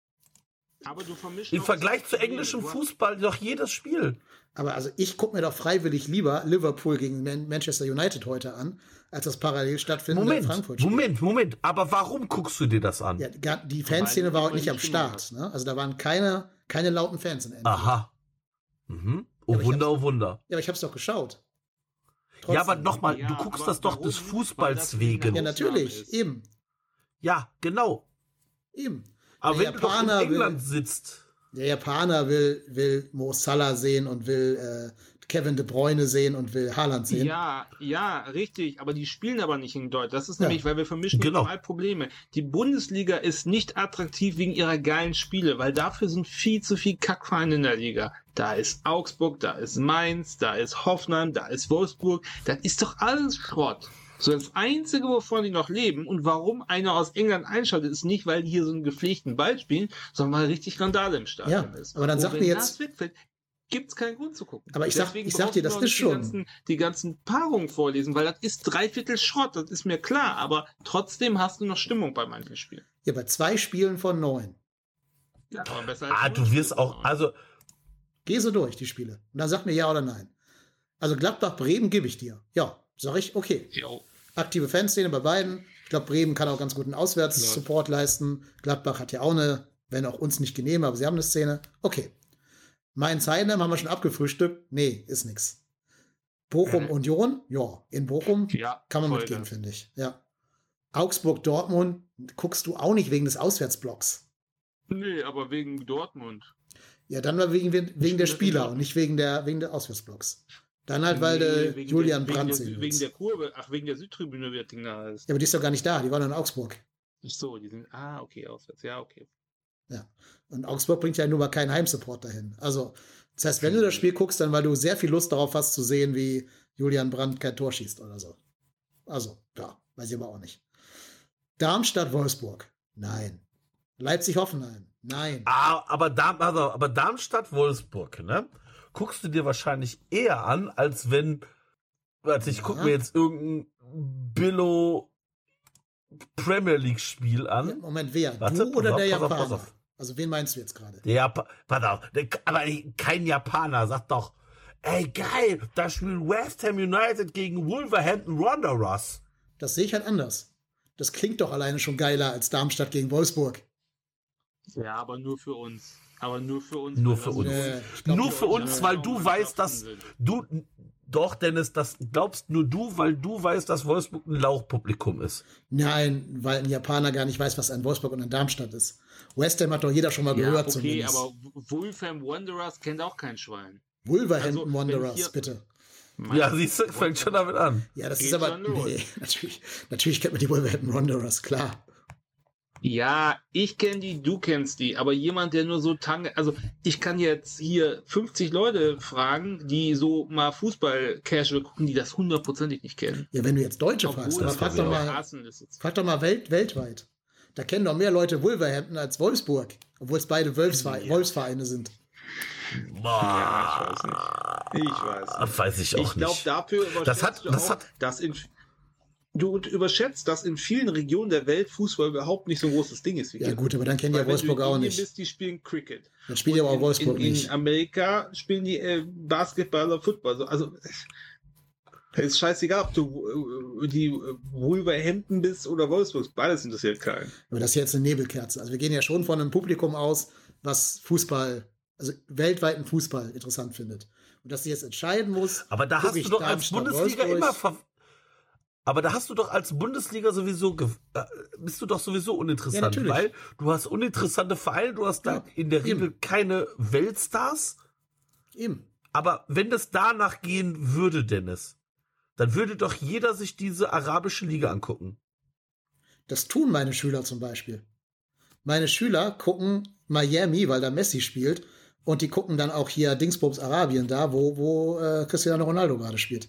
Aber du vermischst Im auch Vergleich das zu Problem. englischem Du hast- Fußball doch jedes Spiel. Aber also ich gucke mir doch freiwillig lieber Liverpool gegen Man Manchester United heute an, als das parallel stattfindende Moment, Frankfurt-Spiel. Moment, Moment. Aber warum guckst du dir das an? Ja, gar- die Fanszene Weil war du heute nicht immer am die Stimmung Start. Ne? Also da waren keine, keine lauten Fans in Enfield. Aha. Mhm. Oh aber ich Wunder, hab's- oh Wunder. Ja, aber ich habe es doch geschaut. Ja, aber Trotzdem. nochmal, Ja, du guckst aber das doch warum? des Weil Fußballs das wegen. Ja, Ausnahme natürlich. ist. Eben. Ja, genau. Eben. Aber Der wenn du doch in Japaner England will- sitzt. Der Japaner will, will Mo Salah sehen und will äh, Kevin De Bruyne sehen und will Haaland sehen. Ja, ja, richtig. Aber die spielen aber nicht in Deutsch. Das ist Ja. nämlich, weil wir vermischen Genau. zwei Probleme. Die Bundesliga ist nicht attraktiv wegen ihrer geilen Spiele, weil dafür sind viel zu viel Kackvereine in der Liga. Da ist Augsburg, da ist Mainz, da ist Hoffenheim, da ist Wolfsburg. Das ist doch alles Schrott. So, das Einzige, wovon die noch leben und warum einer aus England einschaltet, ist nicht, weil die hier so einen gepflegten Ball spielen, sondern weil richtig Randale im Stadion Ja, ist. aber dann Und sag wenn mir das jetzt- wegfällt, gibt's keinen Grund zu gucken. Aber ich sag- Deswegen ich sag dir, brauchst das du ist auch schon- Die ganzen, die ganzen Paarungen vorlesen, weil das ist dreiviertel Schrott, das ist mir klar, aber trotzdem hast du noch Stimmung bei manchen Spielen. Ja, bei zwei Spielen von neun. Ja, aber besser als Ah, null du wirst Spiele. auch, also, Geh so durch, die Spiele. Und dann sag mir ja oder nein. Also Gladbach-Bremen gebe ich dir. Ja, sag ich, okay. Jo. Aktive Fanszene bei beiden. Ich glaube, Bremen kann auch ganz guten Auswärtssupport leisten. Gladbach hat ja auch eine, wenn auch uns nicht genehm, aber sie haben eine Szene. Okay. Mainz-Heidenheim haben wir schon abgefrühstückt. Nee, ist nix. Bochum-Union? Ja, in Bochum Ja, kann man voll mitgehen, das. finde ich. Ja. Augsburg-Dortmund guckst du auch nicht wegen des Auswärtsblocks. Nee, aber wegen Dortmund. Ja, dann war wegen, wegen der Spiel das Spieler in und nicht wegen der, wegen der Auswärtsblocks. Dann halt, weil Nee, du wegen Julian der, Brandt wegen sehen der, wegen willst. der Kurve, ach, wegen der Südtribüne, wie das Ding da heißt. Ja, aber die ist doch gar nicht da, die war nur in Augsburg. Ach so, die sind, ah, okay, auswärts, ja, okay. Ja. Und Augsburg bringt ja nur mal keinen Heimsupport dahin. Also, das heißt, wenn du das Spiel guckst, dann weil du sehr viel Lust darauf hast zu sehen, wie Julian Brandt kein Tor schießt oder so. Also, ja, weiß ich aber auch nicht. Darmstadt-Wolfsburg? Nein. Leipzig-Hoffenheim? Nein. ah, aber, Darm, also, aber Darmstadt-Wolfsburg, ne? Guckst du dir wahrscheinlich eher an, als wenn, warte, ich guck Ja. mir jetzt irgendein Billo Premier League Spiel an. Ja, Moment, wer? Warte, du pass oder auf, der pass auf, Japaner? pass auf. Also, wen meinst du jetzt gerade? Der Japan, pass auf, der, aber kein Japaner sagt doch, ey geil, da spielt West Ham United gegen Wolverhampton Wanderers. Das sehe ich halt anders. Das klingt doch alleine schon geiler als Darmstadt gegen Wolfsburg. Ja, aber nur für uns. Aber nur für uns. Nur weil für das uns. so- Nee, ich glaub, Nur die für Deutschen- uns, ja, weil ja, du und weißt, dass sind. du, doch Dennis, das glaubst nur du, weil du weißt, dass Wolfsburg ein Lauchpublikum ist. Nein, weil ein Japaner gar nicht weiß, was ein Wolfsburg und ein Darmstadt ist. West Ham hat doch jeder schon mal Ja, gehört okay, zumindest. aber Wolfham Wanderers kennt auch kein Schwein. Wolverhampton also, wenn Wanderers, hier- bitte. Ja, siehst du, fängt schon damit an. Ja, das Geht ist aber. schon los. Nee, natürlich, natürlich kennt man die Wolverhampton Wanderers, klar. Ja, ich kenne die, du kennst die, aber jemand, der nur so Tange, also ich kann jetzt hier fünfzig Leute fragen, die so mal Fußball-Casual gucken, die das hundertprozentig nicht kennen. Ja, wenn du jetzt Deutsche Obwohl fragst, aber das frag wir doch auch mal, Hassen ist jetzt. frag doch mal Welt, weltweit. Da kennen doch mehr Leute Wolverhampton als Wolfsburg, obwohl es beide Wolfsvereine, Ja. Wolfsvereine sind. Ja, ich weiß nicht. Ich weiß nicht. Weiß ich auch Ich glaube, nicht. dafür Das hat- überschätzt du das auch, hat- dass in, du überschätzt, dass in vielen Regionen der Welt Fußball überhaupt nicht so ein großes Ding ist wie Ja hier. gut, aber dann kennen Weil ja wenn Wolfsburg du in auch Indien nicht. bist, die spielen Cricket. Dann spielt ja aber auch in, Wolfsburg in, in nicht. Amerika spielen die äh, Basketball oder Football. Also, also es ist scheißegal, ob du äh, die äh, Wolverhampton bist oder Wolfsburg. Beides interessiert keinen. Aber das ist jetzt eine Nebelkerze. Also wir gehen ja schon von einem Publikum aus, was Fußball, also weltweiten Fußball interessant findet. Und dass sie jetzt entscheiden muss. Aber da guck hast ich du doch als Darmstadt, Bundesliga Wolfsburg. immer ver Aber da hast du doch als Bundesliga sowieso, ge- äh, bist du doch sowieso Ja, uninteressant, natürlich. weil du hast uninteressante Vereine, du hast da Ja, in der eben. Regel keine Weltstars. Eben. Aber wenn das danach gehen würde, Dennis, dann würde doch jeder sich diese arabische Liga angucken. Das tun meine Schüler zum Beispiel. Meine Schüler gucken Miami, weil da Messi spielt. Und die gucken dann auch hier Dingsbums Arabien da, wo, wo äh, Cristiano Ronaldo gerade spielt.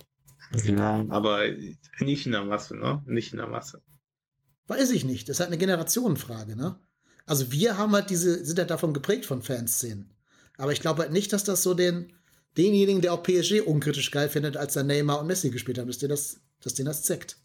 Ja. Aber nicht in der Masse, ne? Nicht in der Masse. Weiß ich nicht. Das ist halt eine Generationenfrage, ne? Also wir haben halt diese, sind halt davon geprägt von Fanszenen. Aber ich glaube halt nicht, dass das so den, denjenigen, der auch P S G unkritisch geil findet, als da Neymar und Messi gespielt haben, dass den das, dass den das zeckt.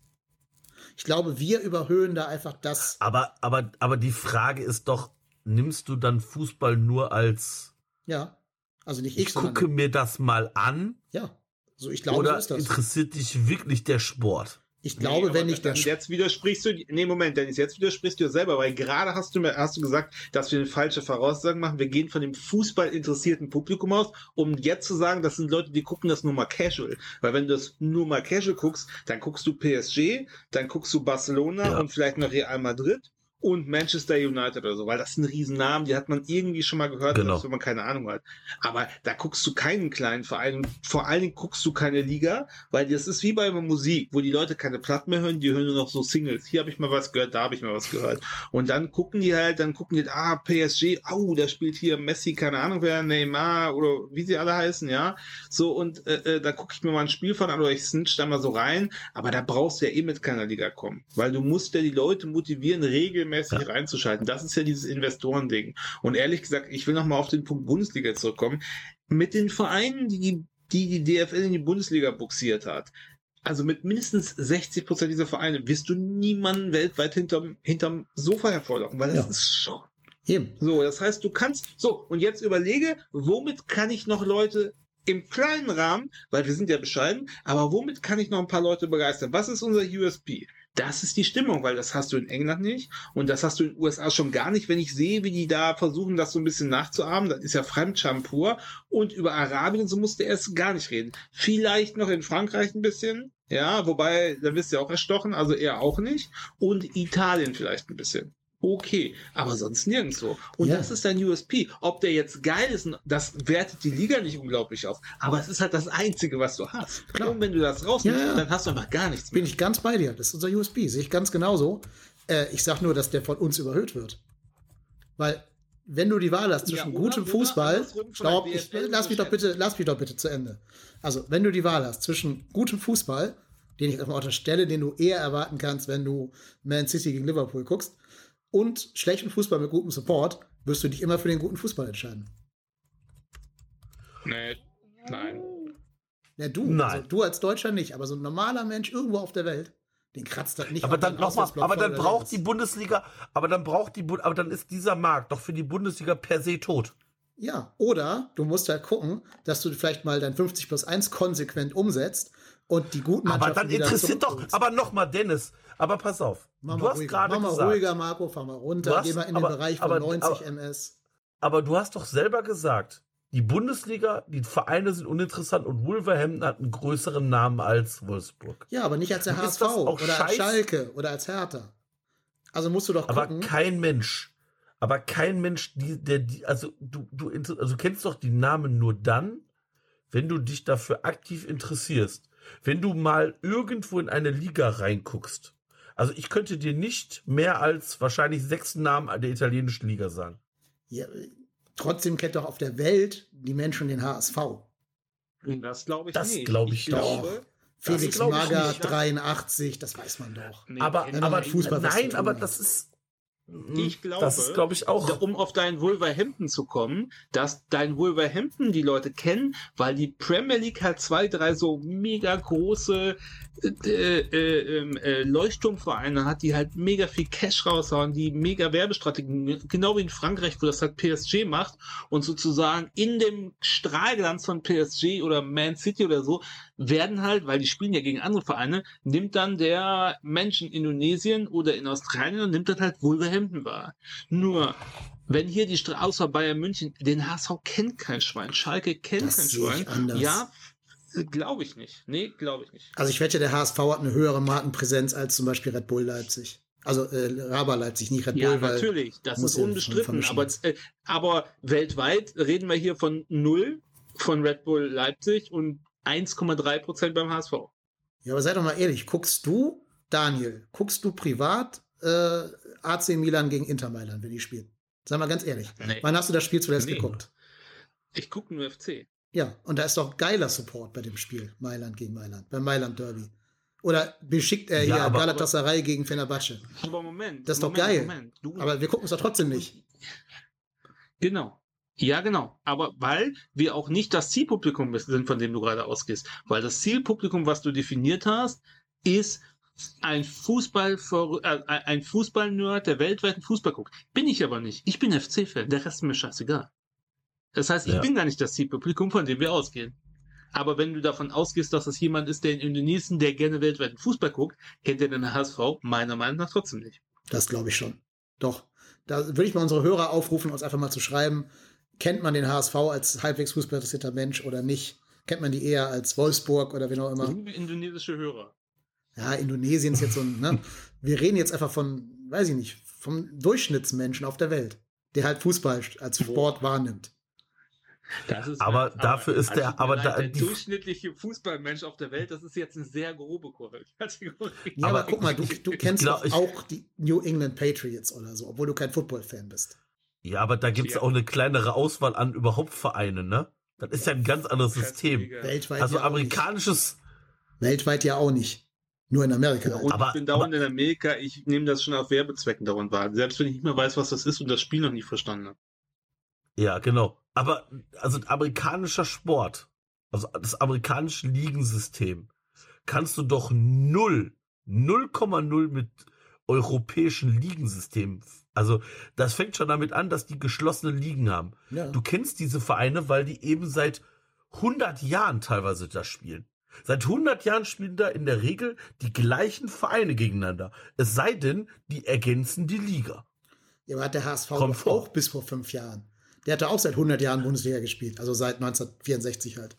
Ich glaube, wir überhöhen da einfach das. Aber, aber, aber die Frage ist doch, nimmst du dann Fußball nur als, Ja. Also nicht ich, ich sondern. gucke mir das mal an? Ja. So, ich glaube, Oder so ist das. interessiert dich wirklich der Sport? Ich glaube, Nee, wenn aber nicht der dann, Sch- jetzt widersprichst du, nee, Moment, Dennis, jetzt widersprichst du dir selber, weil gerade hast du mir, hast du gesagt, dass wir eine falsche Voraussagen machen. Wir gehen von dem Fußball interessierten Publikum aus, um jetzt zu sagen, das sind Leute, die gucken das nur mal casual. Weil wenn du das nur mal casual guckst, dann guckst du P S G, dann guckst du Barcelona Ja. und vielleicht noch Real Madrid und Manchester United oder so, weil das sind Riesennamen, die hat man irgendwie schon mal gehört, Genau. selbst wenn man keine Ahnung hat. Aber da guckst du keinen kleinen Verein und vor allen Dingen guckst du keine Liga, weil das ist wie bei Musik, wo die Leute keine Platten mehr hören, die hören nur noch so Singles. Hier habe ich mal was gehört, da habe ich mal was gehört. Und dann gucken die halt, dann gucken die, ah, P S G, au, da spielt hier Messi, keine Ahnung wer, Neymar oder wie sie alle heißen, ja. So, und äh, äh, da gucke ich mir mal ein Spiel von an oder ich snitch da mal so rein, aber da brauchst du ja eh mit keiner Liga kommen, weil du musst ja die Leute motivieren, regelmäßig ja. reinzuschalten. Das ist ja dieses Investorending. Und ehrlich gesagt, ich will noch mal auf den Punkt Bundesliga zurückkommen. Mit den Vereinen, die die, die, die D F L in die Bundesliga buxiert hat, also mit mindestens sechzig Prozent dieser Vereine wirst du niemanden weltweit hinterm, hinterm Sofa hervorlocken, weil das Ja. ist schon Eben. so. Das heißt, du kannst, so, und jetzt überlege, womit kann ich noch Leute im kleinen Rahmen, weil wir sind ja bescheiden, aber womit kann ich noch ein paar Leute begeistern? Was ist unser U S P? Das ist die Stimmung, weil das hast du in England nicht und das hast du in den U S A schon gar nicht. Wenn ich sehe, wie die da versuchen, das so ein bisschen nachzuahmen, das ist ja Fremdscham pur. Und über Arabien, so musst du erst gar nicht reden. Vielleicht noch in Frankreich ein bisschen, ja, wobei, da wirst du ja auch erstochen, also eher auch nicht. Und Italien vielleicht ein bisschen. Okay, aber sonst nirgendwo. Und Ja. das ist dein U S P. Ob der jetzt geil ist, das wertet die Liga nicht unglaublich auf. Aber es ist halt das Einzige, was du hast. Klar. Und wenn du das rausnimmst, Ja, ja. dann hast du einfach gar nichts mehr. Bin ich ganz bei dir. Das ist unser U S P. Sehe ich ganz genauso. Äh, ich sag nur, dass der von uns überhöht wird. Weil, wenn du die Wahl hast zwischen Ja, oder- gutem oder Fußball, andersrum von stopp, der ich, D F L lass mich doch unterschätzt. bitte, lass mich doch bitte zu Ende. Also, wenn du die Wahl hast zwischen gutem Fußball, den ich erstmal unterstelle, den du eher erwarten kannst, wenn du Man City gegen Liverpool guckst, und schlechten Fußball mit gutem Support, wirst du dich immer für den guten Fußball entscheiden. Nee, nein. Ja, du, Nein. Also, du als Deutscher nicht, aber so ein normaler Mensch irgendwo auf der Welt, den kratzt das nicht. Aber auf dann den nochmal, Auswärtsblock aber voll dann oder braucht was. die Bundesliga, aber dann braucht die, Bu- aber dann ist dieser Markt doch für die Bundesliga per se tot. Ja, oder du musst halt gucken, dass du vielleicht mal dein fünfzig plus eins konsequent umsetzt und die guten Aber Mannschaften dann wieder interessiert doch, zurückholst. aber nochmal, Dennis, aber pass auf. Mach Du mal hast ruhiger, gerade mach mal gesagt, ruhiger, Marco, fahr mal runter, Du hast- geh mal in aber- den Bereich von aber- neunzig aber- M S. aber du hast doch selber gesagt, die Bundesliga, die Vereine sind uninteressant und Wolverhampton hat einen größeren Namen als Wolfsburg. Ja, aber nicht als der Ist H S das V auch oder als scheiß- Schalke oder als Hertha. Also musst du doch Aber gucken. kein Mensch, aber kein Mensch, die, der, die, also du, du, inter- also du kennst doch die Namen nur dann, wenn du dich dafür aktiv interessierst. Wenn du mal irgendwo in eine Liga reinguckst. Also ich könnte dir nicht mehr als wahrscheinlich sechs Namen der italienischen Liga sagen. Ja, trotzdem kennt doch auf der Welt die Menschen den H S V. Das glaube ich Das nicht. glaub ich glaube, doch. Felix glaub ich Magath, nicht. dreiundachtzig, das weiß man doch. nee, aber kenn- aber mit Fußball was zu nein, tun aber hat. das ist Ich glaube, das ist, glaube ich, auch. Um auf dein Wolverhampton zu kommen, dass dein Wolverhampton die Leute kennen, weil die Premier League hat zwei, drei so mega große äh, äh, äh, Leuchtturmvereine hat, die halt mega viel Cash raushauen, die mega Werbestrategien, genau wie in Frankreich, wo das halt P S G macht und sozusagen in dem Strahlglanz von P S G oder Man City oder so werden halt, weil die spielen ja gegen andere Vereine, nimmt dann der Mensch in Indonesien oder in Australien und nimmt dann halt Wolverhampton wahr. Nur, wenn hier die Straße, außer Bayern München, den H S V kennt kein Schwein, Schalke kennt Das kein sehe ich Schwein. anders. Ja, glaube ich nicht. Nee, glaube ich nicht. Also ich wette, der H S V hat eine höhere Markenpräsenz als zum Beispiel Red Bull Leipzig. Also äh, Raba Leipzig, nicht Red Bull. Ja, weil natürlich, das muss ist ja von- unbestritten. von Aber, äh, aber weltweit reden wir hier von null von Red Bull Leipzig und eins Komma drei Prozent beim H S V. Ja, aber sei doch mal ehrlich, guckst du, Daniel, guckst du privat äh, A C Milan gegen Inter Mailand, wenn die spielen? Sag mal ganz ehrlich. Nee. Wann hast du das Spiel zuletzt Nee. geguckt? Ich gucke nur F C. Ja, und da ist doch geiler Support bei dem Spiel, Mailand gegen Mailand, beim Mailand Derby. Oder beschickt er Ja, hier aber- Galatasaray gegen Fenerbahce. Aber Moment. Das ist doch Moment, geil. Moment. Du, Aber wir gucken es doch trotzdem nicht. Genau. Ja, genau. Aber weil wir auch nicht das Zielpublikum sind, von dem du gerade ausgehst. Weil das Zielpublikum, was du definiert hast, ist ein Fußball äh, ein Fußball-Nerd, der weltweiten Fußball guckt. Bin ich aber nicht. Ich bin F C-Fan. Der Rest ist mir scheißegal. Das heißt, ich Ja. bin gar nicht das Zielpublikum, von dem wir ausgehen. Aber wenn du davon ausgehst, dass es jemand ist, der in Indonesien, der gerne weltweiten Fußball guckt, kennt er den H S V meiner Meinung nach trotzdem nicht. Das glaube ich schon. Doch. Da würde ich mal unsere Hörer aufrufen, uns einfach mal zu schreiben, kennt man den H S V als halbwegs fußballinteressierter Mensch oder nicht? Kennt man die eher als Wolfsburg oder wie auch immer? Liebe indonesische Hörer. Ja, Indonesien ist jetzt so ein, ne? Wir reden jetzt einfach von, weiß ich nicht, vom Durchschnittsmenschen auf der Welt, der halt Fußball als Sport wahrnimmt. Das ist Aber dafür ist der- tut mir aber leid, da- der die- durchschnittliche Fußballmensch auf der Welt, das ist jetzt eine sehr grobe Kategorie. Ja, aber, Aber guck mal, du, du kennst glaub, doch ich- auch die New England Patriots oder so, obwohl du kein Football-Fan bist. Ja, aber da gibt's Ja. auch eine kleinere Auswahl an überhaupt Vereinen, ne? Das ist ja ein ganz anderes System. Weltweit Also ja auch amerikanisches, nicht. Weltweit ja auch nicht. Nur in Amerika. Und Aber- ich bin dauernd in Amerika, ich nehme das schon auf Werbezwecken dauernd wahr. Selbst wenn ich nicht mehr weiß, was das ist und das Spiel noch nie verstanden habe. ja, genau. Aber, also amerikanischer Sport, also das amerikanische Ligensystem, kannst du doch null, null Komma null mit europäischen Ligensystemen. Also, das fängt schon damit an, dass die geschlossene Ligen haben. Ja. Du kennst diese Vereine, weil die eben seit hundert Jahren teilweise da spielen. Seit hundert Jahren spielen da in der Regel die gleichen Vereine gegeneinander. Es sei denn, die ergänzen die Liga. Ja, aber hat der H S V Kommt doch vor. auch bis vor fünf Jahren. Der hatte auch seit hundert Jahren Bundesliga gespielt, also seit neunzehnhundertvierundsechzig halt.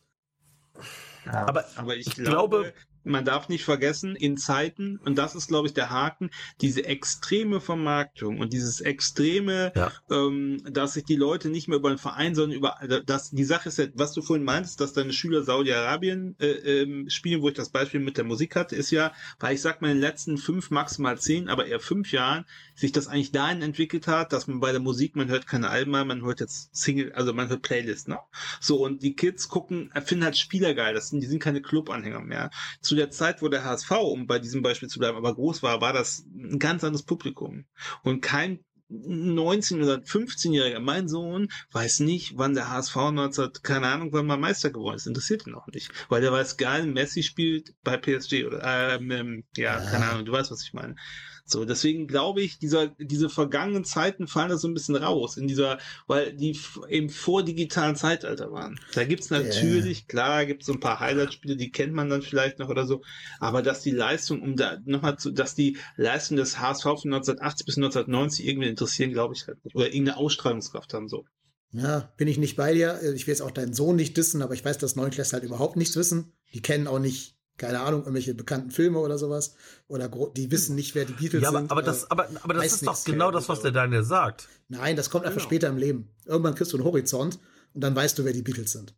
Aber, Aber ich, ich glaube, glaube, man darf nicht vergessen, in Zeiten, und das ist, glaube ich, der Haken, diese extreme Vermarktung und dieses extreme, Ja. ähm, dass sich die Leute nicht mehr über den Verein, sondern über, das, die Sache ist ja, was du vorhin meintest, dass deine Schüler Saudi-Arabien äh, ähm, spielen, wo ich das Beispiel mit der Musik hatte, ist ja, weil ich sag mal in den letzten fünf, maximal zehn, aber eher fünf Jahren, sich das eigentlich dahin entwickelt hat, dass man bei der Musik, man hört keine Alben mehr, man hört jetzt Single, also man hört Playlist, ne? So, und die Kids gucken, finden halt Spieler geil, das sind, die sind keine Club-Anhänger mehr. Zu der Zeit, wo der H S V, um bei diesem Beispiel zu bleiben, aber groß war, war das ein ganz anderes Publikum. Und kein neunzehn- oder fünfzehnjähriger, mein Sohn, weiß nicht, wann der H S V neunzehn, keine Ahnung, wann mal Meister geworden ist. Interessiert ihn auch nicht. Weil der weiß, geil, Messi spielt bei P S G oder, ähm, ja, keine Ahnung, du weißt, was ich meine. So, deswegen glaube ich, dieser, diese vergangenen Zeiten fallen da so ein bisschen raus, in dieser, weil die f- im vordigitalen Zeitalter waren. Da gibt's natürlich, klar, gibt's so ein paar Highlight-Spiele, die kennt man dann vielleicht noch oder so, aber dass die Leistung, um da nochmal zu, dass die Leistung des H S V von neunzehnhundertachtzig bis neunzehnhundertneunzig irgendwie interessieren, glaube ich halt nicht. Oder irgendeine Ausstrahlungskraft haben, so. Ja, bin ich nicht bei dir. Ich will jetzt auch deinen Sohn nicht dissen, aber ich weiß, dass Neunklässler halt überhaupt nichts wissen. Die kennen auch nicht, keine Ahnung, irgendwelche bekannten Filme oder sowas. Oder gro- die wissen nicht, wer die Beatles ja, aber, sind. aber das, Äh, aber, aber das weiß ist doch nichts. genau das, was der Daniel sagt. Nein, das kommt einfach Genau. später im Leben. Irgendwann kriegst du einen Horizont und dann weißt du, wer die Beatles sind.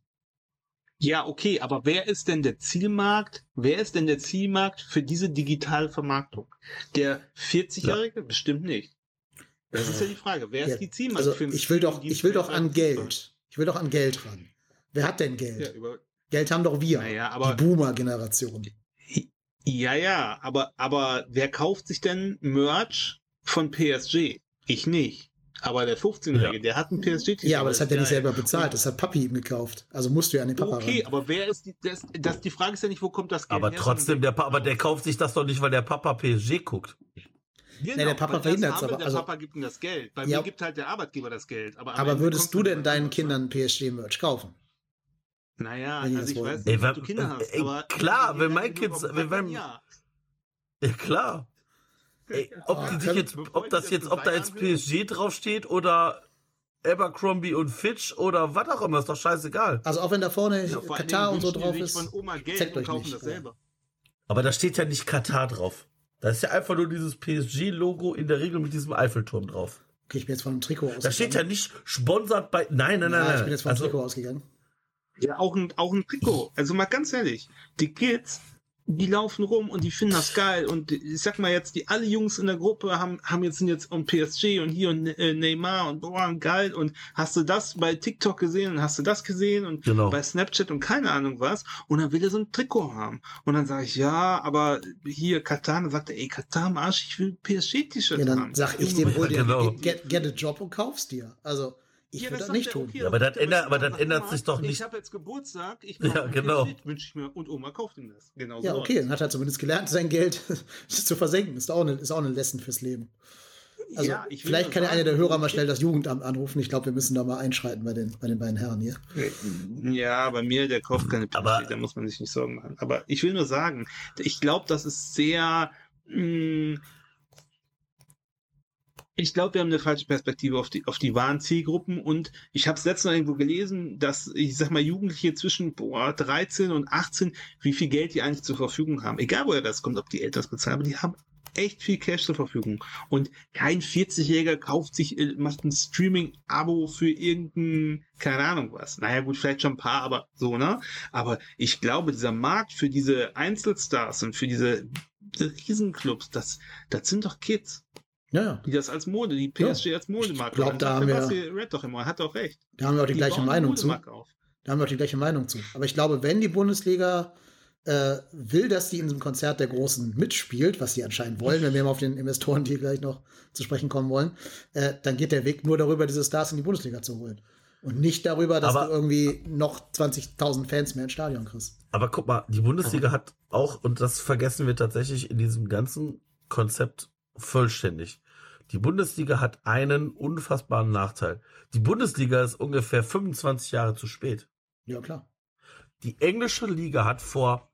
Ja, okay, aber wer ist denn der Zielmarkt? Wer ist denn der Zielmarkt für diese digitale Vermarktung? Der vierzig-Jährige? Bestimmt nicht. Das ist ja die Frage. Wer Ja, ist die Zielmarkt also für ich will doch, ich will doch an Fußball? Geld. Ich will doch an Geld ran. Wer hat denn Geld? Ja, über, Geld haben doch wir. Naja, aber- die Boomer-Generation. ja, ja, aber, aber wer kauft sich denn Merch von P S G? Ich nicht. Aber der fünfzehnjährige, Ja. der hat ein P S G-T V. Ja, aber das hat er nicht geil. selber bezahlt. Das hat Papi ihm gekauft. Also musst du ja an den Papa Okay, ran. aber wer ist die, das, das, die Frage ist ja nicht, wo kommt das Geld Aber her, trotzdem, der Pa- aber der kauft sich das doch nicht, weil der Papa P S G guckt. Genau, Nee, der Papa weil das verhindert's haben wir, aber, Der also- Papa gibt ihm das Geld. Bei Ja. mir gibt halt der Arbeitgeber das Geld. Aber, am Aber Ende würdest kommt du dann denn was deinen raus, Kindern P S G-Merch kaufen? ne? Naja, wenn die also das ich wollen? weiß Ey, nicht, ob du wenn- Kinder hast. ey, aber klar, die wenn dann mein genug Kind- auf dem wenn- Plan, wenn- ja. Ja, klar. Ey, ob Ah, die sich können- jetzt, bevor ob ich das das jetzt, zu ob da weit jetzt anhöre. P S G draufsteht oder Abercrombie und Fitch oder was auch immer, ist doch scheißegal. Also auch wenn da vorne Ja, vor allen Katar Dingen und so wünschen die drauf sich ist, von Oma Geld zeigt und euch kaufen nicht. das selber. Aber da steht ja nicht Katar drauf. Da ist ja einfach nur dieses P S G-Logo in der Regel mit diesem Eiffelturm drauf. Okay, ich bin jetzt von einem Trikot ausgegangen. Da steht ja nicht sponsert bei. Nein, nein, nein, Ja, nein. ich bin jetzt vom also, Trikot ausgegangen. Ja, auch ein, auch ein Trikot. Also mal ganz ehrlich, die Kids, die laufen rum und die finden das geil. Und ich sag mal jetzt, die alle Jungs in der Gruppe haben, haben jetzt, sind jetzt um P S G und hier und äh, Neymar und boah, geil. Und hast du das bei TikTok gesehen und hast du das gesehen und Genau. bei Snapchat und keine Ahnung was. Und dann will er so ein Trikot haben. Und dann sage ich, ja, aber hier Katar, dann sagt er, ey, Katar am Arsch, ich will P S G-T-Shirt Ja, haben. dann sag ich dem, hol dir, genau. get, get a job und kaufst dir. Also, ich Ja, würde das sagt nicht er, tun. okay, Ja, aber das sagt er, ändert- aber das sag ändert mal, sich doch nicht. Ich habe jetzt Geburtstag, ich Ja, kaufe genau. wünsche ich mir und Oma kauft ihm das. Genau Ja, so. okay, dann hat er zumindest gelernt, sein Geld zu versenken. Ist auch eine, ist auch eine Lesson fürs Leben. Also, Ja, ich will vielleicht nur kann ja sagen, einer der Hörer mal schnell das Jugendamt anrufen. Ich glaube, wir müssen da mal einschreiten bei den, bei den beiden Herren hier. Ja, bei mir, der kauft keine P S G, Aber- da muss man sich nicht Sorgen machen. Aber ich will nur sagen, ich glaube, das ist sehr, mh, ich glaube, wir haben eine falsche Perspektive auf die, auf die wahren Zielgruppen und ich habe es letztens Mal irgendwo gelesen, dass, ich sag mal, Jugendliche zwischen boah, dreizehn und achtzehn, wie viel Geld die eigentlich zur Verfügung haben. Egal, woher das kommt, ob die Eltern es bezahlen, aber die haben echt viel Cash zur Verfügung. Und kein vierzigjähriger kauft sich, äh, macht ein Streaming-Abo für irgendein, keine Ahnung was. Naja, gut, vielleicht schon ein paar, aber so, ne? Aber ich glaube, dieser Markt für diese Einzelstars und für diese Riesenclubs, das, das sind doch Kids, Ja, ja. die das als Mode, die P S G als Modemarke. Ich glaub, da haben wir- Red doch immer, hat doch recht. Da haben wir auch die, gleiche bauen Meinung eine zu. Modemarke auf. Da haben wir auch die gleiche Meinung zu. Aber ich glaube, wenn die Bundesliga äh, will, dass die in diesem Konzert der Großen mitspielt, was sie anscheinend wollen, wenn wir mal auf den Investoren, die gleich noch zu sprechen kommen wollen, äh, dann geht der Weg nur darüber, diese Stars in die Bundesliga zu holen. Und nicht darüber, dass Aber- du irgendwie noch zwanzigtausend Fans mehr ins Stadion kriegst. Aber guck mal, die Bundesliga hat auch, und das vergessen wir tatsächlich in diesem ganzen Konzept vollständig. Die Bundesliga hat einen unfassbaren Nachteil. Die Bundesliga ist ungefähr fünfundzwanzig Jahre zu spät. Ja, klar. Die englische Liga hat vor,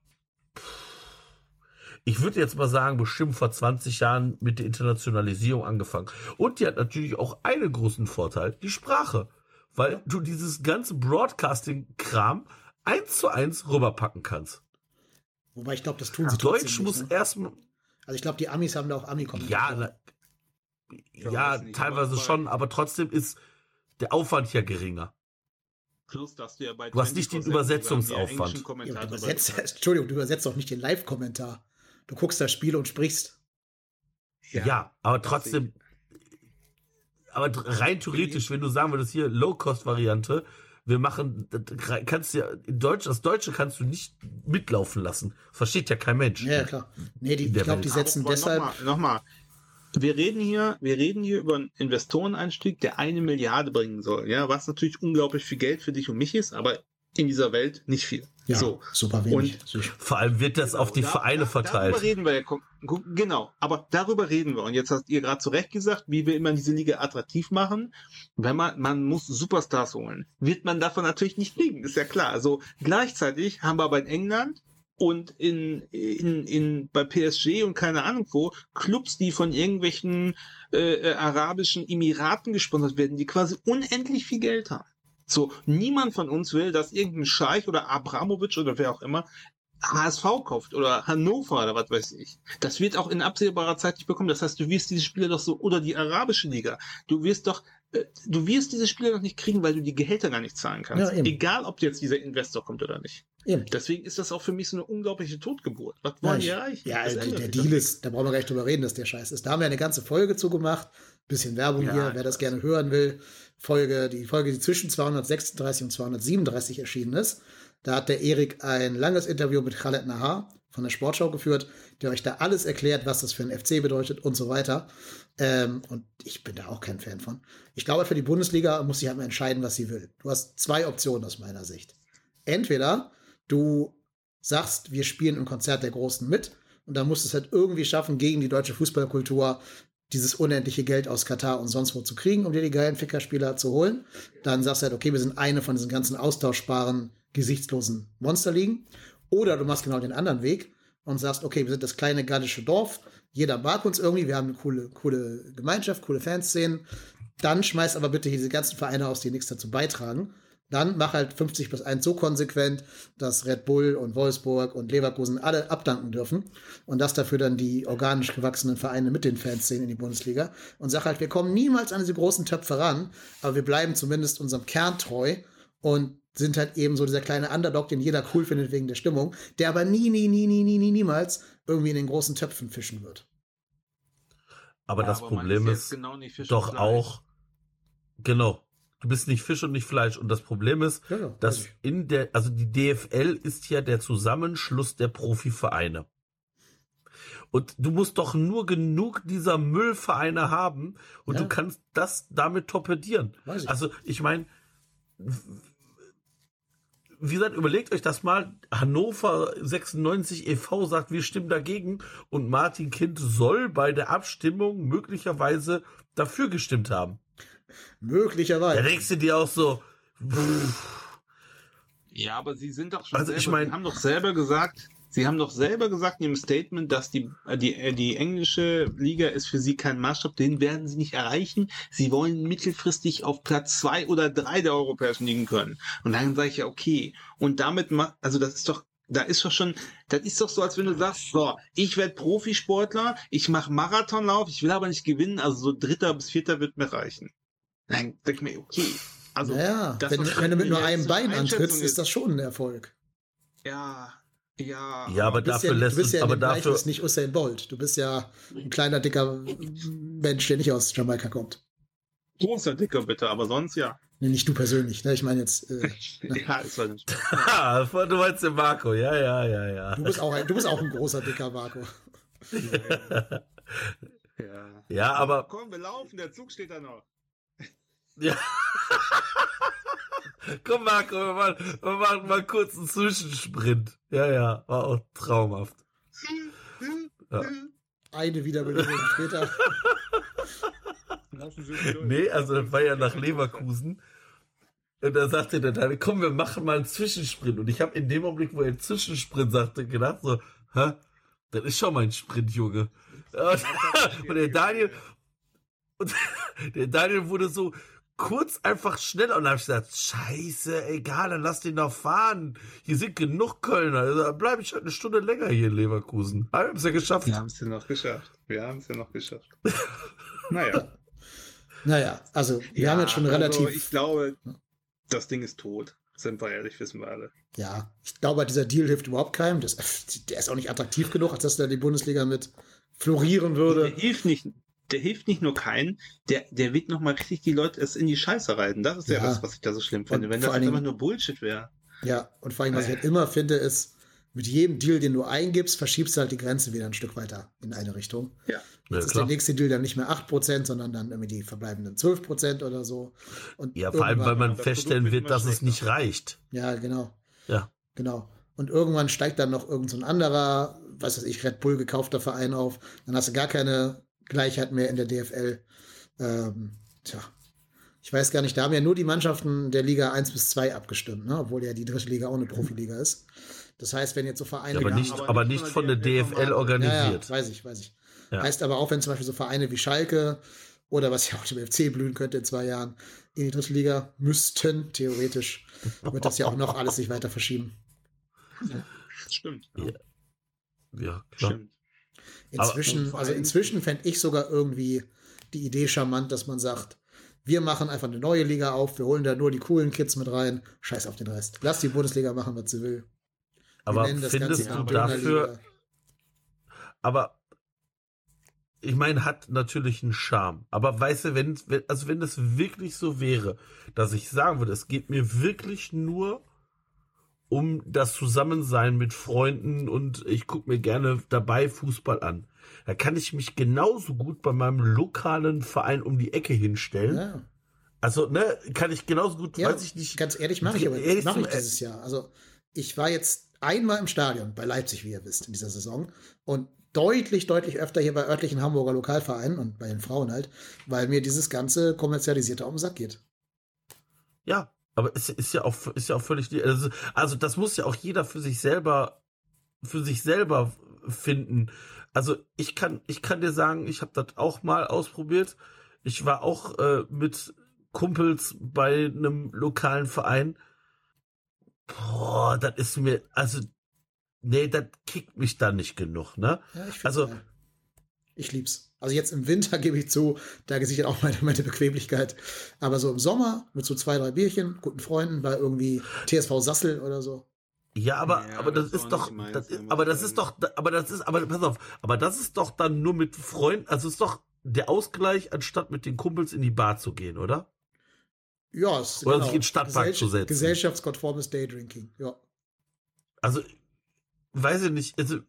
ich würde jetzt mal sagen, bestimmt vor zwanzig Jahren mit der Internationalisierung angefangen. Und die hat natürlich auch einen großen Vorteil, die Sprache. Weil du dieses ganze Broadcasting-Kram eins zu eins rüberpacken kannst. Wobei ich glaube, das tun sie trotzdem Deutsch nicht, muss ne? erstmal, Also ich glaube, die Amis haben da auch ami ja, na, Ja, ja, weiß nicht, teilweise aber- schon, aber trotzdem ist der Aufwand ja geringer. Plus, dass du ja bei Du hast nicht den vierundzwanzig Übersetzungsaufwand. sogar die englischen Ja, Kommentare aber du dabei übersetzt, bekommst. Entschuldigung, du übersetzt doch nicht den Live-Kommentar. Du guckst das Spiel und sprichst. Ja, aber das trotzdem, aber dr- rein theoretisch, wenn du sagen würdest, hier Low-Cost-Variante, wir machen, das kannst du ja, in Deutsch, das Deutsche kannst du nicht mitlaufen lassen. Das versteht ja kein Mensch. Ja, ja, klar. Nee, die, In ich der glaube, die Welt. setzen Aber deshalb. Nochmal, nochmal. Wir reden hier, wir reden hier über einen Investoreneinstieg, der eine Milliarde bringen soll. Ja, was natürlich unglaublich viel Geld für dich und mich ist, aber in dieser Welt nicht viel. Ja, So. super wenig. Und Sich- Vor allem wird das auf die Da- Vereine da, verteilt. Darüber reden wir ja. kon- gu- Genau, aber darüber reden wir. Und jetzt hast ihr gerade zu Recht gesagt, wie wir immer diese Liga attraktiv machen. Wenn man, man muss Superstars holen. Wird man davon natürlich nicht fliegen, ist ja klar. Also gleichzeitig haben wir aber in England und in, in, in, bei P S G und keine Ahnung wo, Clubs, die von irgendwelchen äh, äh, arabischen Emiraten gesponsert werden, die quasi unendlich viel Geld haben. So, niemand von uns will, dass irgendein Scheich oder Abramovic oder wer auch immer H S V kauft oder Hannover oder was weiß ich. Das wird auch in absehbarer Zeit nicht bekommen. Das heißt, du wirst diese Spieler doch so, oder die arabische Liga, du wirst doch, äh, du wirst diese Spieler doch nicht kriegen, weil du die Gehälter gar nicht zahlen kannst. Ja, eben. Egal, ob jetzt dieser Investor kommt oder nicht. Eben. Deswegen ist das auch für mich so eine unglaubliche Totgeburt. Was Ja, wollen ich, die erreichen? ja Das der, ändert der sich Deal doch ist, da brauchen wir gar nicht drüber reden, dass der Scheiß ist. Da haben wir eine ganze Folge zu gemacht. Bisschen Werbung Ja, hier, ich wer das weiß. gerne hören will. Folge, die Folge, die zwischen zweihundertsechsunddreißig und zweihundertsiebenunddreißig erschienen ist. Da hat der Erik ein langes Interview mit Khaled Nahar von der Sportschau geführt, der euch da alles erklärt, was das für ein F C bedeutet und so weiter. Ähm, und ich bin da auch kein Fan von. Ich glaube, für die Bundesliga muss sie halt mal entscheiden, was sie will. Du hast zwei Optionen aus meiner Sicht. Entweder du sagst, wir spielen im Konzert der Großen mit und dann musst du es halt irgendwie schaffen, gegen die deutsche Fußballkultur dieses unendliche Geld aus Katar und sonst wo zu kriegen, um dir die geilen Fickerspieler zu holen. Dann sagst du halt, okay, wir sind eine von diesen ganzen austauschbaren, gesichtslosen Monsterligen. Oder du machst genau den anderen Weg und sagst, okay, wir sind das kleine gallische Dorf, jeder mag uns irgendwie, wir haben eine coole, coole Gemeinschaft, coole Fanszenen. Dann schmeiß aber bitte diese ganzen Vereine aus, die nichts dazu beitragen. Dann mach halt fünfzig plus eins so konsequent, dass Red Bull und Wolfsburg und Leverkusen alle abdanken dürfen und dass dafür dann die organisch gewachsenen Vereine mit den Fanszenen in die Bundesliga und sag halt, wir kommen niemals an diese großen Töpfe ran, aber wir bleiben zumindest unserem Kern treu und sind halt eben so dieser kleine Underdog, den jeder cool findet wegen der Stimmung, der aber nie, nie, nie, nie, nie, nie, niemals irgendwie in den großen Töpfen fischen wird. Aber Ja, das aber man Problem ist ist, jetzt genau nicht Fisch doch und Fleisch. auch, genau, du bist nicht Fisch und nicht Fleisch. Und das Problem ist, Ja, ja, dass weiß ich. in der, also die D F L ist ja der Zusammenschluss der Profivereine. Und du musst doch nur genug dieser Müllvereine haben und Ja. du kannst das damit torpedieren. Weiß ich. Also ich meine, wie gesagt, überlegt euch das mal. Hannover sechsundneunzig e V sagt, wir stimmen dagegen und Martin Kind soll bei der Abstimmung möglicherweise dafür gestimmt haben. Da Möglicherweise. denkst du dir auch so, pff, Ja, aber sie sind doch schon Also ich selber, mein- sie haben doch selber gesagt, sie haben doch selber gesagt in ihrem Statement, dass die, äh, die, äh, die englische Liga ist für sie kein Maßstab, den werden sie nicht erreichen. Sie wollen mittelfristig auf Platz zwei oder drei der europäischen Ligen können. Und dann sage ich ja, okay. Und damit, ma- also das ist doch, da ist doch schon, das ist doch so, als wenn du sagst, so, ich werde Profisportler, ich mache Marathonlauf, ich will aber nicht gewinnen, also so Dritter bis Vierter wird mir reichen. Dann denke ich mir, okay. Also, Naja, das, wenn, was wenn du mit nur die einem letzte Bein Einschätzung antrittst, ist das schon ein Erfolg. Ja, ja. ja, aber Du bist dafür ja, lässt du bist uns, ja aber in dem dafür, Gleichnis nicht Usain Bolt. Du bist ja ein kleiner, dicker Mensch, der nicht aus Jamaika kommt. Großer Dicker bitte, aber sonst ja. Nee, nicht du persönlich. Ne? Ich meine jetzt, äh, Ja, ist halt nicht. ah, du meinst den Marco, ja, ja, ja, ja. du, bist auch ein, du bist auch ein großer, dicker Marco. Ja. Ja, aber, Komm, wir laufen, der Zug steht da noch. ja. Komm, Marco, wir machen, wir machen mal kurz einen Zwischensprint. Ja, ja, war auch traumhaft. Ja. Eine Wiederbelebung später. Lassen Sie mich durch. Nee, also das war ja nach Leverkusen. Und da sagte der Daniel, komm, wir machen mal einen Zwischensprint. Und ich habe in dem Augenblick, wo er einen Zwischensprint sagte, gedacht so, hä? Das ist schon mein Sprint, Junge. Und, und der Daniel, und der Daniel wurde so kurz einfach schneller. Und dann habe ich gesagt, scheiße, egal, dann lass den doch fahren. Hier sind genug Kölner. Also, dann bleibe ich halt eine Stunde länger hier in Leverkusen. Aber wir haben es ja geschafft. Wir haben es ja noch geschafft. Wir haben es ja noch geschafft. Naja. Naja, also wir Ja, haben jetzt schon relativ. Also ich glaube, das Ding ist tot. Sind wir ehrlich, wissen wir alle. Ja, ich glaube, dieser Deal hilft überhaupt keinem. Das, der ist auch nicht attraktiv genug, als dass da die Bundesliga mit florieren Der würde. hilft nicht, der hilft nicht nur keinen, der, der wird nochmal richtig die Leute es in die Scheiße reiten. Das ist ja, Ja. das, was ich da so schlimm finde. Und Wenn vor das allen jetzt einfach Dingen- nur Bullshit wäre. Ja, und vor allem, was ich halt immer finde, ist, mit jedem Deal, den du eingibst, verschiebst du halt die Grenze wieder ein Stück weiter in eine Richtung. Ja. Ja, Jetzt ist klar. der nächste Deal dann nicht mehr acht Prozent, sondern dann irgendwie die verbleibenden zwölf Prozent oder so. Und Ja, vor allem, weil irgendwann- man das feststellen Produkt wird wird, dass immer es nicht reicht. Ja, genau. Ja. Genau. Und irgendwann steigt dann noch irgend so ein anderer, was weiß ich, Red Bull gekaufter Verein auf. Dann hast du gar keine Gleichheit mehr in der D F L. Ähm, tja. Ich weiß gar nicht, da haben ja nur die Mannschaften der Liga eins bis zwei abgestimmt, ne? Obwohl ja die dritte Liga auch eine Profiliga ist. Das heißt, wenn jetzt so Vereine Ja, aber wie- nicht, aber aber nicht nicht von von der der D F L D F L Ja, ja, organisiert. weiß ich, weiß ich. Ja. Heißt aber auch, wenn zum Beispiel so Vereine wie Schalke oder was ja auch dem F C blühen könnte in zwei Jahren in die dritte Liga müssten, theoretisch, wird das ja auch noch alles sich weiter verschieben. Stimmt. Ja. Ja, klar. Stimmt. Inzwischen, Aber- also inzwischen fände ich sogar irgendwie die Idee charmant, dass man sagt, wir machen einfach eine neue Liga auf, wir holen da nur die coolen Kids mit rein, scheiß auf den Rest. Lass die Bundesliga machen, was sie will. Wir Aber nennen das findest Ganze du die dafür, Dönerliga. aber ich meine, hat natürlich einen Charme. Aber weißt du, wenn, wenn, also wenn das wirklich so wäre, dass ich sagen würde, es geht mir wirklich nur um das Zusammensein mit Freunden und ich gucke mir gerne dabei Fußball an. Da kann ich mich genauso gut bei meinem lokalen Verein um die Ecke hinstellen. Ja. Also, ne, kann ich genauso gut, Ja, weiß ich nicht. ganz ehrlich, mache ich aber ehrlich mache ich zum- dieses Jahr. Also ich war jetzt einmal im Stadion bei Leipzig, wie ihr wisst, in dieser Saison und deutlich, deutlich öfter hier bei örtlichen Hamburger Lokalvereinen und bei den Frauen halt, weil mir dieses ganze Kommerzialisierte auf den Sack geht. Ja, aber es ist ja auch, ist ja auch völlig, also, also das muss ja auch jeder für sich selber, für sich selber finden. Also ich kann, ich kann dir sagen, ich habe das auch mal ausprobiert. Ich war auch äh, mit Kumpels bei einem lokalen Verein. Boah, das ist mir, also, nee, das kickt mich da nicht genug, ne? Ja, ich find's Also- geil. Ich lieb's. Also jetzt im Winter gebe ich zu, da gesichert auch meine, meine Bequemlichkeit. Aber so im Sommer mit so zwei, drei Bierchen, guten Freunden, bei irgendwie T S V Sassel oder so. Ja, aber, Ja, aber das, das ist war doch, nicht meins, das da ist, muss aber ich das ist doch, aber das ist, aber pass auf, aber das ist doch dann nur mit Freunden, also ist doch der Ausgleich, anstatt mit den Kumpels in die Bar zu gehen, oder? Ja, es, Oder sich in den Stadtpark zu setzen. Gesellschaftskonformes Daydrinking, ja. Also, weiß ich nicht, also,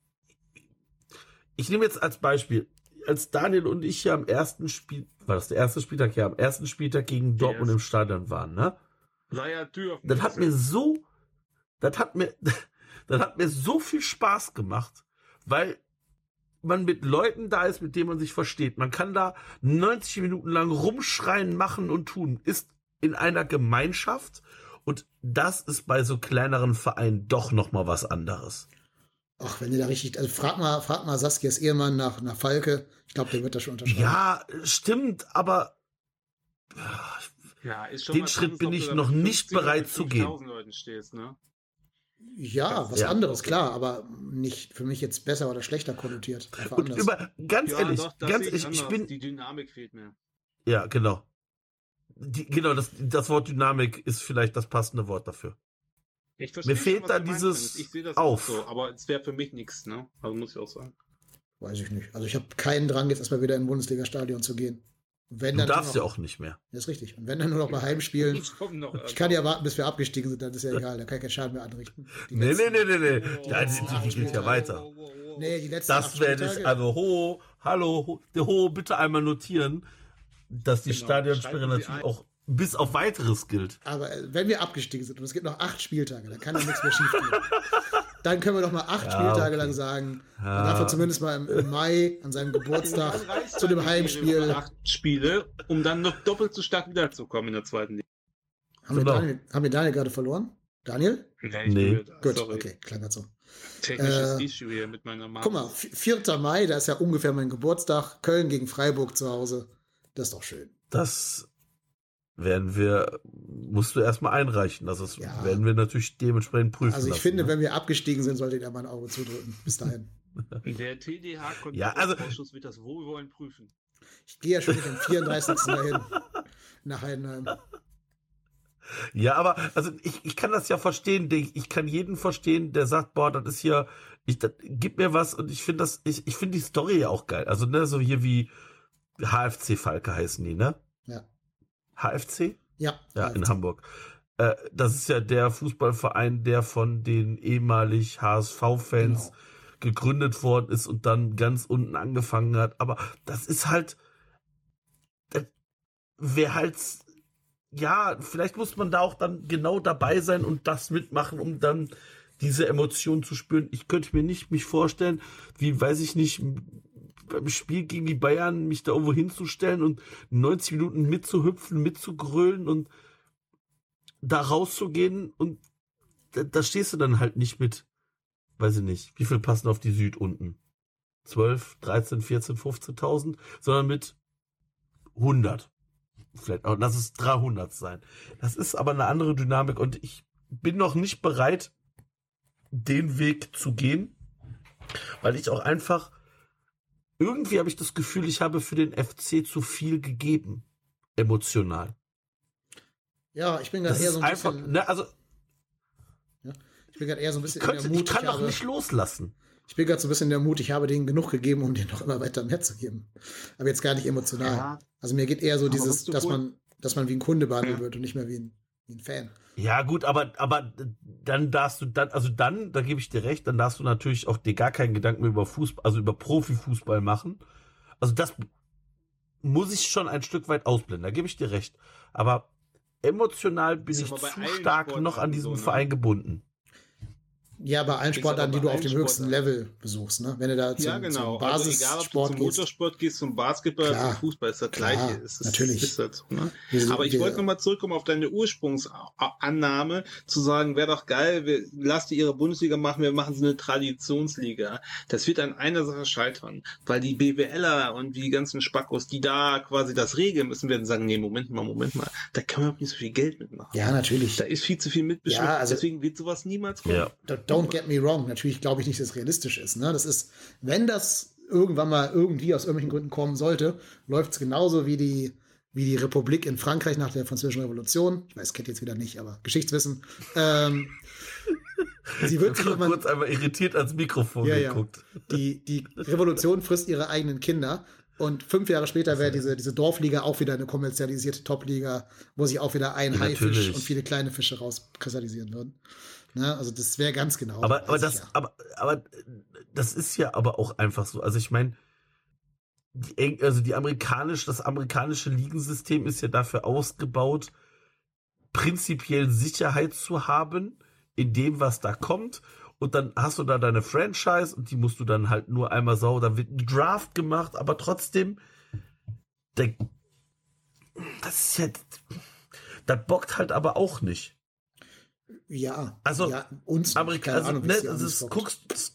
ich nehme jetzt als Beispiel, als Daniel und ich ja am ersten Spiel, war das der erste Spieltag, ja, am ersten Spieltag gegen Dortmund Yes. im Stadion waren, ne? Sei ja Tür auf dem Das hat Wechsel. mir so, das hat mir, das hat mir so viel Spaß gemacht, weil man mit Leuten da ist, mit denen man sich versteht. Man kann da neunzig Minuten lang rumschreien, machen und tun, ist in einer Gemeinschaft und das ist bei so kleineren Vereinen doch noch mal was anderes. Ach, wenn ihr da richtig, also frag mal, frag mal Saskias Ehemann nach, nach Falke. Ich glaube, der wird das schon unterschreiben. Ja, stimmt, aber Ja, ist schon Den was Schritt anderes, bin ob du ich da noch mit nicht fünfzig oder bereit mit zu gehen. fünftausend Leuten stehst, ne? Ja, was Ja. anderes, klar, aber nicht für mich jetzt besser oder schlechter konnotiert. Einfach und anders. über, ganz Ja, ehrlich, doch, das ganz sehe ehrlich, ich anders. bin, Die Dynamik fehlt mir. ja, genau. Die, genau, das, das Wort Dynamik ist vielleicht das passende Wort dafür. Ich verstehe Mir fehlt schon, was da du meinst, dieses Dennis. Ich sehe das Auf. auch so, aber es wäre für mich nichts, ne? Also muss ich auch sagen. Weiß ich nicht. Also ich habe keinen Drang, jetzt erstmal wieder in ein Bundesliga-Stadion zu gehen. Und wenn Du dann darfst ja nur noch, auch nicht mehr. Ja, ist richtig. Und wenn dann nur noch bei Heimspielen. Ich komm noch, Ich kann ja warten, bis wir abgestiegen sind, dann ist ja egal. Da kann ich keinen Schaden mehr anrichten. Die Nee, nee, letzten- nee, nee, nee. Oh, Ja, die, oh, die geht ja oh, weiter. oh, oh, oh. Nee, die letzten Das acht werde ich, Spieltage- also ho, hallo, ho, ho, bitte einmal notieren, dass die Genau, Stadionsperre schreiben Sie natürlich ein. auch bis auf weiteres gilt. Aber äh, wenn wir abgestiegen sind und es gibt noch acht Spieltage, dann kann ja nichts mehr schief gehen. Dann können wir doch mal acht Ja, Spieltage okay. lang sagen, Ja. dann darf er zumindest mal im, im Mai an seinem Geburtstag Dann reicht's zu dem dann Heimspiel. ihre Acht Spiele, um dann noch doppelt so stark wiederzukommen in der zweiten Liga. Haben wir, Genau. Daniel, haben wir Daniel gerade verloren? Daniel? Nee. Nee. Gut, Sorry. okay, klang grad so. Technisches Äh, Issue hier mit meiner Mama. Guck mal, vi- vierter Mai, da ist ja ungefähr mein Geburtstag. Köln gegen Freiburg zu Hause. Das ist doch schön. Das werden wir, musst du erstmal einreichen. Das ist, Ja. werden wir natürlich dementsprechend prüfen. Also ich lassen, finde, ne? wenn wir abgestiegen sind, solltet ihr mal ein Auge zudrücken. Bis dahin. Der T D Ja, also- H-Kontrollausschuss wird das Wohlwollen prüfen. Ich gehe ja schon nicht am vierunddreißigsten dahin. Nach Heidenheim. Ja, aber also ich, ich kann das ja verstehen. Ich, ich kann jeden verstehen, der sagt, boah, das ist hier, ich, das, gib mir was und ich finde das, ich, ich finde die Story ja auch geil. Also ne, so hier wie H F C Falke heißen die, ne? Ja. H F C? Ja. Ja, in Hamburg. Äh, das ist ja der Fußballverein, der von den ehemalig H S V-Fans Genau. gegründet worden ist und dann ganz unten angefangen hat. Aber das ist halt, das wäre halt, ja, vielleicht muss man da auch dann genau dabei sein und das mitmachen, um dann diese Emotionen zu spüren. Ich könnte mir nicht mich vorstellen, wie, weiß ich nicht, beim Spiel gegen die Bayern mich da irgendwo hinzustellen und neunzig Minuten mitzuhüpfen, mitzugrölen und da rauszugehen und da, da stehst du dann halt nicht mit, weiß ich nicht, wie viel passen auf die Süd unten? zwölf, dreizehn, vierzehn, fünfzehntausend, sondern mit hundert. Vielleicht auch, lass es dreihundert sein. Das ist aber eine andere Dynamik und ich bin noch nicht bereit, den Weg zu gehen, weil ich auch einfach, irgendwie habe ich das Gefühl, ich habe für den F C zu viel gegeben. Emotional. Ja, ich bin Das gerade eher ist so ein einfach, bisschen. ne, also Ich bin gerade eher so ein ich, bisschen könnte, in der ich Mut. kann ich doch habe, nicht loslassen. ich bin gerade so ein bisschen in der Mut. Ich habe denen genug gegeben, um denen noch immer weiter mehr zu geben. Aber jetzt gar nicht emotional. Ja. Also mir geht eher so Aber dieses, was du dass wohl- man, dass man wie ein Kunde behandelt Ja. wird und nicht mehr wie ein, wie ein Fan. Ja, gut, aber, aber dann darfst du dann, also dann, da gebe ich dir recht, dann darfst du natürlich auch dir gar keinen Gedanken mehr über Fußball, also über Profifußball machen. Also das muss ich schon ein Stück weit ausblenden, da gebe ich dir recht. Aber emotional bin Ist ich aber bei zu allen stark noch an Sportarten diesem so, ne? Verein gebunden. Ja, bei allen Ist Sportarten, aber die bei du auf allen dem höchsten Sportarten. Level besuchst, ne? Wenn du da zum, Ja, genau. zum Also egal, ob du Basissport zum gehst. Motorsport gehst, zum Basketball, Klar, zum Fußball, ist das klar, Gleiche. Es ist, natürlich. Ist das so, ne? Wir- Aber ich wir- wollte nochmal zurückkommen auf deine Ursprungsannahme, zu sagen, wäre doch geil, wir, lass die ihre Bundesliga machen, wir machen so eine Traditionsliga. Das wird an einer Sache scheitern, weil die BWLer und die ganzen Spackos, die da quasi das regeln müssen, werden sagen, nee, Moment mal, Moment mal, da kann man nicht so viel Geld mitmachen. Ja, natürlich. Da ist viel zu viel mitbestimmt, Ja, also- deswegen wird sowas niemals kommen. Ja. Don't get me wrong, natürlich glaube ich nicht, dass es realistisch ist. Ne? Das ist, wenn das irgendwann mal irgendwie aus irgendwelchen Gründen kommen sollte, läuft es genauso wie die, wie die Republik in Frankreich nach der Französischen Revolution. Ich weiß, kennt ihr jetzt wieder nicht, aber Geschichtswissen. Ähm, sie wird sich Ich habe irgendwann, kurz einmal irritiert ans Mikrofon Ja, ja. geguckt. die, die Revolution frisst ihre eigenen Kinder. Und fünf Jahre später wäre diese, diese Dorfliga auch wieder eine kommerzialisierte Topliga, wo sich auch wieder ein Ja, Haifisch natürlich. und viele kleine Fische rauskristallisieren würden. Ne? Also das wäre ganz genau. Aber, weiß aber ich das, ja. aber, aber das ist ja aber auch einfach so. Also ich meine, die, Eng- also die amerikanisch, das amerikanische Ligensystem ist ja dafür ausgebaut, prinzipiell Sicherheit zu haben in dem, was da kommt. Und dann hast du da deine Franchise und die musst du dann halt nur einmal sauber, da wird ein Draft gemacht, aber trotzdem, der, das ist ja, das bockt halt aber auch nicht. Ja, Also, ja, uns Amerika, keine also, Ahnung, wie ne, es die das, Amis ist, bockt. guckst, das,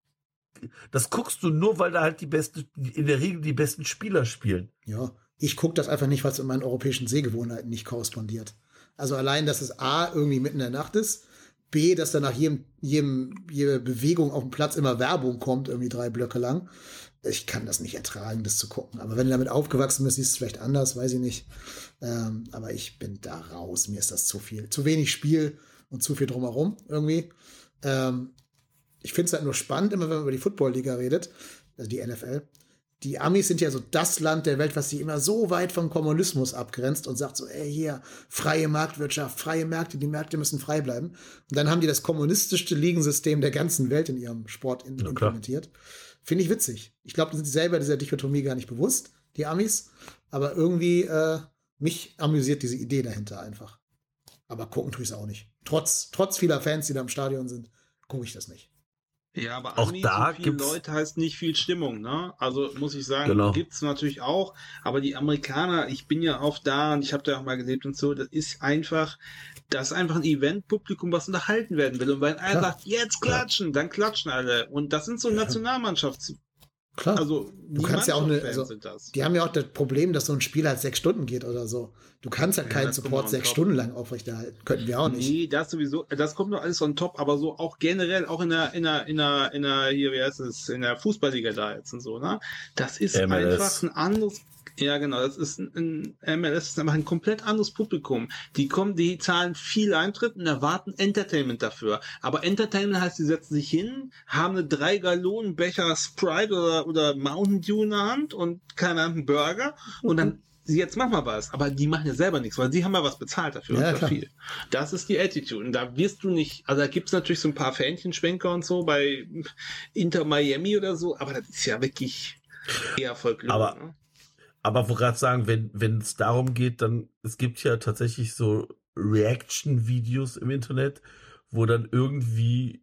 das guckst du nur, weil da halt die besten, in der Regel die besten Spieler spielen. Ja, ich gucke das einfach nicht, weil es mit meinen europäischen Sehgewohnheiten nicht korrespondiert. Also allein, dass es A, irgendwie mitten in der Nacht ist, B, dass da nach jedem, jedem, jede Bewegung auf dem Platz immer Werbung kommt, irgendwie drei Blöcke lang. Ich kann das nicht ertragen, das zu gucken. Aber wenn du damit aufgewachsen bist, ist es vielleicht anders, weiß ich nicht. Ähm, aber ich bin da raus. Mir ist das zu viel. Zu wenig Spiel und zu viel drumherum irgendwie. Ähm, ich finde es halt nur spannend, immer wenn man über die Football-Liga redet, also die N F L. Die Amis sind ja so das Land der Welt, was sich immer so weit vom Kommunismus abgrenzt und sagt so, ey, hier, freie Marktwirtschaft, freie Märkte, die Märkte müssen frei bleiben. Und dann haben die das kommunistischste Ligensystem der ganzen Welt in ihrem Sport in, Ja, klar. implementiert. Finde ich witzig. Ich glaube, die sind sich selber dieser Dichotomie gar nicht bewusst, die Amis. Aber irgendwie, äh, mich amüsiert diese Idee dahinter einfach. Aber gucken tue ich es auch nicht. Trotz, trotz vieler Fans, die da im Stadion sind, gucke ich das nicht. Ja, aber Auch Amis da und viele gibt's- Leute heißt nicht viel Stimmung, ne? Also muss ich sagen, Genau. gibt's natürlich auch, aber die Amerikaner, ich bin ja oft da und ich habe da auch mal gelebt und so, das ist einfach, das ist einfach ein Eventpublikum, was unterhalten werden will. Und wenn einer Klar. sagt, jetzt klatschen, dann klatschen alle. Und das sind so Nationalmannschafts, Klar. also Du kannst ja auch eine, Mannschaftsfans also, sind das. die haben ja auch das Problem, dass so ein Spiel halt sechs Stunden geht oder so. Du kannst halt Ja, keinen das kommt Support on sechs top. Stunden lang aufrechterhalten. Könnten wir auch nicht. Nee, das sowieso, das kommt noch alles on top, aber so auch generell, auch in der, in der, in der, in der, hier, wie heißt es, in der Fußballliga da jetzt und so, ne? Das ist M L S. einfach ein anderes, ja genau, das ist ein, ein M L S ist einfach ein komplett anderes Publikum. Die kommen, die zahlen viel Eintritt und erwarten Entertainment dafür. Aber Entertainment heißt, die setzen sich hin, haben eine drei Gallonen Becher Sprite oder, oder Mountain Dew in der Hand und keine Ahnung, einen Burger und dann sie jetzt mach mal was, aber die machen ja selber nichts, weil sie haben ja was bezahlt dafür Ja, und zwar klar. viel. Das ist die Attitude. Und da wirst du nicht, also da gibt's natürlich so ein paar Fähnchenschwenker und so bei Inter Miami oder so, aber das ist ja wirklich eher Folklore. Aber- ne? Aber wo gerade sagen, wenn wenn es darum geht, dann es gibt ja tatsächlich so Reaction-Videos im Internet, wo dann irgendwie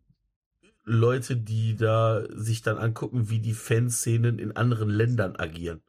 Leute, die da sich dann angucken, wie die Fanszenen in anderen Ländern agieren.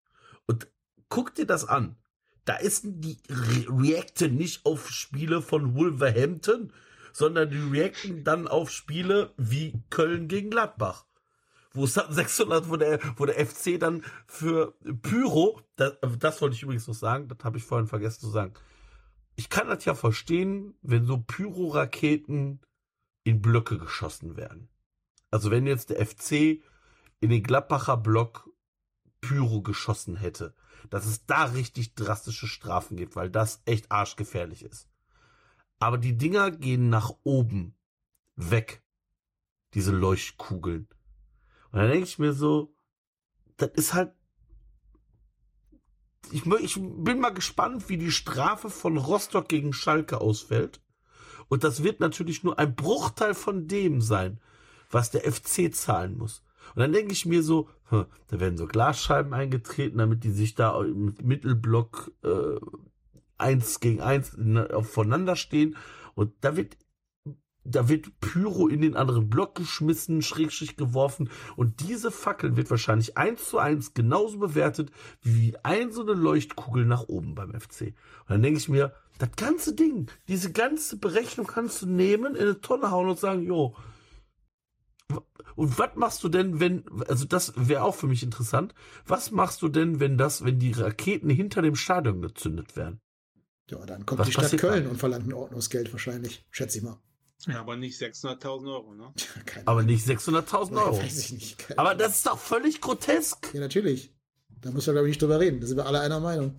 Und guck dir das an. Da ist die re reacten nicht auf Spiele von Wolverhampton, sondern die reacten dann auf Spiele wie Köln gegen Gladbach. Wo es dann sechshundert, wo der, wo der F C dann für Pyro, das, das wollte ich übrigens noch sagen, das habe ich vorhin vergessen zu sagen. Ich kann das ja verstehen, wenn so Pyro-Raketen in Blöcke geschossen werden. Also wenn jetzt der F C in den Gladbacher Block Pyro geschossen hätte, dass es da richtig drastische Strafen gibt, weil das echt arschgefährlich ist. Aber die Dinger gehen nach oben weg, diese Leuchtkugeln. Und dann denke ich mir so, das ist halt, ich, ich bin mal gespannt, wie die Strafe von Rostock gegen Schalke ausfällt. Und das wird natürlich nur ein Bruchteil von dem sein, was der F C zahlen muss. Und dann denke ich mir so, hm, da werden so Glasscheiben eingetreten, damit die sich da im Mittelblock äh, eins gegen eins aufeinander stehen. Und da wird Da wird Pyro in den anderen Block geschmissen, Schrägstrich geworfen. Und diese Fackel wird wahrscheinlich eins zu eins genauso bewertet wie ein so eine Leuchtkugel nach oben beim F C. Und dann denke ich mir, das ganze Ding, diese ganze Berechnung kannst du nehmen, in eine Tonne hauen und sagen, jo. Und was machst du denn, wenn, also das wäre auch für mich interessant, was machst du denn, wenn das, wenn die Raketen hinter dem Stadion gezündet werden? Ja, dann kommt Was die Stadt passiert Köln dann? und verlangt ein Ordnungsgeld wahrscheinlich, schätze ich mal. Ja, aber nicht sechshunderttausend Euro, ne? Keine Aber Ahnung. nicht sechshunderttausend Euro. Weiß ich nicht. Keine Aber Ahnung. das ist doch völlig grotesk. Ja, natürlich. Da müssen wir, glaube ich, nicht drüber reden. Da sind wir alle einer Meinung.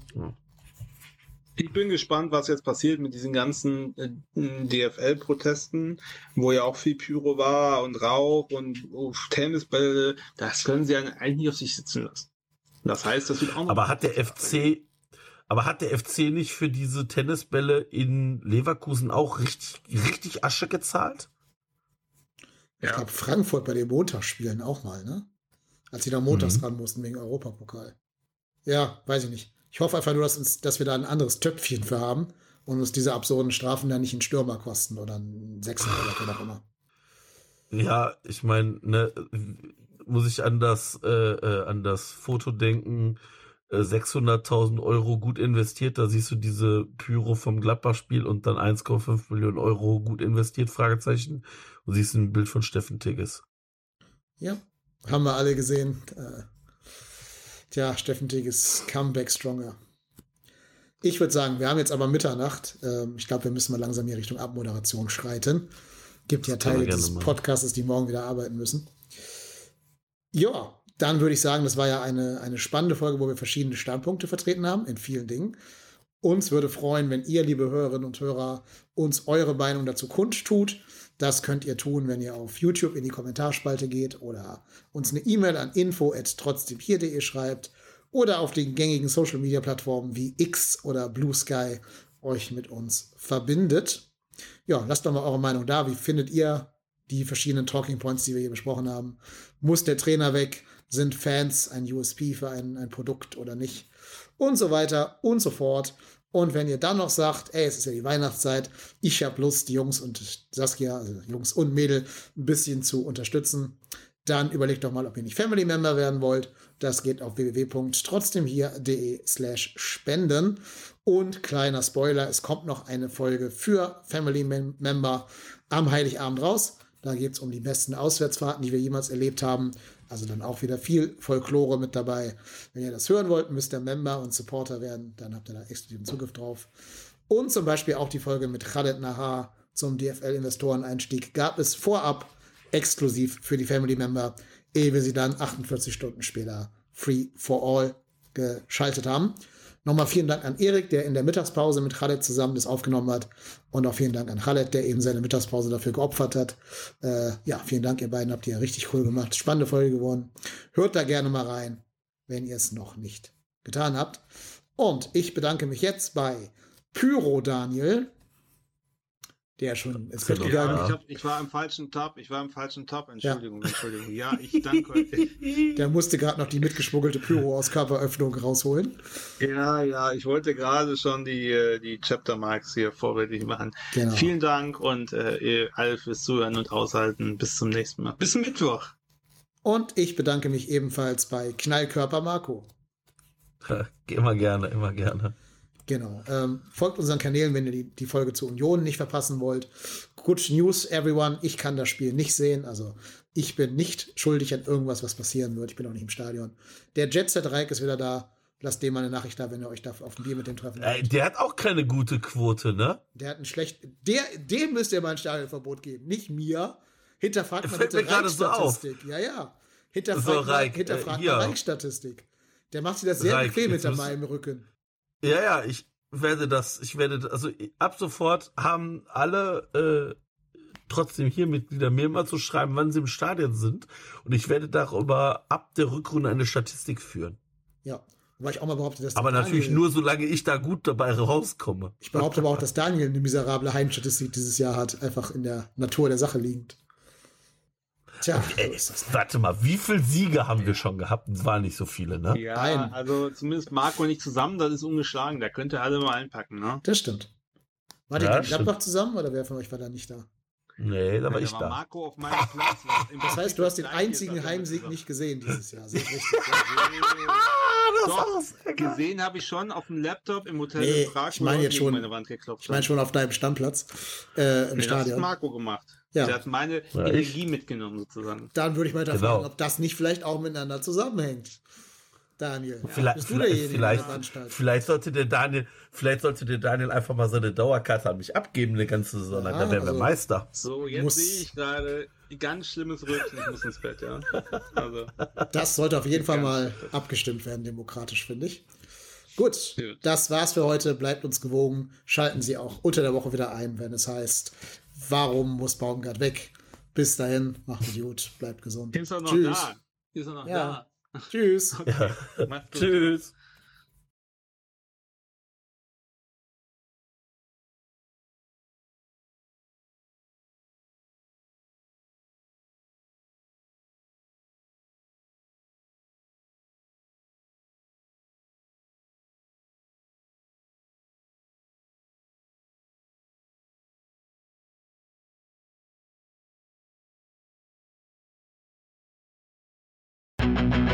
Ich bin gespannt, was jetzt passiert mit diesen ganzen äh, D F L-Protesten, wo ja auch viel Pyro war und Rauch und oh, Tennisbälle. Das können sie ja eigentlich nicht auf sich sitzen lassen. Das heißt, das wird auch noch. Aber hat der F C, aber hat der F C nicht für diese Tennisbälle in Leverkusen auch richtig, richtig Asche gezahlt? Ich glaube, Frankfurt bei den Montagsspielen auch mal, ne? Als sie da montags Mhm. ran mussten wegen Europapokal. Ja, weiß ich nicht. Ich hoffe einfach nur, dass, uns, dass wir da ein anderes Töpfchen für haben und uns diese absurden Strafen dann nicht einen Stürmer kosten oder einen Sechser oder was auch immer. Ja, ich meine, ne, muss ich an das, äh, äh, an das Foto denken, äh, sechshunderttausend Euro gut investiert, da siehst du diese Pyro vom Gladbach-Spiel und dann eins Komma fünf Millionen Euro gut investiert, Fragezeichen, und siehst ein Bild von Steffen Tigges. Ja, haben wir alle gesehen. Äh, tja, Steffen Tigges Comeback Stronger. Ich würde sagen, wir haben jetzt aber Mitternacht. Ähm, ich glaube, wir müssen mal langsam hier Richtung Abmoderation schreiten. Gibt ja Das können wir Teile gerne des machen. Podcasts, die morgen wieder arbeiten müssen. Ja, dann würde ich sagen, das war ja eine, eine spannende Folge, wo wir verschiedene Standpunkte vertreten haben in vielen Dingen. Uns würde freuen, wenn ihr, liebe Hörerinnen und Hörer, uns eure Meinung dazu kundtut. Das könnt ihr tun, wenn ihr auf YouTube in die Kommentarspalte geht oder uns eine E-Mail an info at trotzdem hier punkt de schreibt oder auf den gängigen Social-Media-Plattformen wie X oder Blue Sky euch mit uns verbindet. Ja, lasst doch mal eure Meinung da. Wie findet ihr die verschiedenen Talking Points, die wir hier besprochen haben? Muss der Trainer weg? Sind Fans ein U S P für ein, ein Produkt oder nicht? Und so weiter und so fort. Und wenn ihr dann noch sagt, ey, es ist ja die Weihnachtszeit, ich habe Lust, die Jungs und Saskia, also Jungs und Mädel, ein bisschen zu unterstützen, dann überlegt doch mal, ob ihr nicht Family Member werden wollt. Das geht auf w w w punkt trotzdem hier punkt de slash spenden. Und kleiner Spoiler, es kommt noch eine Folge für Family Mem- Member am Heiligabend raus. Da geht es um die besten Auswärtsfahrten, die wir jemals erlebt haben. Also dann auch wieder viel Folklore mit dabei. Wenn ihr das hören wollt, müsst ihr Member und Supporter werden. Dann habt ihr da exklusiven Zugriff drauf. Und zum Beispiel auch die Folge mit Khaled Nahar zum D F L-Investoreneinstieg gab es vorab exklusiv für die Family Member, ehe wir sie dann achtundvierzig Stunden später free for all geschaltet haben. Nochmal vielen Dank an Erik, der in der Mittagspause mit Khaled zusammen das aufgenommen hat. Und auch vielen Dank an Khaled, der eben seine Mittagspause dafür geopfert hat. Äh, ja, vielen Dank, ihr beiden habt ihr richtig cool gemacht. Spannende Folge geworden. Hört da gerne mal rein, wenn ihr es noch nicht getan habt. Und ich bedanke mich jetzt bei Pyro Daniel, der schon ins Bett Genau. gegangen Ja, ist. ich, hab, ich war im falschen Tab, ich war im falschen Tab, Entschuldigung, Entschuldigung. Ja, ich danke euch. Der musste gerade noch die mitgeschmuggelte Pyro aus Körperöffnung rausholen. Ja, ja, ich wollte gerade schon die, äh, die Chapter Marks hier vorrätig machen. Genau. Vielen Dank und äh, ihr alle fürs Zuhören und Aushalten. Bis zum nächsten Mal. Bis Mittwoch. Und ich bedanke mich ebenfalls bei Knallkörper Marco. Immer gerne, immer gerne. Genau. Ähm, folgt unseren Kanälen, wenn ihr die, die Folge zur Union nicht verpassen wollt. Good News, everyone. Ich kann das Spiel nicht sehen. Also ich bin nicht schuldig an irgendwas, was passieren wird. Ich bin auch nicht im Stadion. Der Jet Set Reik ist wieder da. Lasst dem mal eine Nachricht da, wenn ihr euch da auf ein Bier mit dem treffen Ey, wollt. der hat auch keine gute Quote, ne? Der hat ein schlecht. Der, dem müsst ihr mal ein Stadionverbot geben. Nicht mir. Hinterfragt mal Fällt bitte mir gerade so auf. Reik-Statistik. Ja, ja. Hinterfragt So, mal, Reik, hinterfragt äh, mal hier. Reik-Statistik. Der macht sich das sehr Reik, bequem jetzt hinter müssen- meinem Rücken. Ja, ja, ich werde das, ich werde, also ab sofort haben alle äh, trotzdem hier Mitglieder mir mal zu schreiben, wann sie im Stadion sind. Und ich werde darüber ab der Rückrunde eine Statistik führen. Ja. Wobei ich auch mal behaupte, dass der Aber natürlich Daniel, nur, solange ich da gut dabei rauskomme. Ich behaupte aber auch, dass Daniel eine miserable Heimstatistik dieses Jahr hat, einfach in der Natur der Sache liegend. Tja, so Ey, ist das. warte mal, wie viele Siege haben wir schon gehabt? Es waren nicht so viele, ne? Ja, Nein. also zumindest Marco nicht zusammen, das ist ungeschlagen. Da könnt ihr alle mal einpacken, ne? Das stimmt. War ihr Ja, in Gladbach zusammen oder wer von euch war da nicht da? Nee, da war Ja, ich da da. Marco auf meinem Platz. Das heißt, du hast den einzigen Heimsieg nicht gesehen dieses Jahr. Sehe ich richtig? Ja. Doch, gesehen habe ich schon auf dem Laptop im Hotel Nee, in Prag. ich meine wo er jetzt gegen schon- meine Wand geklopft Ich meine hat. schon auf deinem Stammplatz äh, im Nee, das hat Stadion. Marco gemacht. Ja. Der hat meine Ja, Energie mitgenommen, sozusagen. Dann würde ich mal Genau. hinterfragen, ob das nicht vielleicht auch miteinander zusammenhängt. Daniel, Vielleicht, bist du vielleicht, derjenige vielleicht, in der Anstalt? vielleicht sollte der Daniel, vielleicht sollte der Daniel einfach mal so eine Dauerkarte an mich abgeben, eine ganze Saison lang, Ja, dann wären wir also- Meister. So, jetzt Muss- sehe ich gerade ein ganz schlimmes Rülpsen. Ich muss ins Bett, ja. Also, Das sollte auf jeden Fall Ganz mal schlecht. abgestimmt werden, demokratisch, finde ich. Gut, Gut. das war's für heute. Bleibt uns gewogen. Schalten Sie auch unter der Woche wieder ein, wenn es heißt, warum muss Baumgart weg? Bis dahin, macht es gut, bleibt gesund. ist er noch Tschüss. da? Ist er noch Ja. Tschüss. da? Macht's gut. Tschüss. Thank